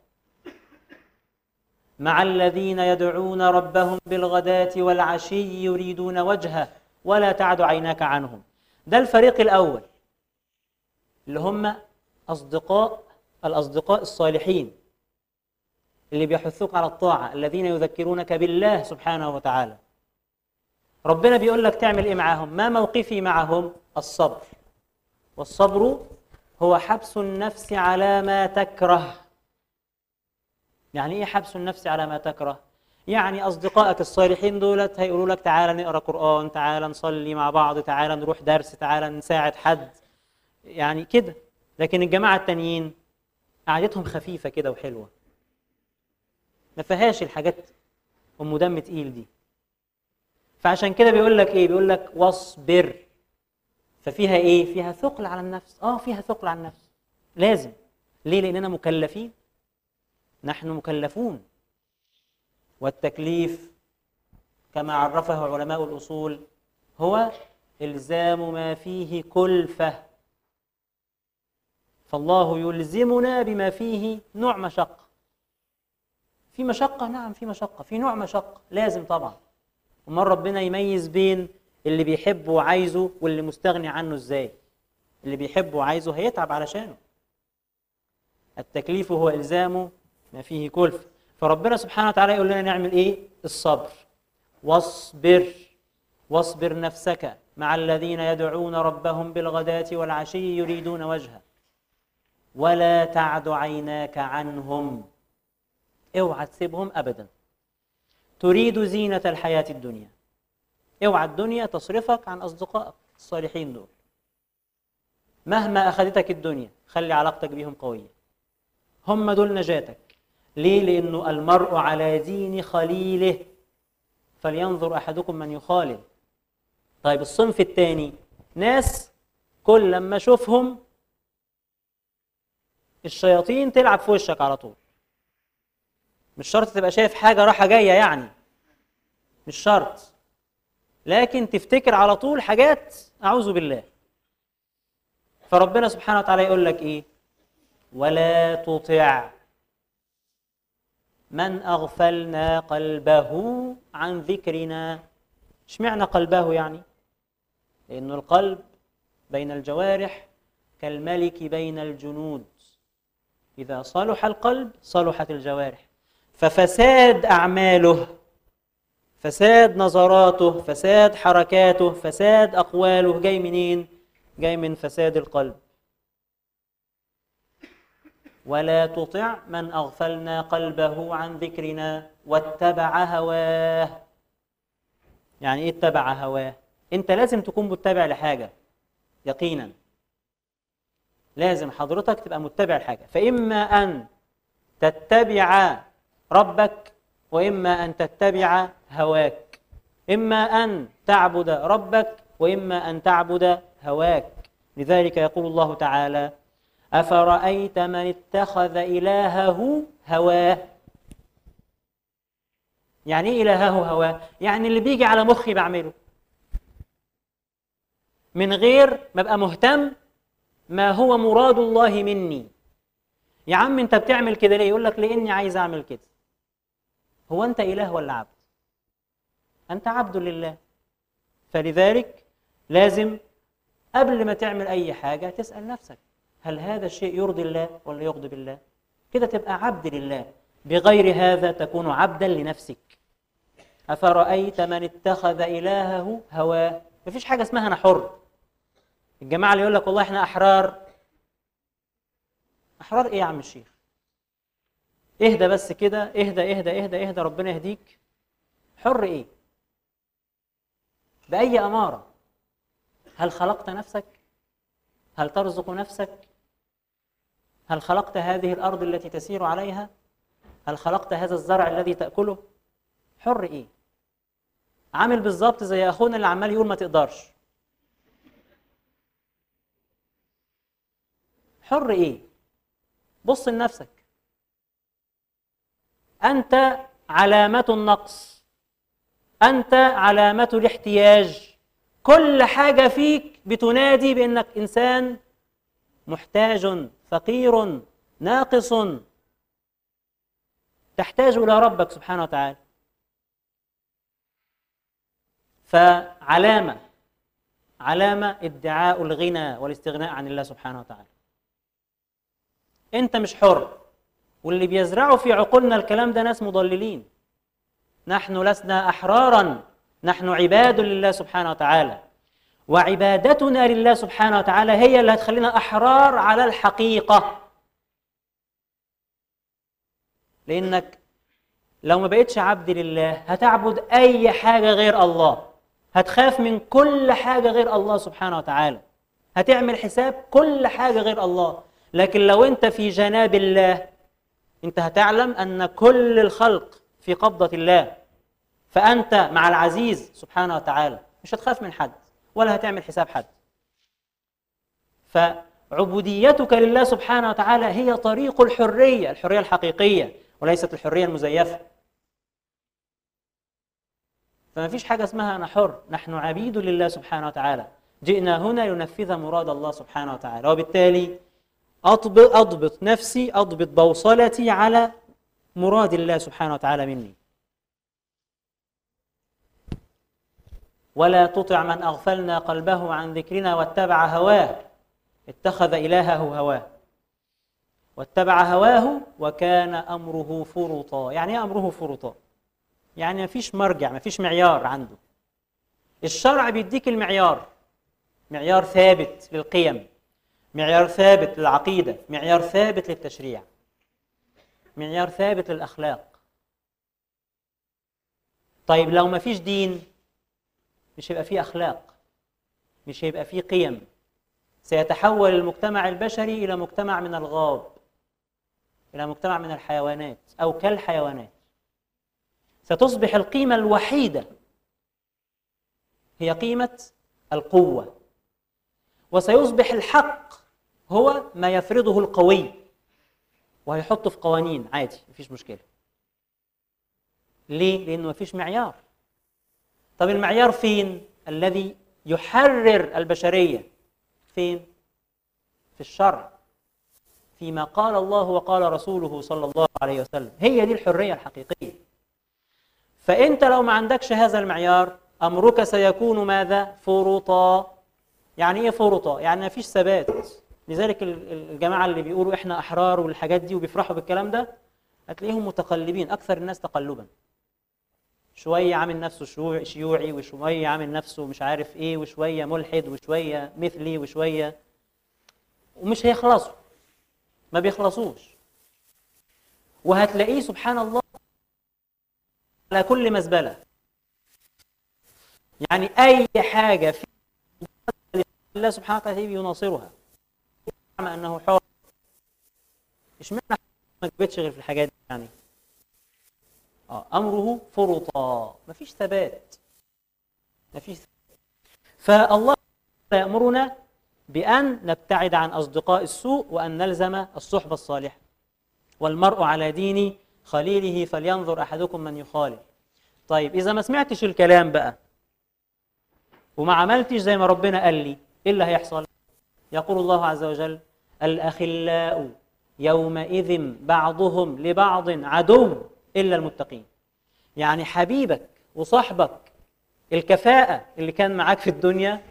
مع الذين يدعون ربهم بالغداة والعشي يريدون وجهه ولا تعد عيناك عنهم. ده الفريق الأول اللي هم أصدقاء الأصدقاء الصالحين اللي بيحثوك على الطاعة، الذين يذكرونك بالله سبحانه وتعالى. ربنا بيقول لك تعمل إيه معهم؟ ما موقفي معهم؟ الصبر. والصبر هو حبس النفس على ما تكره. يعني إيه حبس النفس على ما تكره؟ يعني أصدقائك الصالحين دولت هيقولوا لك تعالى نقرأ قرآن، تعالى نصلي مع بعض، تعالى نروح درس، تعالى نساعد حد، يعني كده. لكن الجماعة التانيين قعدتهم خفيفة كده وحلوة، ما فيهاش الحاجات أم دم تقيل دي. فعشان كده بيقول لك إيه؟ بيقول لك واصبر. ففيها إيه؟ فيها ثقل على النفس. آه فيها ثقل على النفس، لازم. ليه؟ لأننا مكلفين، نحن مكلفون. والتكليف كما عرفه علماء الأصول هو إلزام ما فيه كلفة. فالله يلزمنا بما فيه نوع مشقة. في مشقة، نعم في مشقة، في نوع مشقة لازم طبعا. ومن ربنا يميز بين اللي بيحبه وعايزه واللي مستغني عنه ازاي؟ اللي بيحبه وعايزه هيتعب علشانه. التكليف هو إلزام ما فيه كلفة. فربنا سبحانه وتعالى يقول لنا نعمل ايه؟ الصبر. واصبر واصبر نفسك مع الذين يدعون ربهم بالغداة والعشي يريدون وجهه ولا تعد عيناك عنهم. اوعى تسيبهم ابدا. تريد زينة الحياة الدنيا. اوعى الدنيا تصرفك عن اصدقائك الصالحين دول. مهما اخذتك الدنيا خلي علاقتك بهم قوية. هم دول نجاتك. ليه؟ لانه المرء على دين خليله فلينظر احدكم من يخالل. طيب الصنف الثاني ناس كل لما اشوفهم الشياطين تلعب في وشك على طول. مش شرط تبقى شايف حاجة راحة جاية يعني، مش شرط، لكن تفتكر على طول حاجات أعوذ بالله. فربنا سبحانه وتعالى يقول لك إيه؟ ولا تطع من أغفلنا قلبه عن ذكرنا. اشمعنى قلبه يعني؟ لأن القلب بين الجوارح كالملك بين الجنود، إذا صلح القلب صلحت الجوارح. ففساد أعماله، فساد نظراته، فساد حركاته، فساد أقواله جاي منين؟ جاي من فساد القلب. ولا تطع من أغفلنا قلبه عن ذكرنا واتبع هواه. يعني إيه اتبع هواه؟ أنت لازم تكون متبع لحاجة يقينا، لازم حضرتك تبقى متبع لحاجة. فإما أن تتبع ربك وإما أن تتبع هواك. إما أن تعبد ربك وإما أن تعبد هواك. لذلك يقول الله تعالى: أفرأيت من اتخذ إلهه هواه. يعني إيه إلهه هواه؟ يعني اللي بيجي على مخي بعمله من غير ما أبقى مهتم ما هو مراد الله مني. يا عم أنت بتعمل كده ليه؟ يقول لك لأني عايز أعمل كده. هو أنت إله ولا عبد؟ أنت عبد لله. فلذلك لازم قبل ما تعمل أي حاجة تسأل نفسك: هل هذا الشيء يرضي الله ولا يغضب الله؟ كده تبقى عبد لله. بغير هذا تكون عبدا لنفسك. أفرأيت من اتخذ إلهه هواه. مفيش حاجة اسمها أنا حر. الجماعة اللي يقول لك والله إحنا أحرار. أحرار إيه يا عم الشيخ؟ اهدى بس كده، اهدى اهدى اهدى اهدى، ربنا يهديك. حر إيه؟ بأي أمارة؟ هل خلقت نفسك؟ هل ترزق نفسك؟ هل خلقت هذه الأرض التي تسير عليها؟ هل خلقت هذا الزرع الذي تأكله؟ حر إيه؟ عامل بالظبط زي أخونا اللي عمال يقول ما تقدرش. حر إيه؟ بص لنفسك. أنت علامة النقص، أنت علامة الاحتياج، كل حاجة فيك بتنادي بأنك إنسان محتاج فقير ناقص، تحتاج إلى ربك سبحانه وتعالى. فعلامة علامة ادعاء الغنى والاستغناء عن الله سبحانه وتعالى. أنت مش حر، واللي بيزرعوا في عقولنا الكلام ده ناس مضللين. نحن لسنا أحرارا، نحن عباد لله سبحانه وتعالى، وعبادتنا لله سبحانه وتعالى هي اللي هتخلينا أحرار على الحقيقة. لأنك لو ما بقيتش عبد لله هتعبد أي حاجة غير الله، هتخاف من كل حاجة غير الله سبحانه وتعالى، هتعمل حساب كل حاجة غير الله. لكن لو أنت في جناب الله أنت هتعلم أن كل الخلق في قبضة الله، فأنت مع العزيز سبحانه وتعالى، مش هتخاف من حد ولا هتعمل حساب حد. فعبوديتك لله سبحانه وتعالى هي طريق الحرية، الحرية الحقيقية وليست الحرية المزيفة. فما فيش حاجة اسمها أنا حر، نحن عبيد لله سبحانه وتعالى، جئنا هنا لننفذ مراد الله سبحانه وتعالى. وبالتالي أضبط, أضبط نفسي، أضبط بوصلتي على مراد الله سبحانه وتعالى مني. ولا تطع من أغفلنا قلبه عن ذكرنا واتبع هواه، اتخذ إلهه هواه، واتبع هواه وكان أمره فرطا. يعني ايه أمره فرطا؟ يعني ما فيش مرجع، ما فيش معيار عنده. الشرع بيديك المعيار، معيار ثابت للقيم، معيار ثابت للعقيدة، معيار ثابت للتشريع، معيار ثابت للأخلاق. طيب لو ما فيش دين مش هيبقى فيه أخلاق، مش هيبقى فيه قيم، سيتحول المجتمع البشري إلى مجتمع من الغاب، إلى مجتمع من الحيوانات أو كالحيوانات. ستصبح القيمة الوحيدة هي قيمة القوة، وسيصبح الحق هو ما يفرضه القوي وهيحطه في قوانين عادي، مفيش مشكلة. ليه؟ لأنه مفيش معيار. طب المعيار فين؟ الذي يحرر البشرية فين؟ في الشرع، فيما قال الله وقال رسوله صلى الله عليه وسلم. هي دي الحرية الحقيقية. فأنت لو ما عندكش هذا المعيار أمرك سيكون ماذا؟ فرطا. يعني إيه فرطا؟ يعني ما فيش ثبات. لذلك الجماعة اللي بيقولوا إحنا أحرار والحاجات دي وبيفرحوا بالكلام ده هتلاقيهم متقلبين، أكثر الناس تقلبا. شوية عامل نفسه شيوعي، وشوية عامل نفسه مش عارف إيه، وشوية ملحد، وشوية مثلي، وشوية، ومش هيخلصوا، ما بيخلصوش. وهتلاقيه سبحان الله على كل مزبلة. يعني أي حاجة في الله سبحانه وتعالى يناصرها، مع أنه حر. اشمعنى ما جبتش غير في الحاجات دي؟ يعني آه أمره فرطا، ما فيش ثبات، ما فيش ثبات. فالله يأمرنا بأن نبتعد عن أصدقاء السوء وأن نلزم الصحبة الصالحة. والمرء على دين خليله فلينظر أحدكم من يخالل. طيب إذا ما سمعتش الكلام بقى وما عملتش زي ما ربنا قال لي، إيه اللي هيحصل؟ يقول الله عز وجل: الأخلاء يومئذ بعضهم لبعض عدو إلا المتقين. يعني حبيبك وصاحبك الكفاءة اللي كان معاك في الدنيا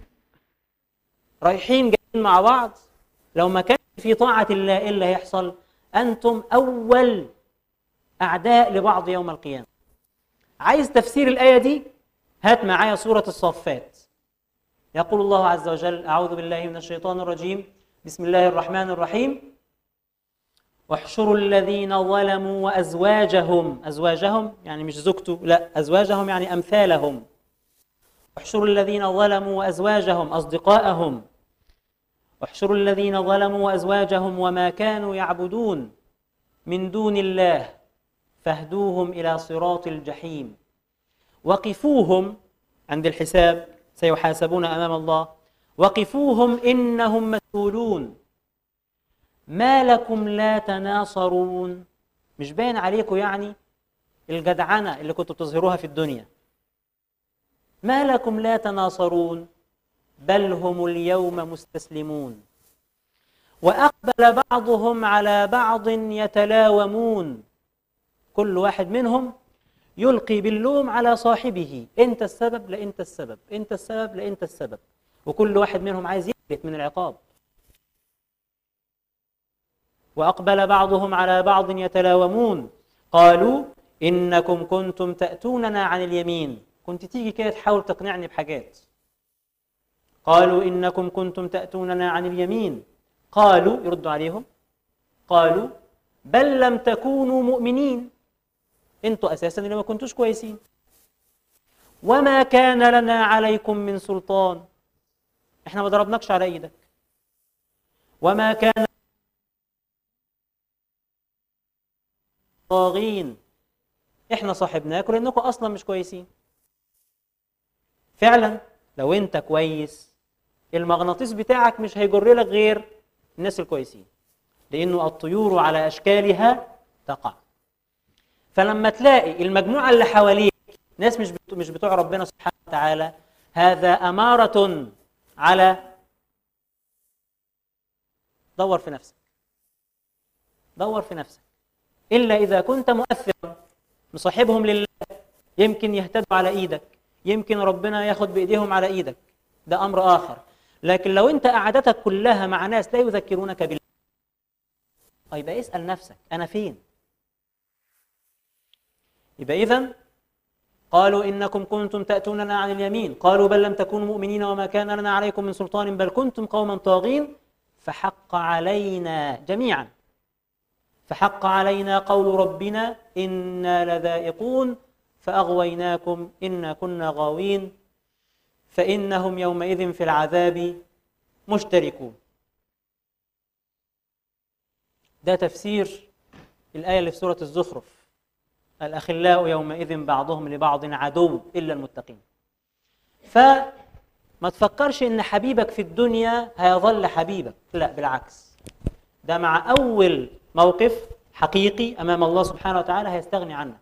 رايحين جايين مع بعض، لو ما كان في طاعة الله إيه اللي هيحصل؟ أنتم أول أعداء لبعض يوم القيامة. عايز تفسير الآية دي؟ هات معايا سورة الصافات. يقول الله عز وجل: أعوذ بالله من الشيطان الرجيم، بسم الله الرحمن الرحيم: واحشروا الذين ظلموا وأزواجهم. أزواجهم يعني مش زوجته، لا، أزواجهم يعني أمثالهم. احشروا الذين ظلموا وأزواجهم أصدقاءهم احشروا الذين ظلموا وأزواجهم وما كانوا يعبدون من دون الله فاهدوهم إلى صراط الجحيم وقفوهم عند الحساب سيحاسبون أمام الله وقفوهم إنهم مسؤولون ما لكم لا تناصرون. مش باين عليكم يعني الجدعنة اللي كنتوا بتظهروها في الدنيا؟ ما لكم لا تناصرون بل هم اليوم مستسلمون وأقبل بعضهم على بعض يتلاومون. كل واحد منهم يلقي باللوم على صاحبه، أنت السبب لا أنت السبب، أنت السبب لا أنت السبب، وكل واحد منهم عايز يفلت من العقاب. وأقبل بعضهم على بعض يتلاومون قالوا إنكم كنتم تأتوننا عن اليمين. كنت تيجي كده تحاول تقنعني بحاجات. قالوا إنكم كنتم تأتوننا عن اليمين قالوا، يردوا عليهم، قالوا بل لم تكونوا مؤمنين، انتوا أساسا اللي ما كنتوش كويسين. وما كان لنا عليكم من سلطان، احنا ما ضربناكش على ايدك. وما كان طاغين، احنا صاحبناكم لانكم اصلا مش كويسين. فعلا لو انت كويس المغناطيس بتاعك مش هيجر لك غير الناس الكويسين، لانه الطيور على اشكالها تقع. فلما تلاقي المجموعه اللي حواليك ناس مش مش بتوع ربنا سبحانه وتعالى، هذا اماره على دور في نفسك، دور في نفسك. الا اذا كنت مؤثرا مصاحبهم لله، يمكن يهتدوا على ايدك، يمكن ربنا ياخد بايديهم على ايدك، ده امر اخر. لكن لو انت قعدتك كلها مع ناس لا يذكرونك بالله، يبقى اسال نفسك انا فين؟ يبقى اذا قالوا انكم كنتم تاتوننا عن اليمين قالوا بل لم تكونوا مؤمنين وما كان لنا عليكم من سلطان بل كنتم قوما طاغين فحق علينا جميعا فحق علينا قول ربنا إنا لذائقون فأغويناكم إنا كنا غاوين فإنهم يومئذ في العذاب مشتركون. ده تفسير الآية اللي في سورة الزخرف، الأخلاء يومئذ بعضهم لبعض عدو إلا المتقين. فما تفكرش إن حبيبك في الدنيا هيظل حبيبك، لا بالعكس، ده مع أول موقف حقيقي أمام الله سبحانه وتعالى هيستغني عنك.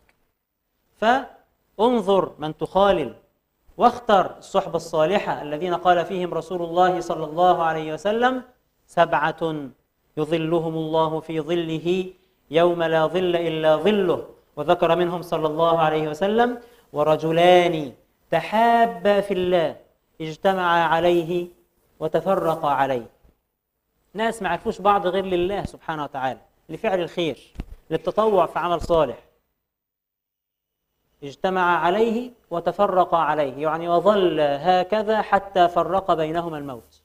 فانظر من تخالل واختر الصحبة الصالحة الذين قال فيهم رسول الله صلى الله عليه وسلم سبعة يظلهم الله في ظله يوم لا ظل إلا ظله، وذكر منهم صلى الله عليه وسلم ورجلان تحابا في الله اجتمعا عليه وتفرقا عليه. ناس ما عرفوش بعض غير لله سبحانه وتعالى، لفعل الخير، للتطوع في عمل صالح. اجتمع عليه وتفرق عليه، يعني وظل هكذا حتى فرق بينهما الموت.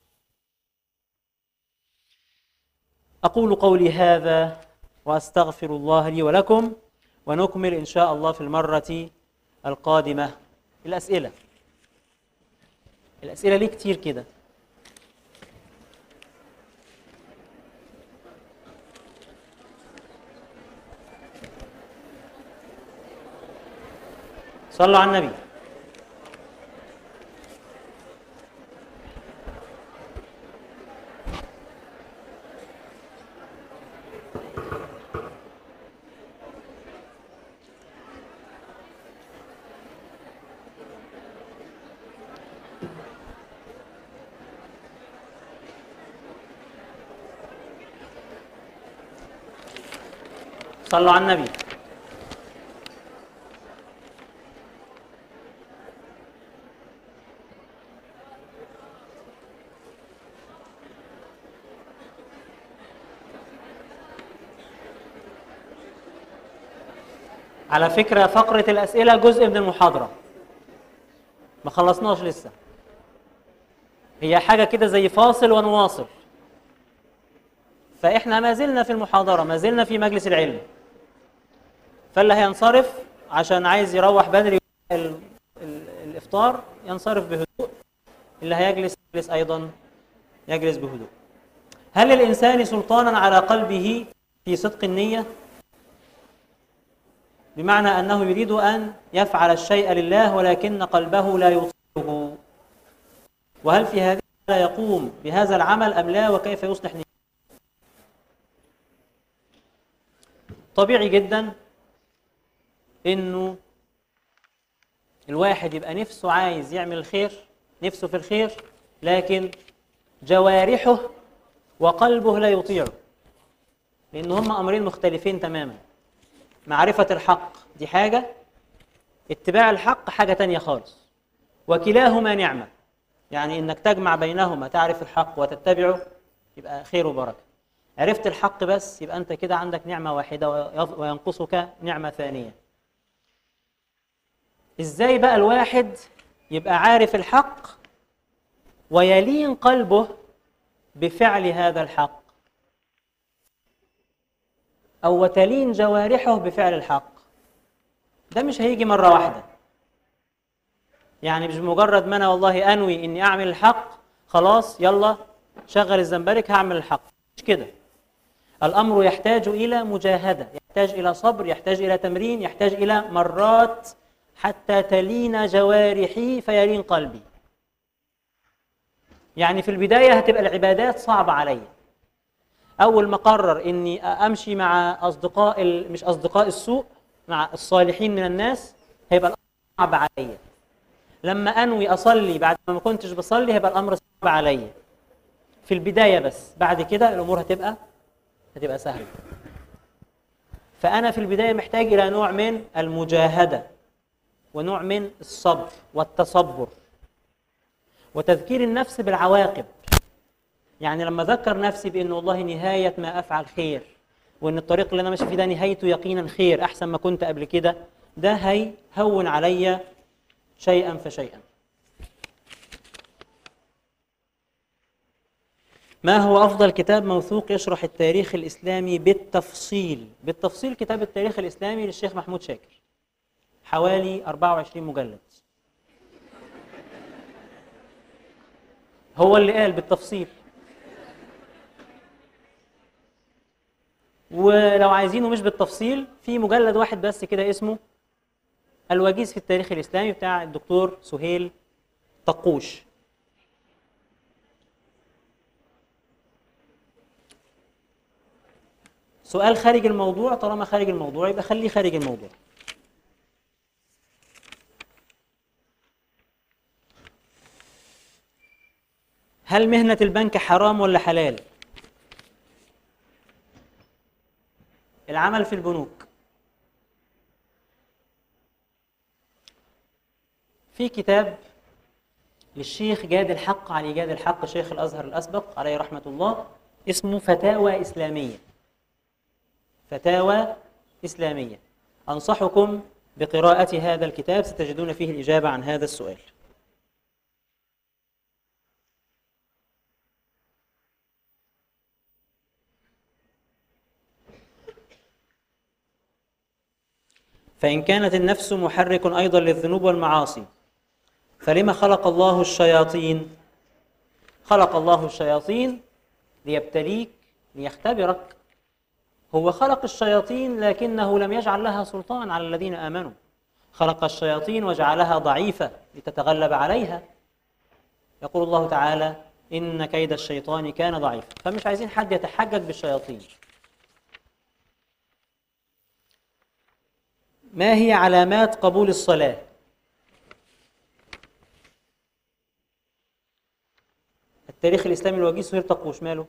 أقول قولي هذا وأستغفر الله لي ولكم، ونكمل إن شاء الله في المرة القادمة. الأسئلة الأسئلة ليه كتير كده؟ صلوا على النبي. صلوا على النبي. على فكرة فقرة الأسئلة جزء من المحاضرة، ما خلصناش لسه، هي حاجة كده زي فاصل ونواصل. فإحنا ما زلنا في المحاضرة، ما زلنا في مجلس العلم. فاللي هينصرف عشان عايز يروح بدري الإفطار ينصرف بهدوء، اللي هيجلس يجلس أيضا يجلس بهدوء. هل للإنسان سلطانا على قلبه في صدق النية؟ بمعنى أنه يريد أن يفعل الشيء لله ولكن قلبه لا يطيقه، وهل في هذه الحالة يقوم بهذا العمل أم لا، وكيف يصلح نيته؟ طبيعي جدا إنه الواحد يبقى نفسه عايز يعمل الخير، نفسه في الخير، لكن جوارحه وقلبه لا يطيعه، لأن هم أمرين مختلفين تماما. معرفة الحق دي حاجة، اتباع الحق حاجة تانية خالص، وكلاهما نعمة. يعني إنك تجمع بينهما، تعرف الحق وتتبعه، يبقى خير وبركة. عرفت الحق بس، يبقى أنت كده عندك نعمة واحدة وينقصك نعمة ثانية. إزاي بقى الواحد يبقى عارف الحق ويلين قلبه بفعل هذا الحق، أو وتلين جوارحه بفعل الحق؟ ده مش هيجي مرة واحدة. يعني مش بمجرد ما أنا والله أنوي إني أعمل الحق خلاص يلا شغل الزنبرك هعمل الحق، مش كده. الأمر يحتاج إلى مجاهدة، يحتاج إلى صبر، يحتاج إلى تمرين، يحتاج إلى مرات حتى تلين جوارحي فيلين قلبي. يعني في البداية هتبقى العبادات صعبة علي. أول ما قرر إني أمشي مع أصدقاء مش أصدقاء السوء، مع الصالحين من الناس، هيبقى الأمر صعب علي. لما أنوي أصلي بعد ما ما كنتش بصلي، هيبقى الأمر صعب علي في البداية، بس بعد كده الأمور هتبقى هتبقى سهلة. فأنا في البداية محتاج إلى نوع من المجاهدة، ونوع من الصبر والتصبر، وتذكير النفس بالعواقب. يعني لما أذكر نفسي بأن والله نهاية ما أفعل خير، وأن الطريق اللي أنا ماشي فيه ده نهايته يقينا خير أحسن ما كنت قبل كده، ده هيهون علي شيئا فشيئا. ما هو أفضل كتاب موثوق يشرح التاريخ الإسلامي بالتفصيل؟ بالتفصيل كتاب التاريخ الإسلامي للشيخ محمود شاكر، حوالي أربعة وعشرين مجلد. هو اللي قال بالتفصيل. ولو عايزينه مش بالتفصيل، في مجلد واحد بس كده اسمه الوجيز في التاريخ الإسلامي بتاع الدكتور سهيل طقوش. سؤال خارج الموضوع، طالما خارج الموضوع يبقى خليه خارج الموضوع. هل مهنة البنك حرام ولا حلال؟ العمل في البنوك. في كتاب للشيخ جاد الحق علي جاد الحق شيخ الأزهر الأسبق عليه رحمة الله، اسمه فتاوى إسلامية. فتاوى إسلامية. أنصحكم بقراءة هذا الكتاب، ستجدون فيه الإجابة عن هذا السؤال. فإن كانت النفس محرك أيضا للذنوب والمعاصي، فلما خلق الله الشياطين؟ خلق الله الشياطين ليبتليك، ليختبرك. هو خلق الشياطين لكنه لم يجعل لها سلطان على الذين آمنوا. خلق الشياطين وجعلها ضعيفة لتتغلب عليها. يقول الله تعالى: إن كيد الشيطان كان ضعيفا. فمش عايزين حد يتحجج بالشياطين. ما هي علامات قبول الصلاة؟ التاريخ الإسلامي الوجيز سهيل طقوش ماله؟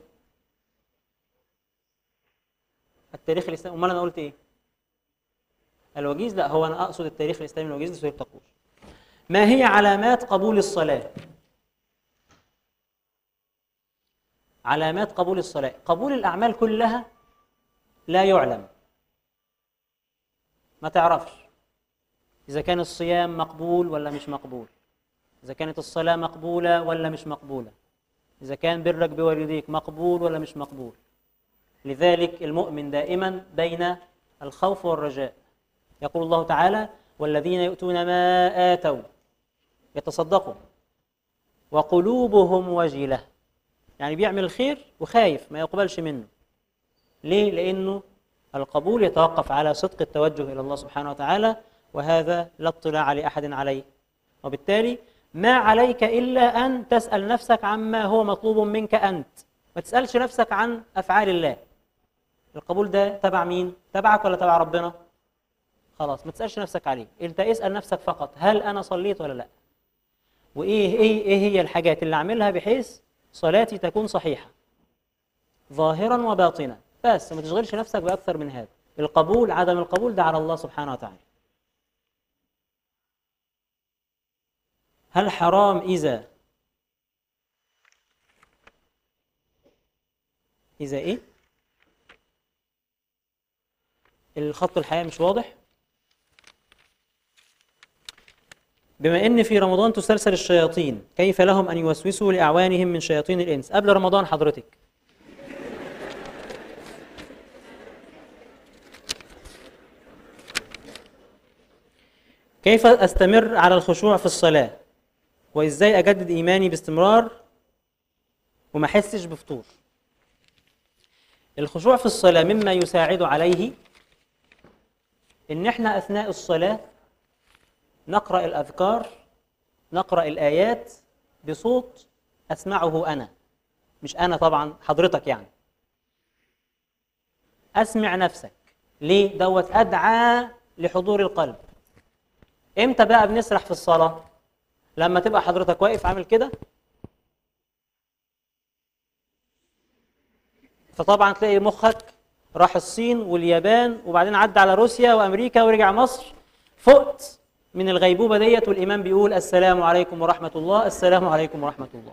التاريخ الإسلامي، أمال أنا قلت إيه؟ الوجيز؟ لا، هو أنا أقصد التاريخ الإسلامي الوجيز لسهيل طقوش. ما هي علامات قبول الصلاة؟ علامات قبول الصلاة، قبول الأعمال كلها لا يعلم، ما تعرفش إذا كان الصيام مقبول ولا مش مقبول، إذا كانت الصلاة مقبولة ولا مش مقبولة، إذا كان برك بوالديك مقبول ولا مش مقبول. لذلك المؤمن دائما بين الخوف والرجاء. يقول الله تعالى: والذين يؤتون ما آتوا يتصدقوا، وقلوبهم وجلة، يعني بيعمل الخير وخايف ما يقبلش منه. ليه؟ لأنه القبول يتوقف على صدق التوجه إلى الله سبحانه وتعالى، وهذا لا اطلاع لأحد عليه. وبالتالي ما عليك إلا أن تسأل نفسك عما هو مطلوب منك أنت، ما تسألش نفسك عن أفعال الله. القبول ده تبع مين؟ تبعك ولا تبع ربنا؟ خلاص ما تسألش نفسك عليه، أنت اسأل نفسك فقط هل أنا صليت ولا لا؟ وإيه إيه إيه هي الحاجات اللي أعملها بحيث صلاتي تكون صحيحة ظاهرا وباطنا، بس ما تشغلش نفسك بأكثر من هذا. القبول عدم القبول ده على الله سبحانه وتعالى. هل حرام إذا إذا إيه؟ الخط الحقيقي مش واضح. بما إن في رمضان تسلسل الشياطين، كيف لهم أن يوسوسوا لأعوانهم من شياطين الإنس؟ قبل رمضان حضرتك. كيف أستمر على الخشوع في الصلاة؟ وإزاي أجدد إيماني باستمرار وما أحسش بفتور؟ الخشوع في الصلاة مما يساعد عليه إن إحنا أثناء الصلاة نقرأ الأذكار، نقرأ الآيات بصوت أسمعه أنا، مش أنا طبعا، حضرتك يعني. أسمع نفسك. ليه؟ دوت أدعى لحضور القلب. إمتى بقى بنسرح في الصلاة؟ لما تبقى حضرتك واقف عامل كده، فطبعا تلاقي مخك راح الصين واليابان وبعدين عدى على روسيا وأمريكا ورجع مصر، فقت من الغيبوبة ديت والإمام بيقول السلام عليكم ورحمة الله، السلام عليكم ورحمة الله.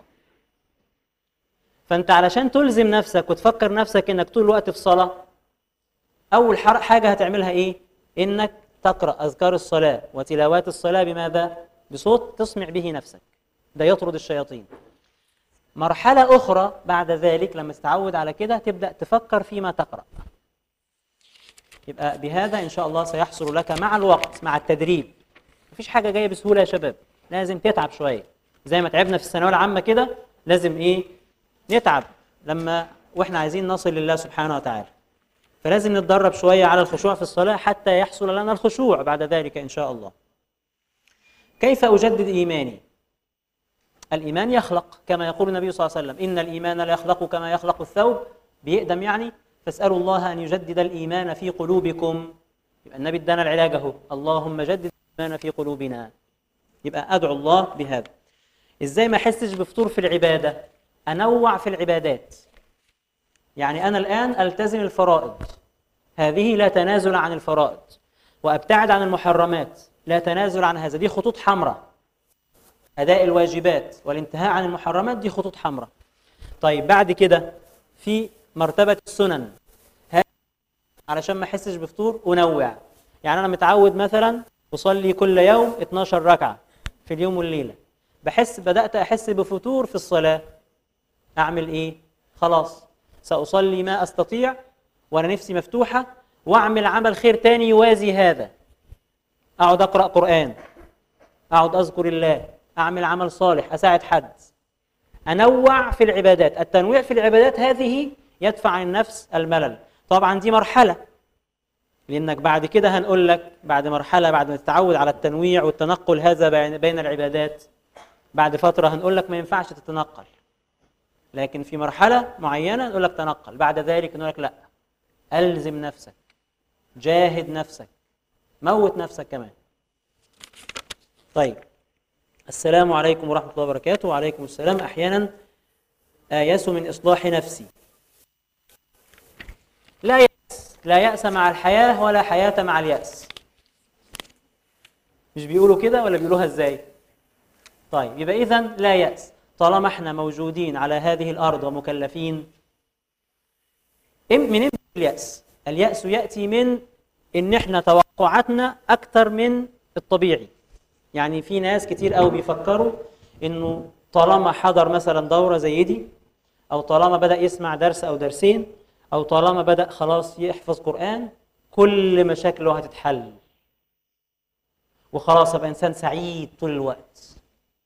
فأنت علشان تلزم نفسك وتفكر نفسك إنك طول الوقت في صلاة، أول حاجة هتعملها إيه؟ إنك تقرأ أذكار الصلاة وتلاوات الصلاة بماذا؟ بصوت تسمع به نفسك، ده يطرد الشياطين. مرحلة أخرى بعد ذلك لما تتعود على كده تبدأ تفكر فيما تقرأ. يبقى بهذا إن شاء الله سيحصل لك مع الوقت، مع التدريب. مفيش حاجة جاية بسهولة يا شباب، لازم تتعب شوية. زي ما تعبنا في الثانوية العامة كده لازم إيه؟ نتعب لما وإحنا عايزين نصل لله سبحانه وتعالى. فلازم نتدرب شوية على الخشوع في الصلاة حتى يحصل لنا الخشوع بعد ذلك إن شاء الله. كيف أجدد إيماني؟ الإيمان يخلق كما يقول النبي صلى الله عليه وسلم: إن الإيمان لا يخلق كما يخلق الثوب، بيقدم يعني. فاسألوا الله أن يجدد الإيمان في قلوبكم. يبقى النبي ادانا العلاج اهو، اللهم جدد الإيمان في قلوبنا. يبقى أدعو الله بهذا. إزاي ما أحسش بفطور في العبادة؟ أنوع في العبادات. يعني أنا الآن ألتزم الفرائض، هذه لا تنازل عن الفرائض، وأبتعد عن المحرمات، لا تنازل عن هذا، دي خطوط حمراء. أداء الواجبات والانتهاء عن المحرمات دي خطوط حمراء. طيب بعد كده في مرتبة السنن، علشان ما أحسش بفطور أنوع. يعني أنا متعود مثلا أصلي كل يوم اثناشر ركعة في اليوم والليلة، بحس بدأت أحس بفتور في الصلاة، أعمل إيه؟ خلاص سأصلي ما أستطيع وأنا نفسي مفتوحة، وأعمل عمل خير تاني يوازي هذا. أقعد أقرأ قرآن، أقعد أذكر الله، أعمل عمل صالح، أساعد حد. أنوع في العبادات. التنويع في العبادات هذه يدفع عن النفس الملل. طبعا دي مرحلة، لأنك بعد كده هنقول لك بعد مرحلة، بعد ما تتعود على التنويع والتنقل هذا بين العبادات، بعد فترة هنقول لك ما ينفعش تتنقل. لكن في مرحلة معينة نقول لك تنقل، بعد ذلك نقول لك لا، ألزم نفسك، جاهد نفسك، موت نفسك كمان. طيب، السلام عليكم ورحمة الله وبركاته. وعليكم السلام. أحيانا آيس من إصلاح نفسي. لا يأس، لا يأس مع الحياة ولا حياة مع اليأس. مش بيقولوا كده ولا بيقولوها إزاي؟ طيب، يبقى إذن لا يأس. طالما احنا موجودين على هذه الأرض ومكلفين، من امتى اليأس؟ اليأس يأتي من إن احنا توقعاتنا أكثر من الطبيعي. يعني في ناس كتير قوي بيفكروا إنه طالما حضر مثلا دورة زي دي، أو طالما بدأ يسمع درس أو درسين، أو طالما بدأ خلاص يحفظ قرآن، كل مشاكله هتتحل وخلاص أبقى إنسان سعيد طول الوقت.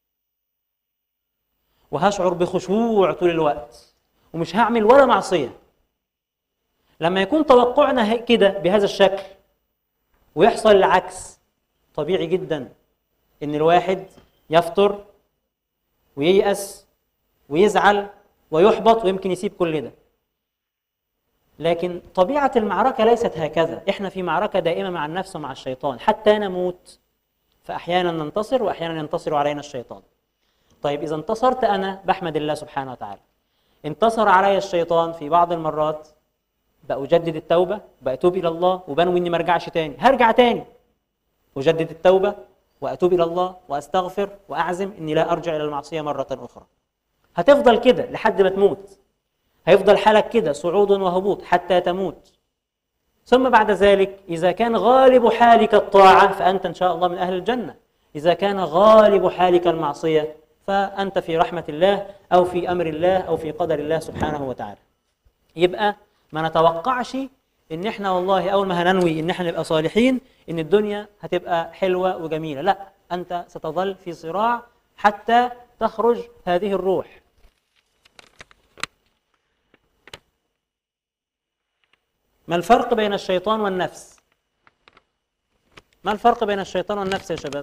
وهشعر بخشوع طول الوقت ومش هعمل ولا معصية. لما يكون توقعنا كده بهذا الشكل ويحصل العكس، طبيعي جدا إن الواحد يفطر وييأس ويزعل ويحبط ويمكن يسيب كل ده. لكن طبيعة المعركة ليست هكذا، إحنا في معركة دائمة مع النفس ومع الشيطان حتى نموت، فأحيانا ننتصر وأحيانا ينتصر علينا الشيطان. طيب إذا انتصرت أنا بحمد الله سبحانه وتعالى، انتصر علي الشيطان في بعض المرات بأجدد التوبة، بأتوب إلى الله وبنوي إني ما أرجعش تاني، هرجع تاني أجدد التوبة وأتوب إلى الله وأستغفر وأعزم إني لا أرجع إلى المعصية مرة أخرى. هتفضل كده لحد ما تموت، هيفضل حالك كده صعود وهبوط حتى تموت. ثم بعد ذلك إذا كان غالب حالك الطاعة فأنت إن شاء الله من أهل الجنة، إذا كان غالب حالك المعصية فأنت في رحمة الله أو في أمر الله أو في قدر الله سبحانه وتعالى. يبقى ما نتوقعش إن إحنا والله أول ما هننوي إن إحنا نبقى صالحين إن الدنيا هتبقى حلوة وجميلة، لا، أنت ستظل في صراع حتى تخرج هذه الروح. ما الفرق بين الشيطان والنفس؟ ما الفرق بين الشيطان والنفس يا شباب؟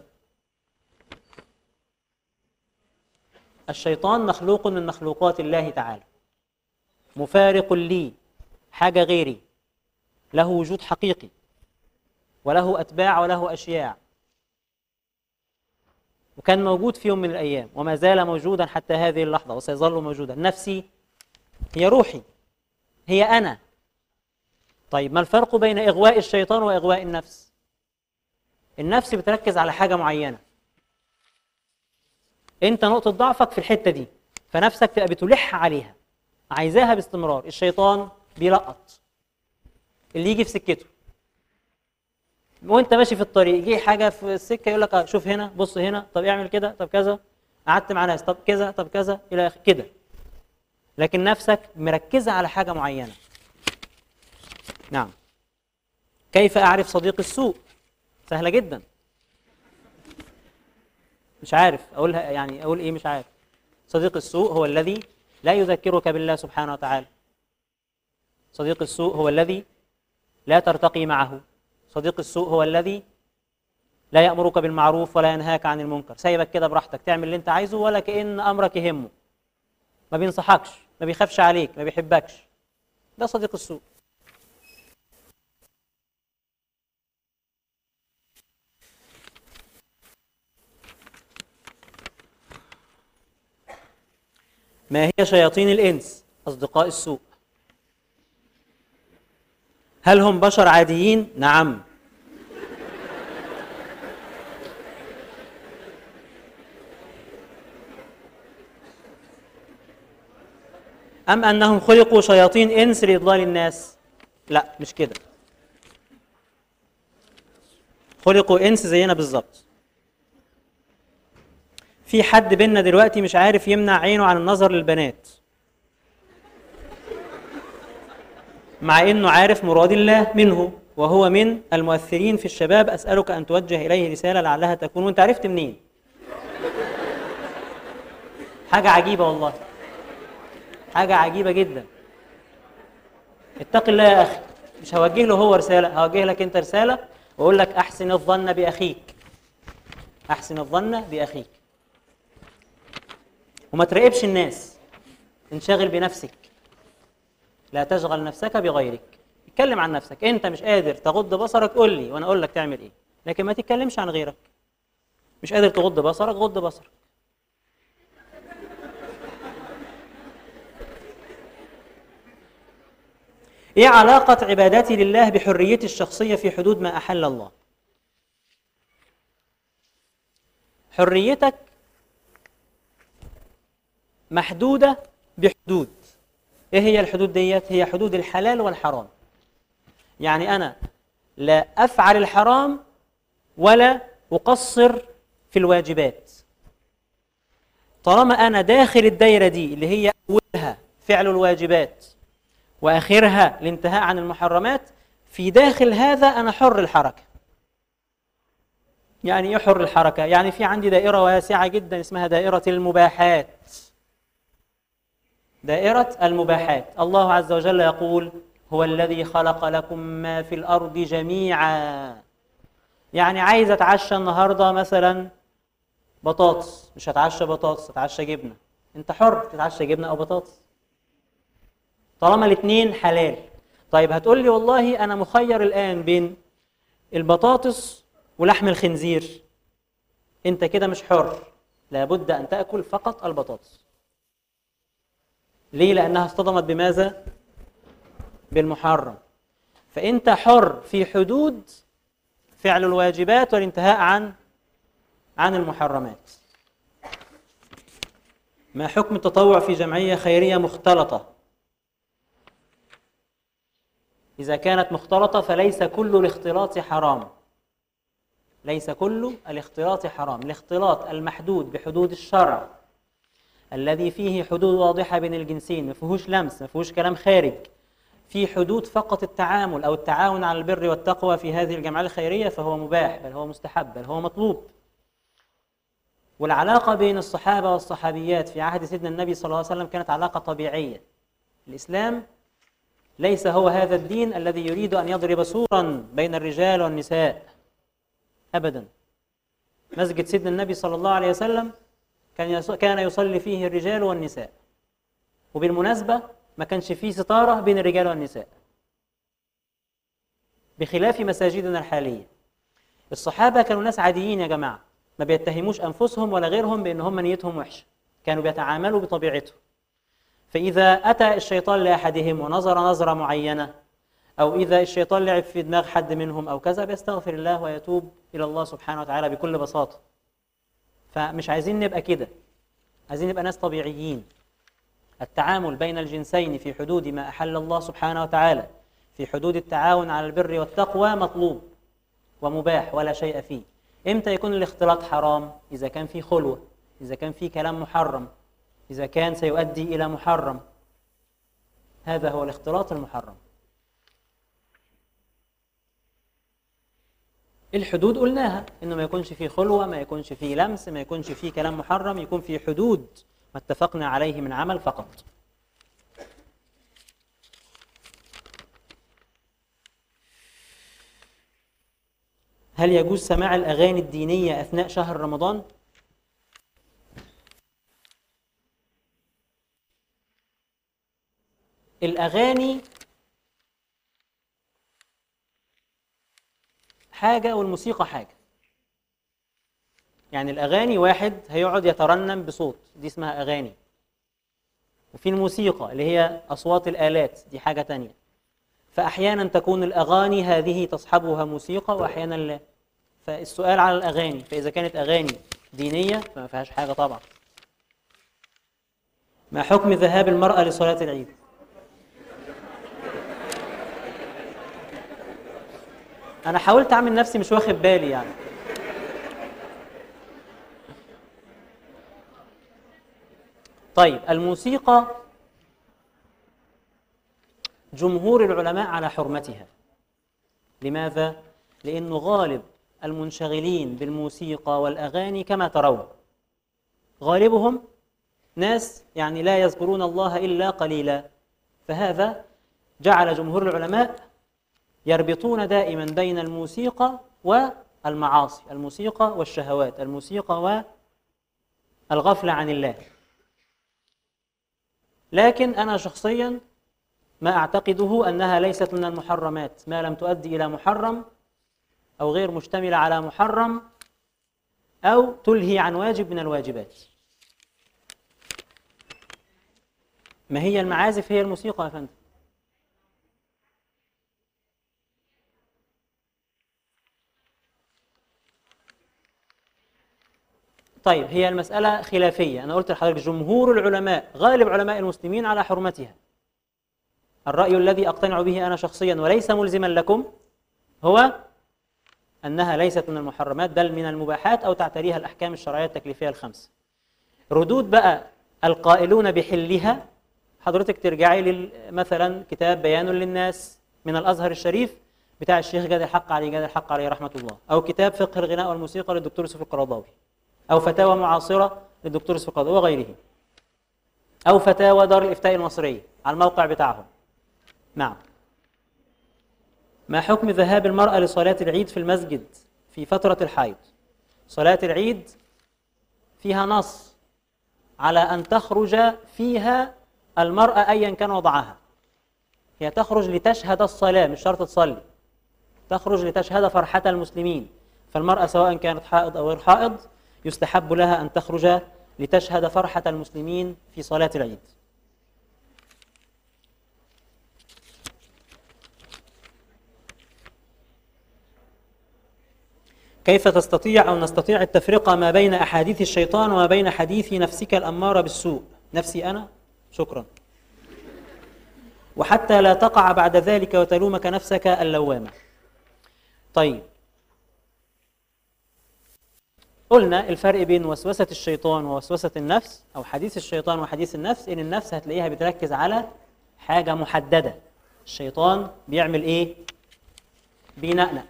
الشيطان مخلوق من مخلوقات الله تعالى، مفارق لي، حاجة غيري، له وجود حقيقي وله أتباع وله أشياع، وكان موجود في يوم من الأيام وما زال موجودا حتى هذه اللحظة وسيظل موجودا. نفسي هي روحي، هي أنا. طيب ما الفرق بين إغواء الشيطان وإغواء النفس؟ النفس بتركز على حاجة معينة، أنت نقطة ضعفك في الحتة دي، فنفسك تبقى بتلح عليها عايزاها باستمرار. الشيطان بيلقط اللي يجي في سكته، وانت ماشي في الطريق يجي حاجة في السكة يقول لك شوف هنا، بص هنا، طب اعمل كده، طب كذا، قعدت مع ناس، طب كذا، طب كذا، إلى كده. لكن نفسك مركزة على حاجة معينة. نعم. كيف أعرف صديق السوء؟ سهلة جدا. مش عارف أقولها، يعني أقول إيه؟ مش عارف. صديق السوء هو الذي لا يذكرك بالله سبحانه وتعالى. صديق السوء هو الذي لا ترتقي معه. صديق السوء هو الذي لا يأمرك بالمعروف ولا ينهاك عن المنكر، سايبك كده براحتك تعمل اللي انت عايزه ولا كأن أمرك يهمه، ما بينصحكش، ما بيخافش عليك، ما بيحبكش. ده صديق السوء. ما هي شياطين الإنس أصدقاء السوء؟ هل هم بشر عاديين؟ نعم. أم أنهم خلقوا شياطين إنس لإضلال الناس؟ لا، مش كده. خلقوا إنس زينا بالظبط. في حد بينا دلوقتي مش عارف يمنع عينه عن النظر للبنات، مع إنه عارف مراد الله منه، وهو من المؤثرين في الشباب. أسألك أن توجه إليه رسالة لعلها تكون. وأنت عرفت منين؟ حاجة عجيبة والله، حاجة عجيبة جدا. اتق الله يا أخي. مش هوجه له هو رسالة، هوجه لك أنت رسالة وأقول لك أحسن الظن بأخيك، أحسن الظن بأخيك، وما تراقبش الناس، انشغل بنفسك، لا تشغل نفسك بغيرك. اتكلم عن نفسك. انت مش قادر تغض بصرك قول لي وانا اقول لك تعمل ايه، لكن ما تتكلمش عن غيرك. مش قادر تغض بصرك، غض بصرك. ايه علاقة عبادتي لله بحريتي الشخصية في حدود ما احل الله؟ حريتك محدودة بحدود. ايه هي الحدود ديت؟ هي حدود الحلال والحرام. يعني انا لا افعل الحرام ولا اقصر في الواجبات. طالما انا داخل الدايره دي اللي هي اولها فعل الواجبات واخرها الانتهاء عن المحرمات، في داخل هذا انا حر الحركه. يعني ايه حر الحركه؟ يعني في عندي دائره واسعه جدا اسمها دائره المباحات. دائرة المباحات. الله عز وجل يقول هو الذي خلق لكم ما في الأرض جميعا. يعني عايز أتعشى النهاردة مثلا بطاطس، مش هتعشى بطاطس، هتعشى جبنة، أنت حر تتعشى جبنة أو بطاطس طالما الاثنين حلال. طيب هتقول لي والله أنا مخير الآن بين البطاطس ولحم الخنزير، أنت كده مش حر، لابد أن تأكل فقط البطاطس. ليه؟ لأنها اصطدمت بماذا؟ بالمحرم. فأنت حر في حدود فعل الواجبات والانتهاء عن عن المحرمات. ما حكم التطوع في جمعية خيرية مختلطة؟ إذا كانت مختلطة فليس كل الاختلاط حرام. ليس كل الاختلاط حرام. الاختلاط المحدود بحدود الشرع الذي فيه حدود واضحة بين الجنسين، ما فيهوش لمس، ما فيهوش كلام خارج، في حدود فقط التعامل أو التعاون على البر والتقوى في هذه الجمعية الخيرية، فهو مباح، بل هو مستحب، بل هو مطلوب. والعلاقة بين الصحابة والصحابيات في عهد سيدنا النبي صلى الله عليه وسلم كانت علاقة طبيعية. الإسلام ليس هو هذا الدين الذي يريد أن يضرب سورا بين الرجال والنساء أبدا. مسجد سيدنا النبي صلى الله عليه وسلم كان يصلي فيه الرجال والنساء، وبالمناسبة ما كانش فيه ستارة بين الرجال والنساء، بخلاف مساجدنا الحالية. الصحابة كانوا ناس عاديين يا جماعة، ما بيتهموش أنفسهم ولا غيرهم بأن هم نيتهم وحشة، كانوا بيتعاملوا بطبيعتهم. فإذا أتى الشيطان لأحدهم ونظر نظرة معينة، أو إذا الشيطان لعب في دماغ حد منهم أو كذا، بيستغفر الله ويتوب إلى الله سبحانه وتعالى بكل بساطة. فمش عايزين نبقى كده، عايزين نبقى ناس طبيعيين. التعامل بين الجنسين في حدود ما أحل الله سبحانه وتعالى، في حدود التعاون على البر والتقوى، مطلوب ومباح ولا شيء فيه. إمتى يكون الاختلاط حرام؟ إذا كان في خلوة، إذا كان في كلام محرم، إذا كان سيؤدي إلى محرم، هذا هو الاختلاط المحرم. الحدود قلناها، إنه ما يكونش فيه خلوة، ما يكونش فيه لمس، ما يكونش فيه كلام محرم، يكون فيه حدود ما اتفقنا عليه من عمل فقط. هل يجوز سماع الأغاني الدينية أثناء شهر رمضان؟ الأغاني حاجة والموسيقى حاجة. يعني الأغاني واحد هيقعد يترنم بصوت، دي اسمها أغاني. وفي الموسيقى اللي هي أصوات الآلات، دي حاجة تانية. فأحيانا تكون الأغاني هذه تصحبها موسيقى وأحيانا لا. فالسؤال على الأغاني، فإذا كانت أغاني دينية فما فيهاش حاجة طبعا. ما حكم ذهاب المرأة لصلاة العيد؟ أنا حاولت أعمل نفسي مش واخد بالي يعني. طيب، الموسيقى جمهور العلماء على حرمتها. لماذا؟ لأنه غالب المنشغلين بالموسيقى والأغاني كما ترون غالبهم ناس يعني لا يذكرون الله إلا قليلا، فهذا جعل جمهور العلماء يربطون دائما بين الموسيقى والمعاصي، الموسيقى والشهوات، الموسيقى والغفلة عن الله. لكن أنا شخصيا ما أعتقده أنها ليست من المحرمات ما لم تؤدي إلى محرم أو غير مشتملة على محرم أو تلهي عن واجب من الواجبات. ما هي المعازف؟ هي الموسيقى يا فندم. طيب، هي المسألة خلافية. أنا قلت لحضرتك جمهور العلماء، غالب علماء المسلمين على حرمتها. الرأي الذي أقتنع به أنا شخصيا وليس ملزما لكم هو أنها ليست من المحرمات بل من المباحات أو تعتريها الأحكام الشرعية التكليفية الخمس. ردود بقى القائلون بحلها، حضرتك ترجعي مثلا كتاب بيان للناس من الأزهر الشريف بتاع الشيخ جاد الحق عليه جاد الحق عليه رحمة الله، أو كتاب فقه الغناء والموسيقى للدكتور يوسف القرضاوي، أو فتاوى معاصرة للدكتور يوسف القرضاوي وغيره. أو فتاوى دار الإفتاء المصرية على الموقع بتاعهم. نعم. ما حكم ذهاب المرأة لصلاة العيد في المسجد في فترة الحيض؟ صلاة العيد فيها نص على أن تخرج فيها المرأة أيا كان وضعها. هي تخرج لتشهد الصلاة، مش شرط تصلي، تخرج لتشهد فرحة المسلمين. فالمرأة سواء كانت حائض أو غير حائض يستحب لها أن تخرج لتشهد فرحة المسلمين في صلاة العيد. كيف تستطيع أو نستطيع التفرقة ما بين أحاديث الشيطان وما بين حديث نفسك الأمارة بالسوء؟ نفسي أنا؟ شكرا. وحتى لا تقع بعد ذلك وتلومك نفسك اللوامة. طيب، قلنا الفرق بين وسوسة الشيطان ووسوسة النفس، أو حديث الشيطان وحديث النفس، إن النفس هتلاقيها بتركز على حاجة محددة. الشيطان بيعمل إيه؟ بينقنق.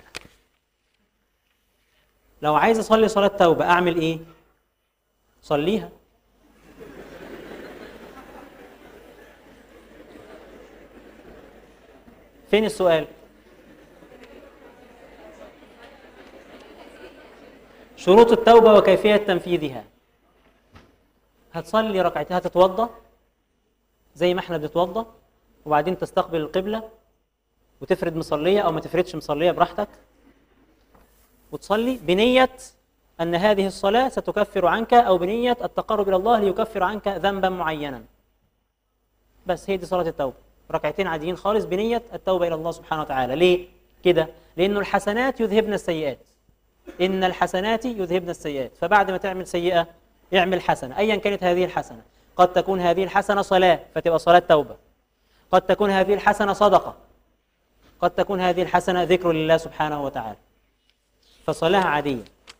لو عايز أصلي صلاة توبة أعمل إيه؟ صليها. فين السؤال؟ شروط التوبة وكيفية تنفيذها. هتصلي ركعتين، هتتوضى زي ما احنا بنتوضى، وبعدين تستقبل القبلة وتفرد مصلية أو ما تفردش مصلية براحتك، وتصلي بنية أن هذه الصلاة ستكفر عنك، أو بنية التقرب إلى الله ليكفر عنك ذنبا معينا. بس هي دي صلاة التوبة، ركعتين عاديين خالص بنية التوبة إلى الله سبحانه وتعالى. ليه كده؟ لأنه الحسنات يذهبن السيئات. إن الحسنات يذهبن السيئات. فبعد ما تعمل سيئة اعمل حسنة أيا كانت هذه الحسنة. قد تكون هذه الحسنة صلاة فتبقى صلاة توبة، قد تكون هذه الحسنة صدقة، قد تكون هذه الحسنة ذكر لله سبحانه وتعالى، فصلاة عادية.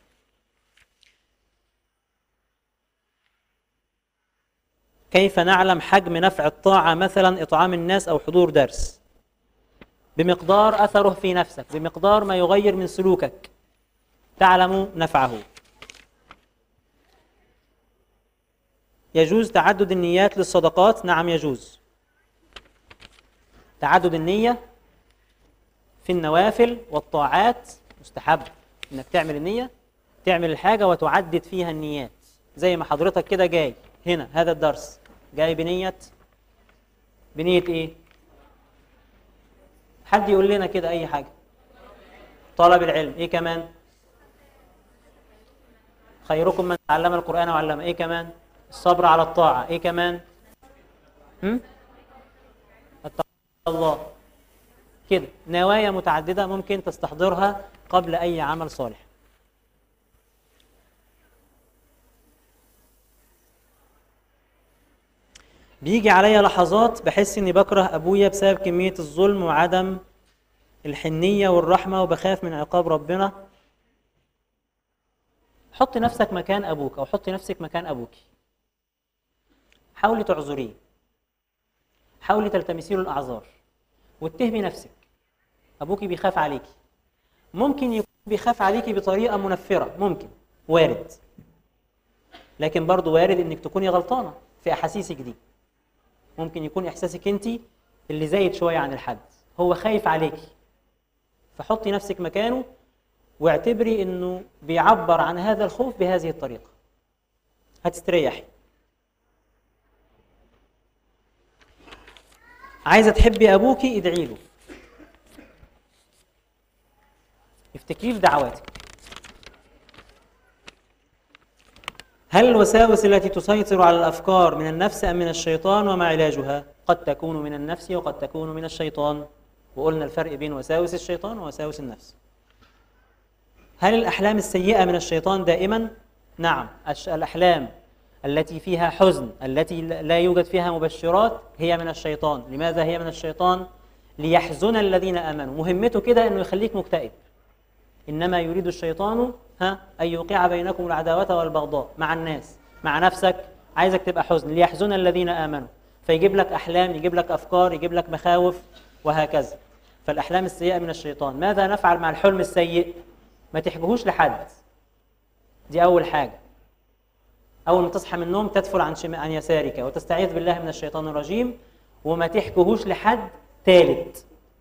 كيف نعلم حجم نفع الطاعة، مثلا إطعام الناس أو حضور درس؟ بمقدار أثره في نفسك، بمقدار ما يغير من سلوكك تعلم نفعه. يجوز تعدد النيات للصدقات؟ نعم يجوز. تعدد النية في النوافل والطاعات مستحب، انك تعمل النية، تعمل الحاجة وتعدد فيها النيات. زي ما حضرتك كده جاي هنا هذا الدرس جاي بنية بنية ايه؟ حد يقول لنا كده اي حاجة. طلب العلم. ايه كمان؟ خيركم من تعلم القرآن وعلمه. ايه كمان؟ الصبر على الطاعة. ايه كمان؟ هم؟ التقوى الله. كده نوايا متعددة ممكن تستحضرها قبل أي عمل صالح. بيجي عليا لحظات بحس إني بكره أبويا بسبب كمية الظلم وعدم الحنية والرحمة، وبخاف من عقاب ربنا. حط نفسك مكان أبوك أو حط نفسك مكان أبوك، حاولي تعذريه، حاولي تلتمسي له الأعذار واتهمي نفسك. أبوكي بيخاف عليكي، ممكن يكون بيخاف عليكي بطريقة منفرة، ممكن، وارد، لكن برضو وارد إنك تكوني غلطانة في أحاسيسك دي. ممكن يكون إحساسك أنت اللي زايد شوية عن الحد، هو خايف عليكي، فحطي نفسك مكانه واعتبري إنه بيعبر عن هذا الخوف بهذه الطريقة، هتستريحي. عايزة تحبي أبوكي، ادعي له، افتكريه في دعواتك. هل الوساوس التي تسيطر على الأفكار من النفس أم من الشيطان، وما علاجها؟ قد تكون من النفس وقد تكون من الشيطان، وقلنا الفرق بين وساوس الشيطان ووساوس النفس. هل الأحلام السيئة من الشيطان دائما؟ نعم، الأحلام التي فيها حزن، التي لا يوجد فيها مبشرات، هي من الشيطان. لماذا هي من الشيطان؟ ليحزن الذين آمنوا. مهمته كده أنه يخليك مكتئب. إنما يريد الشيطان ها أن يوقع بينكم العداوة والبغضاء مع الناس، مع نفسك، عايزك تبقى حزن، ليحزن الذين آمنوا، فيجيب لك أحلام، يجيب لك أفكار، يجيب لك مخاوف، وهكذا. فالأحلام السيئة من الشيطان. ماذا نفعل مع الحلم السيء؟ ما تحكيهوش لحد، دي أول حاجة. أول ما تصحى من النوم تدفل عن شم... عن يسارك وتستعيذ بالله من الشيطان الرجيم، وما تحكيهوش لحد ثالث.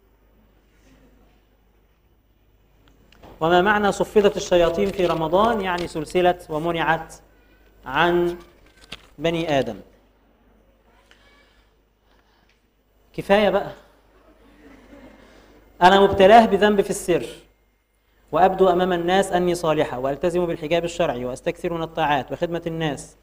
وما معنى صفدت الشياطين في رمضان؟ يعني سلسلت ومنعت عن بني آدم. كفاية بقى. أنا مبتلاه بذنب في السر، وأبدو أمام الناس أني صالحة، وألتزم بالحجاب الشرعي، وأستكثر من الطاعات وخدمة الناس،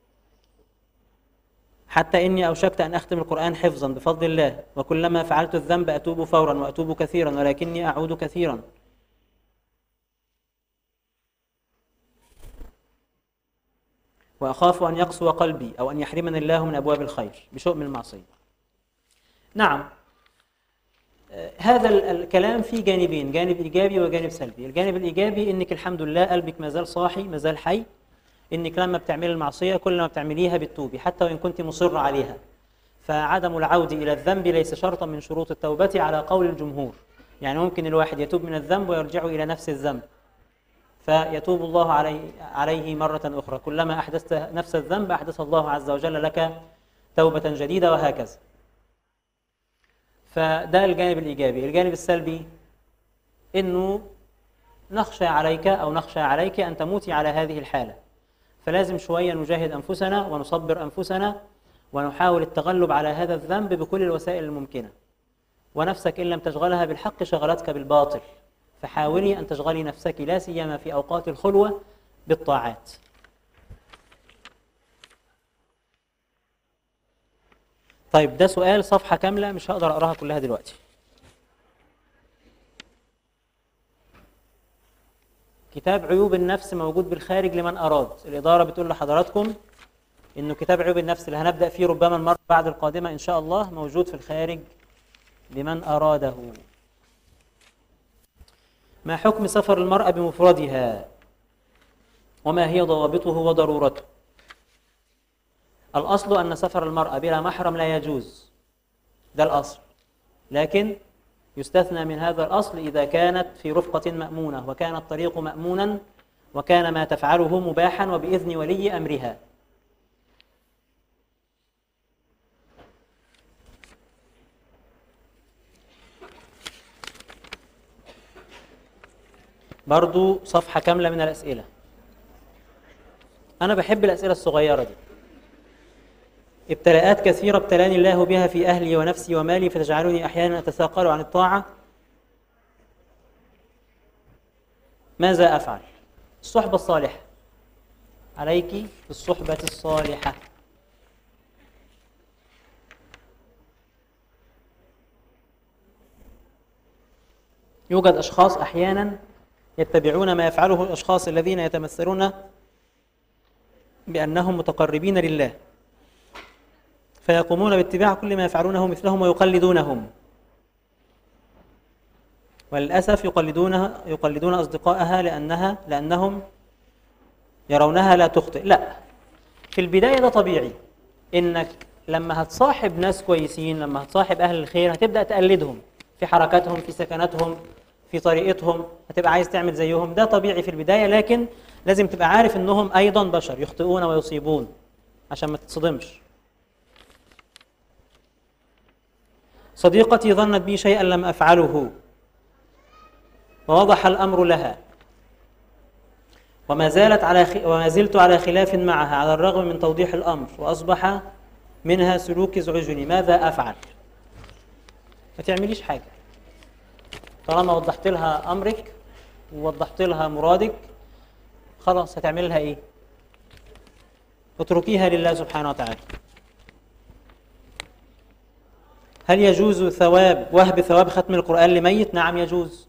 حتى إني أوشكت أن أختم القرآن حفظا بفضل الله، وكلما فعلت الذنب أتوب فورا وأتوب كثيرا، ولكني أعود كثيرا. وأخاف أن يقسو قلبي أو أن يحرمني الله من أبواب الخير بشؤم المعصية. نعم، هذا الكلام فيه جانبين، جانب إيجابي وجانب سلبي. الجانب الإيجابي إنك الحمد لله قلبك مازال صاحي، مازال حي، إنك لما بتعملي المعصية كل ما بتعمليها بتتوبي حتى وإن كنت مصرة عليها. فعدم العود إلى الذنب ليس شرطا من شروط التوبة على قول الجمهور. يعني ممكن الواحد يتوب من الذنب ويرجع إلى نفس الذنب، فيتوب الله عليه, عليه مرة أخرى. كلما أحدثت نفس الذنب أحدث الله عز وجل لك توبة جديدة، وهكذا. فده الجانب الإيجابي. الجانب السلبي إنه نخشى عليك أو نخشى عليك أن تموتي على هذه الحالة، فلازم شوية نجاهد أنفسنا ونصبر أنفسنا ونحاول التغلب على هذا الذنب بكل الوسائل الممكنة. ونفسك إن لم تشغلها بالحق شغلتك بالباطل، فحاولي أن تشغلي نفسك لا سيما في أوقات الخلوة بالطاعات. طيب، ده سؤال صفحة كاملة مش هقدر أقراها كلها دلوقتي. كتاب عيوب النفس موجود بالخارج لمن أراد. الإدارة بتقول لحضراتكم إنه كتاب عيوب النفس اللي هنبدأ فيه ربما المرة بعد القادمة إن شاء الله موجود في الخارج لمن أراده. ما حكم سفر المرأة بمفردها؟ وما هي ضوابطه وضرورته؟ الأصل أن سفر المرأة بلا محرم لا يجوز، ده الأصل، لكن يستثنى من هذا الأصل إذا كانت في رفقة مأمونة، وكان الطريق مأمونا، وكان ما تفعله مباحا وبإذن ولي أمرها. برضو صفحة كاملة من الأسئلة. أنا بحب الأسئلة الصغيرة دي. ابتلاءات كثيرة ابتلاني الله بها في أهلي ونفسي ومالي، فتجعلني أحيانا أتثاقل عن الطاعة. ماذا أفعل؟ الصحبة الصالحة، عليك بالصحبة الصالحة. يوجد أشخاص أحيانا يتبعون ما يفعله الأشخاص الذين يتمثلون بأنهم متقربين لله، فيقومون باتباع كل ما يفعلونه مثلهم ويقلدونهم، وللأسف يقلدونها يقلدون أصدقائها لأنها لأنهم يرونها لا تخطئ. لا، في البداية ده طبيعي، إنك لما هتصاحب ناس كويسين، لما هتصاحب أهل الخير، هتبدأ تقلدهم في حركاتهم، في سكناتهم، في طريقتهم، هتبقى عايز تعمل زيهم. ده طبيعي في البداية، لكن لازم تبقى عارف إنهم أيضا بشر يخطئون ويصيبون عشان ما تتصدمش. صديقتي ظنت بي شيئا لم أفعله، ووضح الأمر لها، وما زالت على خ... وما زلت على خلاف معها على الرغم من توضيح الأمر، وأصبح منها سلوك يزعجني. ماذا أفعل؟ ما تعمليش حاجة طالما وضحت لها أمرك ووضحت لها مرادك، خلاص هتعمل لها إيه؟ اتركيها لله سبحانه وتعالى. هل يجوز ثواب وهب ثواب ختم القرآن لميت؟ نعم يجوز.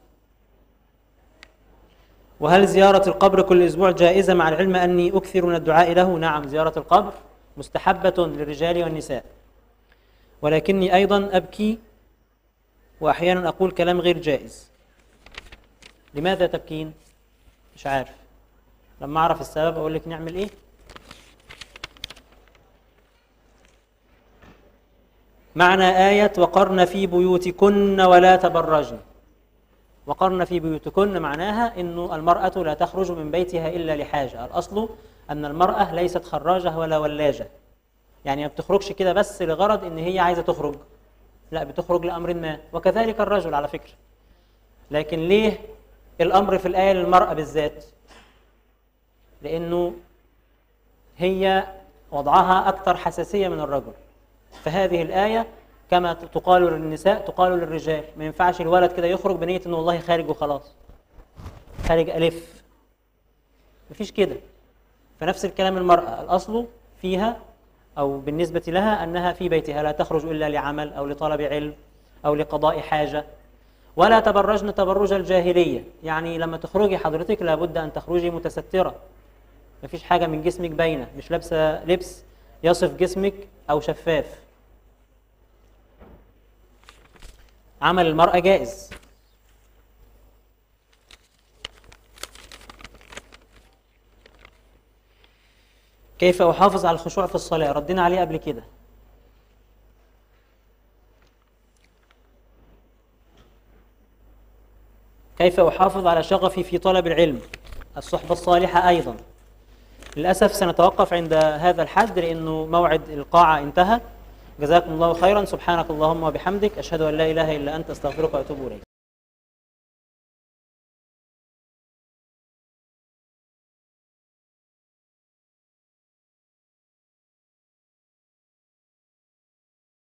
وهل زيارة القبر كل أسبوع جائزة مع العلم أني أكثر من الدعاء له؟ نعم، زيارة القبر مستحبة للرجال والنساء، ولكني أيضا أبكي وأحيانا أقول كلام غير جائز. لماذا تبكين؟ مش عارف. لما أعرف السبب أقول لك نعمل إيه. معنى آية وقرن في بيوتكن ولا تبرجن، وقرن في بيوتكن معناها أنه المرأة لا تخرج من بيتها إلا لحاجة. الأصل أن المرأة ليست خراجة ولا ولاجة، يعني ما بتخرجش كده بس لغرض أن هي عايزة تخرج، لا، بتخرج لأمر ما، وكذلك الرجل على فكرة. لكن ليه الأمر في الآية للمرأة بالذات؟ لأنه هي وضعها أكثر حساسية من الرجل، فهذه الآية كما تقال للنساء تقال للرجال. ما ينفعش الولد كده يخرج بنية أنه والله خارج وخلاص، خارج ألف، مفيش كده. فنفس الكلام المرأة، الأصل فيها أو بالنسبة لها أنها في بيتها لا تخرج إلا لعمل أو لطلب علم أو لقضاء حاجة. ولا تبرجن تبرج الجاهلية، يعني لما تخرجي حضرتك لابد أن تخرجي متسترة، مفيش حاجة من جسمك باينة، مش لابسة لبس يصف جسمك أو شفاف. عمل المرأة جائز. كيف أحافظ على الخشوع في الصلاة؟ ردينا عليه قبل كده. كيف أحافظ على شغفي في طلب العلم؟ الصحبة الصالحة أيضا. للأسف سنتوقف عند هذا الحد لأنه موعد القاعة انتهى. جزاكم الله خيرا. سبحانك اللهم وبحمدك، أشهد أن لا إله إلا أنت، أستغفرك وأتوب إليك.